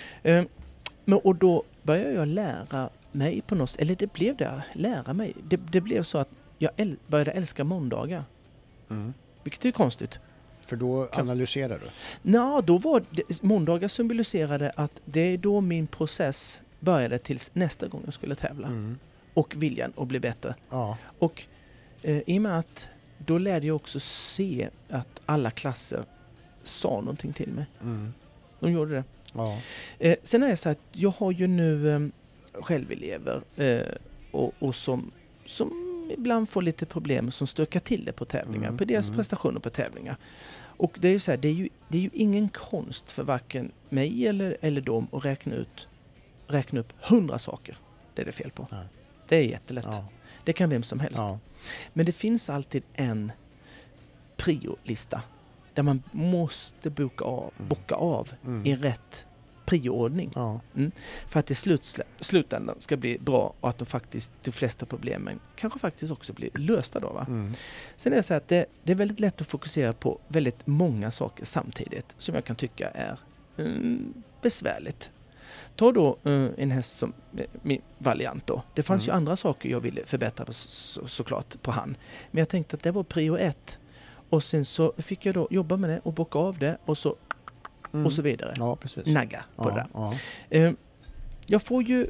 [SPEAKER 1] Och då började jag lära mig på något, eller det blev det, lära mig. Det blev så att jag började älska måndagar. Vilket är konstigt.
[SPEAKER 2] För då analyserar du?
[SPEAKER 1] Då var det, måndagar symboliserade att det är då min process började tills nästa gång jag skulle tävla. Och viljan att bli bättre. Ja. Och i och med att då lärde jag också se att alla klasser sa någonting till mig. De gjorde det. Ja. Sen är det så att jag har ju nu självelever och som ibland får lite problem som stökar till det på tävlingar, på deras prestationer på tävlingar. Och det är ju så här, det är ju ingen konst för varken mig eller dem att räkna upp 100 saker. Det är det fel på. Ja. Det är jättelätt. Ja. Det kan vem som helst. Ja. Men det finns alltid en priolista där man måste bocka av i rätt prioordning. Ja. För att det slutändan ska bli bra och att de flesta problemen kanske faktiskt också blir lösta då. Va? Sen är det så att det är väldigt lätt att fokusera på väldigt många saker samtidigt som jag kan tycka är besvärligt. Ta då en häst som min Valiant då. Det fanns ju andra saker jag ville förbättra såklart på han. Men jag tänkte att det var prio 1. Och sen så fick jag då jobba med det och bocka av det och så vidare. Ja, precis. Nagga på det. Ja. Jag får ju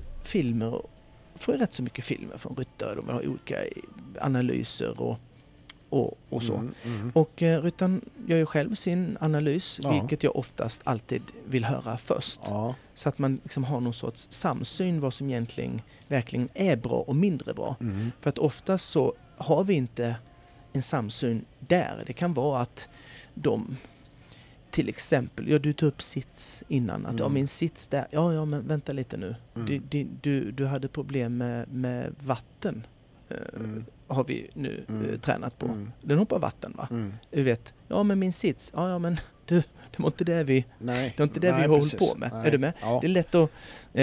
[SPEAKER 1] rätt så mycket filmer från ryttare. De har olika analyser och så. Och ryttaren gör ju själv sin analys, vilket jag oftast alltid vill höra först. Ja. Så att man liksom har någon sorts samsyn vad som egentligen verkligen är bra och mindre bra. För att oftast så har vi inte en samsyn där. Det kan vara att de till exempel, du tog upp sits innan, att min sits där, men vänta lite nu. Du hade problem med vatten. Har vi nu tränat på. Den hoppar vatten va? Du vet, men min sits, men det var inte det vi håller på med. Nej. Är du med? Ja. Det är lätt att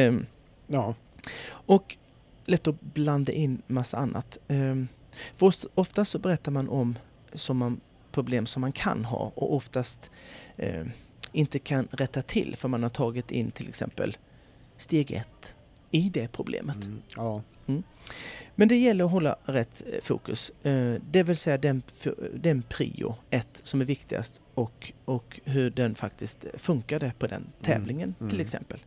[SPEAKER 1] och lätt att blanda in massa annat. För oftast så berättar man om problem som man kan ha och oftast inte kan rätta till för man har tagit in till exempel steg 1 i det problemet.
[SPEAKER 2] Ja.
[SPEAKER 1] Men det gäller att hålla rätt fokus. Det vill säga den prio 1 som är viktigast och hur den faktiskt funkade på den tävlingen till exempel.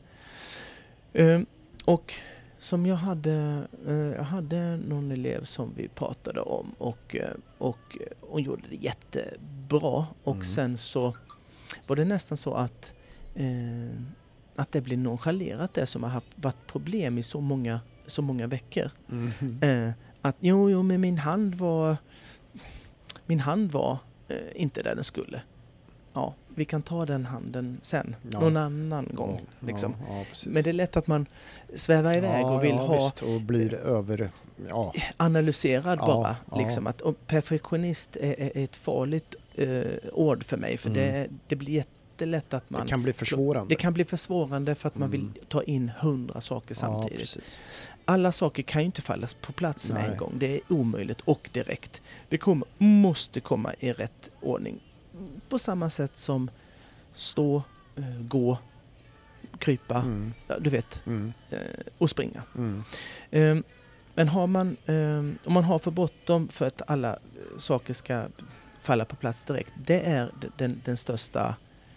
[SPEAKER 1] Och som jag hade någon elev som vi pratade om och hon gjorde det jättebra och sen så var det nästan så att det blir nonchalerat det som har varit problem i så många veckor. Att men min hand var inte där den skulle. Ja, vi kan ta den handen sen. Någon annan gång. Liksom. Men det är lätt att man svävar iväg och vill ha...
[SPEAKER 2] Visst, och blir
[SPEAKER 1] analyserad bara. Liksom. Och perfektionist är ett farligt ord för mig. För det blir jättelätt att man...
[SPEAKER 2] Det kan bli försvårande.
[SPEAKER 1] Det kan bli försvårande för att man vill ta in 100 saker samtidigt. Alla saker kan ju inte falla på plats med en gång. Det är omöjligt och direkt. Det måste komma i rätt ordning. På samma sätt som stå, gå, krypa, du vet, och springa. Men om man har för bråttom för att alla saker ska falla på plats direkt, det är den största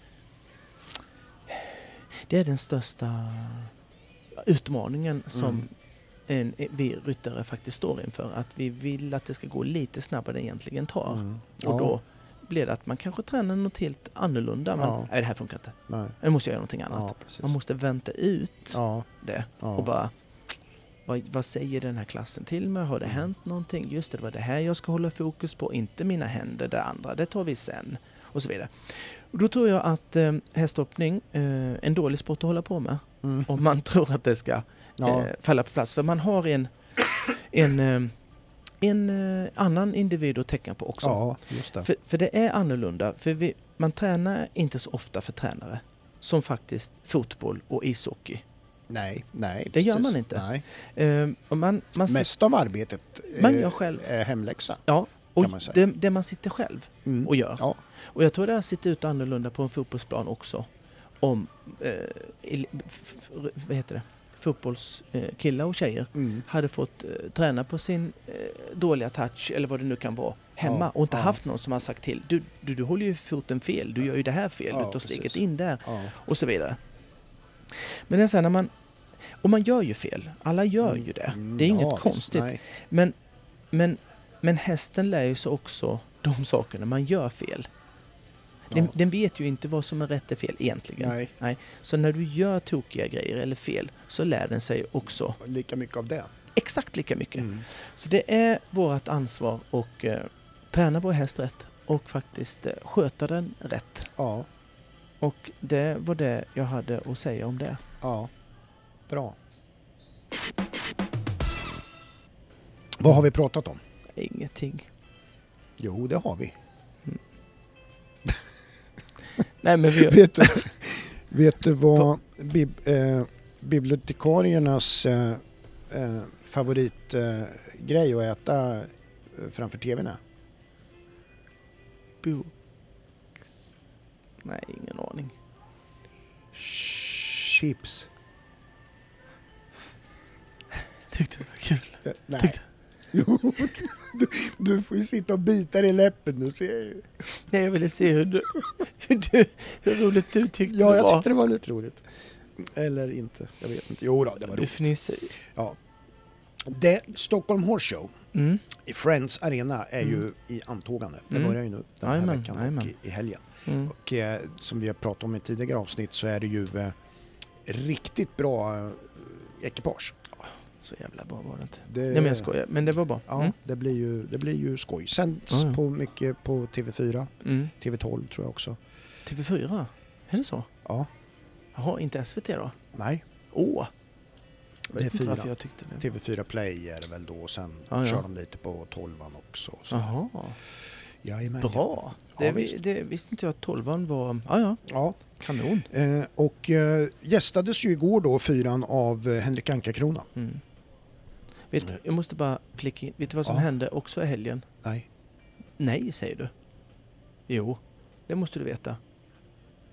[SPEAKER 1] utmaningen som vi ryttare faktiskt står inför. Att vi vill att det ska gå lite snabbare än det egentligen tar. Och då blir det att man kanske tränar något helt annorlunda. Men nej, det här funkar inte. Nej. Jag måste göra någonting annat. Man måste vänta ut det. Och bara, vad säger den här klassen till mig? Har det hänt någonting? Just det var det här jag ska hålla fokus på. Inte mina händer, det andra. Det tar vi sen. Och så vidare. Och då tror jag att hästhoppning är en dålig sport att hålla på med. Om man tror att det ska falla på plats. För man har en annan individ att teckna på också.
[SPEAKER 2] Ja, just det.
[SPEAKER 1] För det är annorlunda. För man tränar inte så ofta för tränare som faktiskt fotboll och ishockey.
[SPEAKER 2] Nej.
[SPEAKER 1] Det gör man inte.
[SPEAKER 2] Nej. Mest av arbetet
[SPEAKER 1] man gör själv.
[SPEAKER 2] Är hemläxa.
[SPEAKER 1] Ja, och det man sitter själv och gör. Ja. Och jag tror det har sett ut annorlunda på en fotbollsplan också. Om vad heter det? Fotbollskillar och tjejer hade fått träna på sin dåliga touch eller vad det nu kan vara hemma och inte haft någon som har sagt till du håller ju foten fel, du gör ju det här fel, du tar steget in där och så vidare. Men det är så här, man gör ju fel, alla gör ju det, det är inget konstigt, men hästen lär ju sig också de sakerna man gör fel. Den vet ju inte vad som är rätt eller fel egentligen. Nej. Så när du gör tokiga grejer eller fel så lär den sig också.
[SPEAKER 2] Lika mycket av det.
[SPEAKER 1] Exakt lika mycket. Så det är vårt ansvar att träna vår häst rätt och faktiskt sköta den rätt.
[SPEAKER 2] Ja.
[SPEAKER 1] Och det var det jag hade att säga om det.
[SPEAKER 2] Ja, bra. Vad har vi pratat om?
[SPEAKER 1] Ingenting.
[SPEAKER 2] Jo, det har vi.
[SPEAKER 1] Nej, men
[SPEAKER 2] vet du vad bibliotekariernas favoritgrej att äta framför tvn är?
[SPEAKER 1] Nej, ingen aning.
[SPEAKER 2] Chips.
[SPEAKER 1] Tyckte det var kul.
[SPEAKER 2] Nej. Du får ju sitta och bita i läppen nu, ser jag ju.
[SPEAKER 1] Nej, jag ville se hur roligt du tyckte
[SPEAKER 2] det var. Ja, jag tyckte det var lite roligt. Eller inte, jag vet inte. Jo då, det var roligt.
[SPEAKER 1] Du fnissar.
[SPEAKER 2] Ja. Stockholm Horse Show i Friends Arena är ju i antågande. Det börjar ju nu den här veckan och i helgen. Och som vi har pratat om i tidigare avsnitt så är det ju riktigt bra ekipage.
[SPEAKER 1] Så jävla bra var det inte. Nej, men jag skojar. Men det var bra.
[SPEAKER 2] Ja, det blir ju skoj. Sänds på mycket på TV4. TV12 tror jag också.
[SPEAKER 1] TV4? Är det så?
[SPEAKER 2] Ja.
[SPEAKER 1] Jaha, inte SVT då?
[SPEAKER 2] Nej.
[SPEAKER 1] Det är 4. Jag tyckte det.
[SPEAKER 2] TV4 Play är det väl då. Sen kör de lite på 12an också.
[SPEAKER 1] Jaha.
[SPEAKER 2] Bra.
[SPEAKER 1] Det visste inte jag att 12an var... Ja. Kanon.
[SPEAKER 2] Och gästades ju igår då 4an av Henrik Anka-Krona.
[SPEAKER 1] Jag måste bara flika in. Vet du vad som hände också i helgen?
[SPEAKER 2] Nej.
[SPEAKER 1] Nej, säger du. Jo, det måste du veta.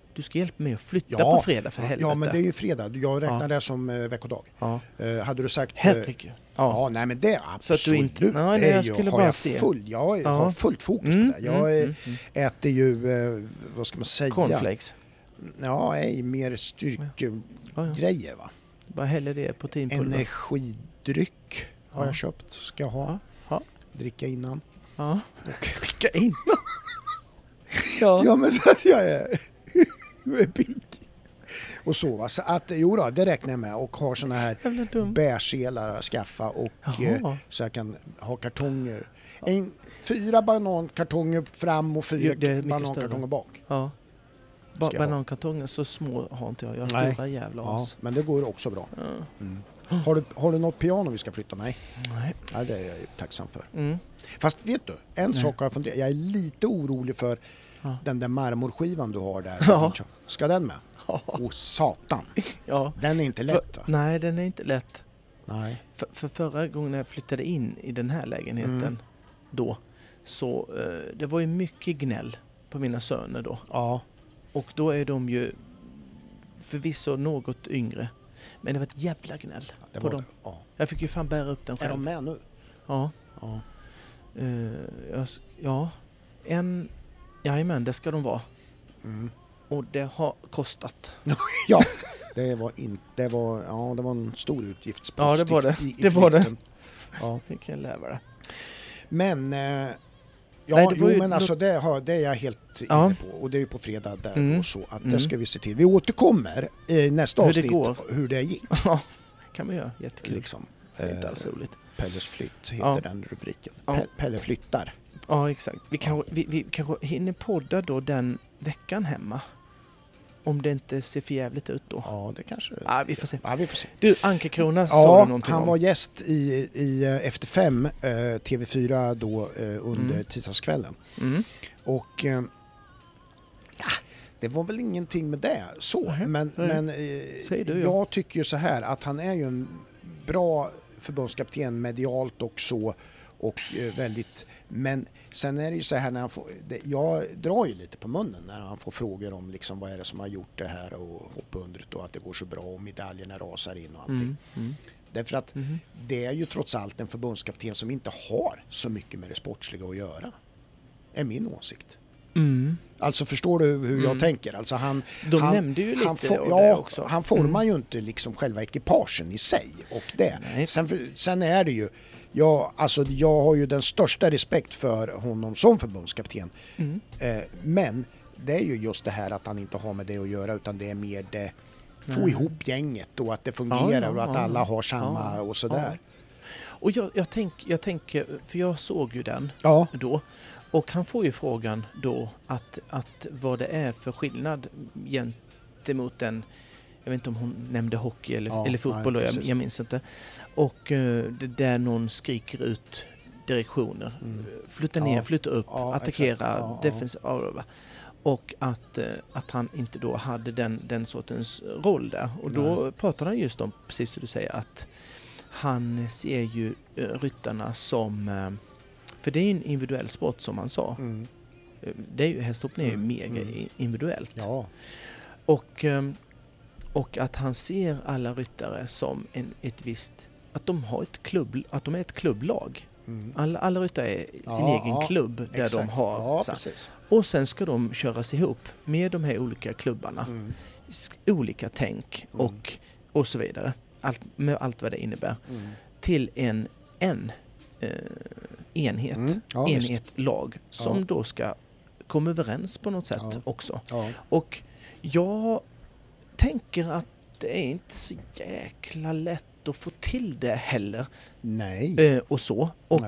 [SPEAKER 1] Du ska hjälpa mig att flytta på fredag för helvete.
[SPEAKER 2] Ja, men det är ju fredag. Jag räknar det som veckodag. Ja. Hade du sagt... Herregud. Ja, nej men det är absolut. Så att du inte...
[SPEAKER 1] Nej, jag skulle bara se.
[SPEAKER 2] Jag har fullt fokus på det. Jag äter ju, vad ska man säga?
[SPEAKER 1] Cornflakes.
[SPEAKER 2] Ja, mer styrkegrejer va.
[SPEAKER 1] Bara häller det proteinpulver.
[SPEAKER 2] Energidryck har jag köpt. Ska jag ha. Ja. Dricka innan.
[SPEAKER 1] Ja. Dricka innan?
[SPEAKER 2] Ja, men så att jag är pigg. Och så att det räknar jag med och har såna här bärselar att skaffa och så jag kan ha kartonger. 4 banankartonger fram och 4 banankartonger bak.
[SPEAKER 1] Ja. Banankartonger så små har inte jag. Jag har stora jävla as.
[SPEAKER 2] Men det går också bra. Ja. Mm. Har du något piano vi ska flytta med?
[SPEAKER 1] Nej.
[SPEAKER 2] Ja, det är jag tacksam för. Mm. Fast vet du, en sak har jag funderat. Jag är lite orolig för den där marmorskivan du har där. Ja. Ska den med? Åh, satan. Ja. Den är inte lätt.
[SPEAKER 1] Nej, den är inte lätt. Nej. För förra gången jag flyttade in i den här lägenheten då, så det var ju mycket gnäll på mina söner då. Ja. Och då är de ju förvisso något yngre. Men det var ett jävla gnäll på dem. Ja. Jag fick ju fan bära upp den själv.
[SPEAKER 2] Är de med nu?
[SPEAKER 1] Ja. Jajamän, det ska de vara. Mm. Och det har kostat.
[SPEAKER 2] Ja, det var en stor utgiftspost.
[SPEAKER 1] Ja, det var det. Det var det. Ja, det kan jag lära det.
[SPEAKER 2] Men det är jag helt inne på. Och det är ju på fredag där och så. Att det ska vi se till. Vi återkommer i nästa avsnitt hur det gick.
[SPEAKER 1] Ja, kan vi göra. Jättekul.
[SPEAKER 2] Liksom.
[SPEAKER 1] Inte alls roligt.
[SPEAKER 2] Pelles flytt heter den rubriken. Pelle flyttar.
[SPEAKER 1] Ja, exakt. Vi kanske hinner podda då den veckan hemma. Om det inte ser för jävligt ut då.
[SPEAKER 2] Ja, det kanske...
[SPEAKER 1] Ja, vi får se.
[SPEAKER 2] Ja, vi får se.
[SPEAKER 1] Du, Anka Krona sa du någonting
[SPEAKER 2] han
[SPEAKER 1] om.
[SPEAKER 2] var gäst i Efter 5 TV4 då under tisdagskvällen. Mm. Och det var väl ingenting med det så. Men jag tycker ju så här att han är ju en bra förbundskapten medialt och så. Och väldigt... Men sen är det ju så här när han får... Jag drar ju lite på munnen när han får frågor om liksom vad är det som har gjort det här och hoppundret och att det går så bra och medaljerna rasar in och allting. Därför att det är ju trots allt en förbundskapten som inte har så mycket med det sportsliga att göra. Är min åsikt. Mm. Alltså förstår du hur jag tänker? Alltså han
[SPEAKER 1] nämnde ju lite det också.
[SPEAKER 2] Han formar ju inte liksom själva ekipagen i sig och det. Sen är det ju jag har ju den största respekt för honom som förbundskapten. Men det är ju just det här att han inte har med det att göra utan det är mer det få ihop gänget och att det fungerar och att alla har samma och sådär.
[SPEAKER 1] Och jag tänker, för jag såg ju den då. Och han får ju frågan då att vad det är för skillnad gentemot den, jag vet inte om hon nämnde hockey eller fotboll, nej, jag minns inte. Och det där någon skriker ut direktioner. Flytta ner, flytta upp, attackera, defensiv. Och att han inte då hade den sortens roll där. Och då pratar han just om, precis som du säger, att han ser ju ryttarna som... För det är en individuell sport som han sa. Det är ju, hästhoppning är ju mega individuellt. Ja. Och att han ser alla ryttare som ett visst... Att de har att de är ett klubblag. Alla ryttare är sin egen klubb där exakt. De har... och sen ska de köras ihop med de här olika klubbarna. Olika tänk och så vidare. Med allt vad det innebär. Till en enhet, lag som då ska komma överens på något sätt också. Och jag tänker att det är inte så jäkla lätt att få till det heller.
[SPEAKER 2] Nej.
[SPEAKER 1] Och så. Och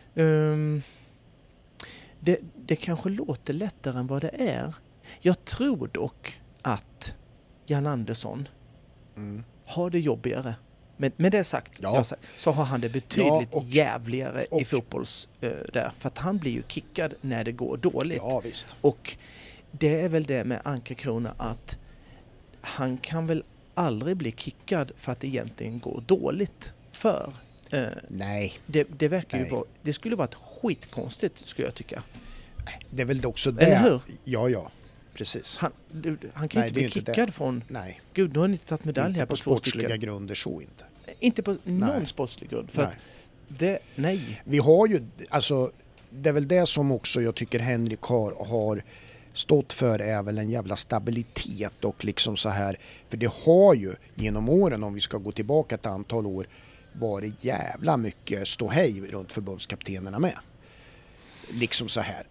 [SPEAKER 1] det kanske låter lättare än vad det är. Jag tror dock att Jan Andersson har det jobbigare. Med det sagt, så har han det betydligt jävligare i fotbolls där. För att han blir ju kickad när det går dåligt.
[SPEAKER 2] Ja, visst.
[SPEAKER 1] Och det är väl det med Anka Krona att han kan väl aldrig bli kickad för att det egentligen går dåligt för.
[SPEAKER 2] Nej.
[SPEAKER 1] Det verkar ju vara, det skulle vara ett skitkonstigt skulle jag tycka.
[SPEAKER 2] Det är väl också det.
[SPEAKER 1] Eller hur?
[SPEAKER 2] Ja. precis.
[SPEAKER 1] Han kan inte bli kickad från...
[SPEAKER 2] Nej.
[SPEAKER 1] Gud, nu har ni inte tagit medalj här på 2 stycken.
[SPEAKER 2] Inte på sportsliga grunder, så inte.
[SPEAKER 1] Inte på någon sportslig grund. För nej.
[SPEAKER 2] Vi har ju, alltså, det är väl det som också jag tycker Henrik har stått för, är väl en jävla stabilitet och liksom så här. För det har ju genom åren, om vi ska gå tillbaka ett antal år, varit jävla mycket ståhej runt förbundskaptenerna med. Liksom så här.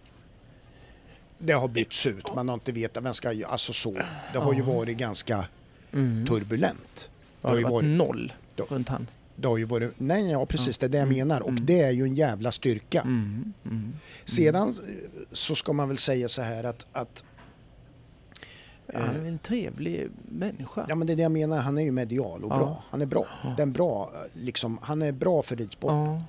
[SPEAKER 2] Det har bytts ut, man har inte vetat vem ska, alltså så. Det har ju varit ganska turbulent.
[SPEAKER 1] Det har ju varit noll runt han.
[SPEAKER 2] Det har ju varit, precis, det är det jag menar. Och det är ju en jävla styrka. Sedan så ska man väl säga så här att
[SPEAKER 1] han är en trevlig människa.
[SPEAKER 2] Ja, men det är det jag menar, han är ju medial och bra. Han är bra. Den bra liksom, han är bra för ridsporten.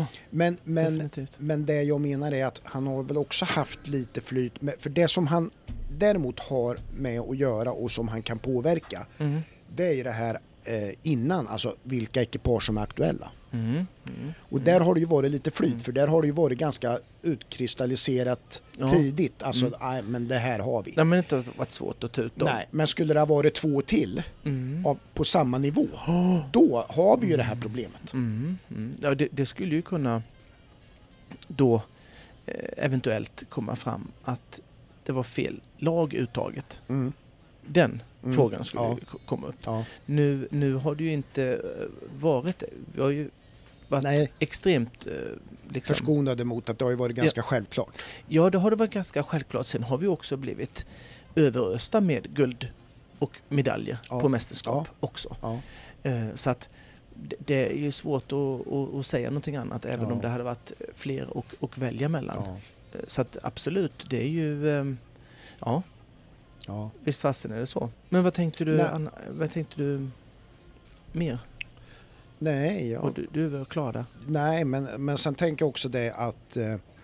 [SPEAKER 2] Men det jag menar är att han har väl också haft lite flyt med, för det som han däremot har med att göra och som han kan påverka, det är ju det här innan, alltså vilka ekipage som är aktuella. Och där har det ju varit lite flyt, för där har det ju varit ganska utkristalliserat tidigt. Alltså, men det här har vi.
[SPEAKER 1] Nej, men det har inte varit svårt att ta ut dem.
[SPEAKER 2] Nej, men skulle det ha varit 2 till på samma nivå, då har vi ju det här problemet.
[SPEAKER 1] Ja, det skulle ju kunna då eventuellt komma fram att det var fel laguttaget. Den frågan skulle komma upp. Nu har det ju inte varit det. Vi har ju varit extremt liksom,
[SPEAKER 2] förskonade mot att det har ju varit ganska självklart.
[SPEAKER 1] Ja, det har det varit ganska självklart. Sen har vi också blivit överösta med guld och medaljer på mästerskap också. Så att det är ju svårt att säga någonting annat, även om det hade varit fler och välja mellan. Så att absolut, det är ju visst fasen är det så. Men vad tänkte du mer?
[SPEAKER 2] Nej,
[SPEAKER 1] och du var klar där.
[SPEAKER 2] Nej, men sen tänker jag också det att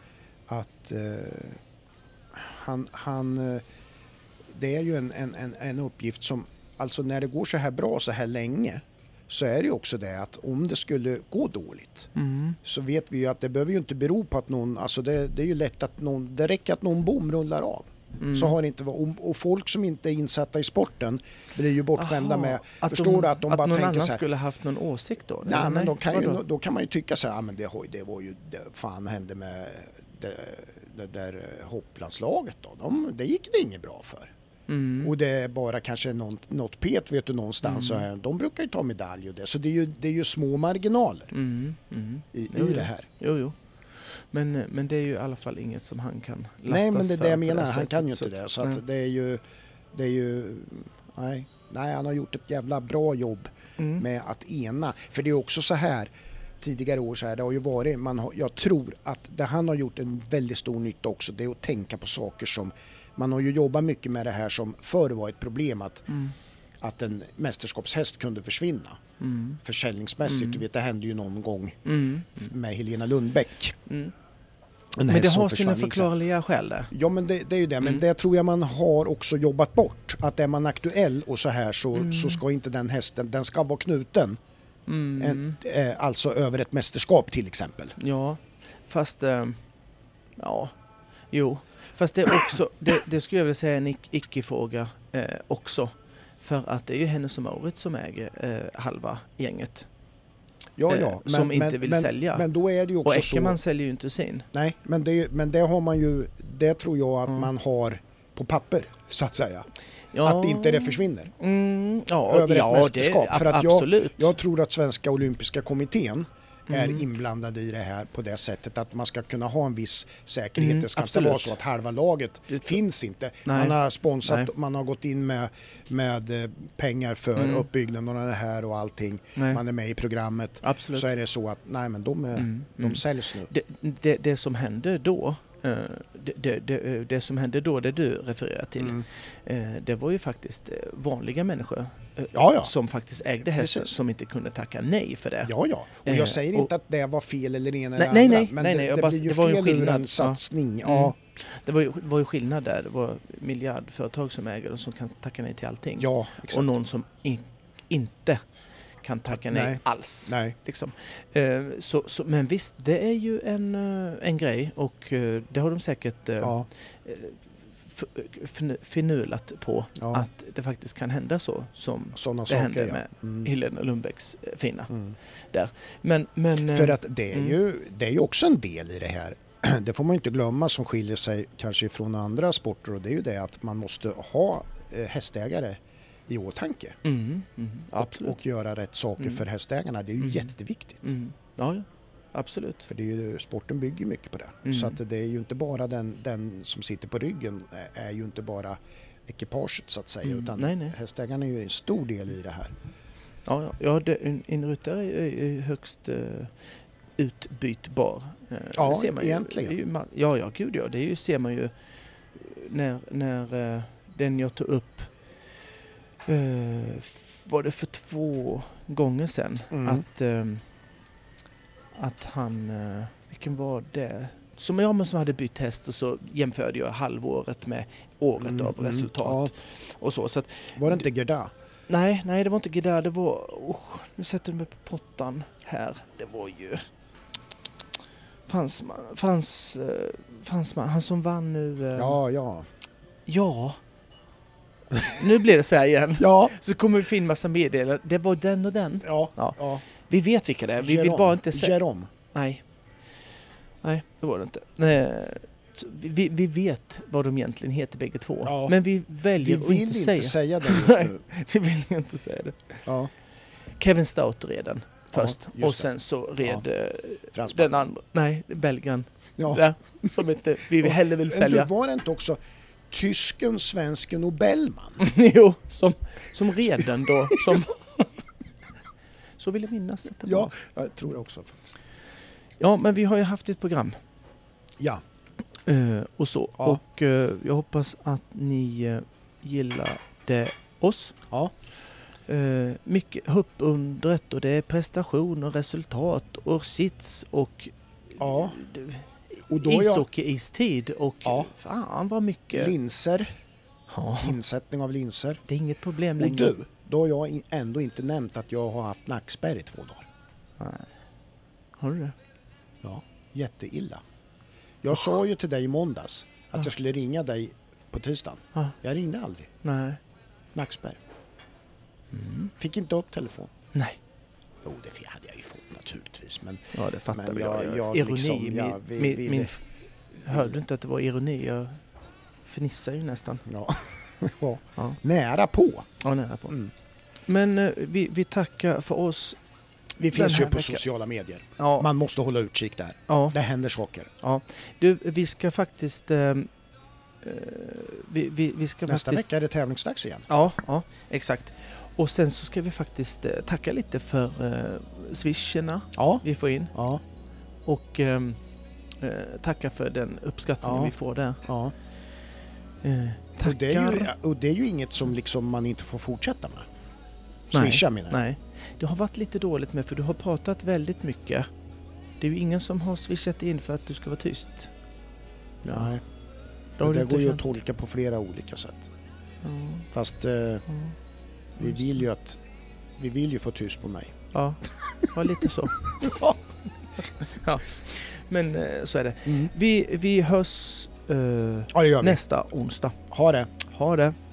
[SPEAKER 2] han det är ju en uppgift som, alltså när det går så här bra så här länge, så är det ju också det att om det skulle gå dåligt så vet vi ju att det behöver ju inte bero på att någon, alltså det är ju lätt att det räcker att någon bom rullar av. Så har det inte varit. Och folk som inte är insatta i sporten blir ju bortskämda med, förstår du, att de bara tänker så här. Att någon annan
[SPEAKER 1] skulle haft någon åsikt då?
[SPEAKER 2] Nej, men då kan man ju tycka så här, men det var ju, fan hände med det där hopplandslaget då. Det gick det inget bra för. Och det är bara kanske något pet, vet du, någonstans. Så här, de brukar ju ta medalj och det. Så det är ju små marginaler i det här.
[SPEAKER 1] Jo. Men det är ju i alla fall inget som han kan lastas för.
[SPEAKER 2] Nej, men det är det jag menar. Han kan ju inte det. Så att det är ju nej, han har gjort ett jävla bra jobb med att ena. För det är också så här, tidigare år så här, det har ju varit, jag tror att det han har gjort en väldigt stor nytta också, det är att tänka på saker som, man har ju jobbat mycket med det här som förr var ett problem, att en mästerskapshäst kunde försvinna försäljningsmässigt. Du vet, det hände ju någon gång med Helena Lundbäck.
[SPEAKER 1] Men det har sina förklarliga skäl där.
[SPEAKER 2] Ja, men det är ju det. Men det tror jag man har också jobbat bort. Att är man aktuell och så här så ska inte den hästen, den ska vara knuten. Alltså över ett mästerskap till exempel.
[SPEAKER 1] Ja, fast fast det är också, det skulle jag vilja säga en icke-fråga också. För att det är ju Hennes & Mauritz som äger halva gänget. Som inte vill sälja.
[SPEAKER 2] Men då är det ju också
[SPEAKER 1] och Eckermann säljer ju inte sin.
[SPEAKER 2] Nej, men det har man ju, det tror jag att man har på papper, så att säga. Att inte det försvinner. Över ett mästerskap.
[SPEAKER 1] Det,
[SPEAKER 2] för att
[SPEAKER 1] absolut.
[SPEAKER 2] Jag tror att Svenska Olympiska kommittén är inblandade i det här på det sättet att man ska kunna ha en viss säkerhet. Det ska inte vara så att halva laget finns inte. Nej. Man har sponsrat, man har gått in med pengar för uppbyggnaden och det här och allting. Nej. Man är med i programmet.
[SPEAKER 1] Absolut.
[SPEAKER 2] Så är det så att de säljs nu.
[SPEAKER 1] Det som händer då, det som hände då, det du refererar till, det var ju faktiskt vanliga människor som faktiskt ägde hästen som inte kunde tacka nej för det.
[SPEAKER 2] Ja. Och jag säger inte att det var fel eller ena eller
[SPEAKER 1] andra.
[SPEAKER 2] Nej, men det blir ju fel ur en satsning. Ja.
[SPEAKER 1] Det var ju skillnad där. Det var miljardföretag som äger och som kan tacka nej till allting.
[SPEAKER 2] Ja, exakt.
[SPEAKER 1] Och någon som inte kan tacka nej alls.
[SPEAKER 2] Nej.
[SPEAKER 1] Liksom. Men visst, det är ju en grej och det har de säkert förnulat på att det faktiskt kan hända så som såna det saker, hände med Helena Lundbäcks fina där. Men
[SPEAKER 2] för att det är ju också en del i det här. Det får man inte glömma som skiljer sig kanske från andra sporter, och det är ju det att man måste ha hästägare i åtanke och göra rätt saker för hästägarna. Det är ju jätteviktigt.
[SPEAKER 1] Ja, absolut.
[SPEAKER 2] För det är ju, sporten bygger mycket på det. Så att det är ju inte bara den som sitter på ryggen är ju inte bara ekipaget så att säga, utan hästägarna är ju en stor del i det här.
[SPEAKER 1] Ja, en ryttare är högst utbytbar.
[SPEAKER 2] Ja,
[SPEAKER 1] ser man
[SPEAKER 2] egentligen.
[SPEAKER 1] Gud ja. Det ser man ju när den jag tog upp var det för 2 gånger sedan att han, vilken var det? Som hade bytt häst, och så jämförde jag halvåret med året av resultat. Och så att,
[SPEAKER 2] var det inte Gerda?
[SPEAKER 1] Nej, det var inte Gerda. Det var, nu sätter du mig på pottan här. Det var ju Fransman, han som vann nu. Ja. Nu blir det så här igen. Så kommer vi finna massa meddelanden. Det var den och den. Ja. Vi vet vilka det är. Vi vill bara inte säga.
[SPEAKER 2] Jerome.
[SPEAKER 1] Nej, det var det inte. Nej. Vi vet vad de egentligen heter bägge två. Ja. Men vi väljer att inte säga
[SPEAKER 2] det just nu.
[SPEAKER 1] Vi vill inte säga det. Ja. Kevin Stout red först. Och sen så red den andra. Nej, Belgien. Ja. Som inte vi hellre vill sälja.
[SPEAKER 2] Men var det inte också tysken, svensken och Bellman?
[SPEAKER 1] Jo, som red den då. Så vill jag minnas att det var.
[SPEAKER 2] Jag tror det också faktiskt.
[SPEAKER 1] Ja, men vi har ju haft ett program.
[SPEAKER 2] Ja.
[SPEAKER 1] Och så. Ja. Och jag hoppas att ni gillade oss. Ja. Mycket hoppundret, och det är prestation och resultat och sits och ishockey-istid och fan vad mycket.
[SPEAKER 2] Linser. Ja. Insättning av linser.
[SPEAKER 1] Det är inget problem längre.
[SPEAKER 2] Och då har jag ändå inte nämnt att jag har haft nackspärr i 2 dagar.
[SPEAKER 1] Nej. Har du det?
[SPEAKER 2] Ja, jätteilla. Jag sa ju till dig i måndags att jag skulle ringa dig på tisdagen. Jag ringde aldrig.
[SPEAKER 1] Nej.
[SPEAKER 2] Nackspärr. Fick inte upp telefon.
[SPEAKER 1] Nej.
[SPEAKER 2] Jo, det hade jag ju fått naturligtvis. Men,
[SPEAKER 1] det fattar jag. Ironi. Hörde du inte att det var ironi? Jag fnissar ju nästan.
[SPEAKER 2] Ja. Nära på.
[SPEAKER 1] Ja, nära på. Men vi tackar för oss.
[SPEAKER 2] Vi finns ju på sociala medier. Ja. Man måste hålla utkik där. Ja. Det händer saker.
[SPEAKER 1] Ja. Du, vi ska faktiskt... vi ska
[SPEAKER 2] nästa vecka är det tävlingsdags igen.
[SPEAKER 1] Ja, exakt. Och sen så ska vi faktiskt tacka lite för swisherna vi får in. Ja. Och tacka för den uppskattningen vi får där. Ja.
[SPEAKER 2] Och det är ju inget som liksom man inte får fortsätta med. Swisha menar jag.
[SPEAKER 1] Nej. Det har varit lite dåligt med, för du har pratat väldigt mycket. Det är ju ingen som har swishat in för att du ska vara tyst.
[SPEAKER 2] Nej. Det går ju att tolka på flera olika sätt. Fast vi vill ju få tyst på mig.
[SPEAKER 1] Ja, lite så. Ja. Men så är det. Vi hörs nästa onsdag.
[SPEAKER 2] Ha det.
[SPEAKER 1] Ha det.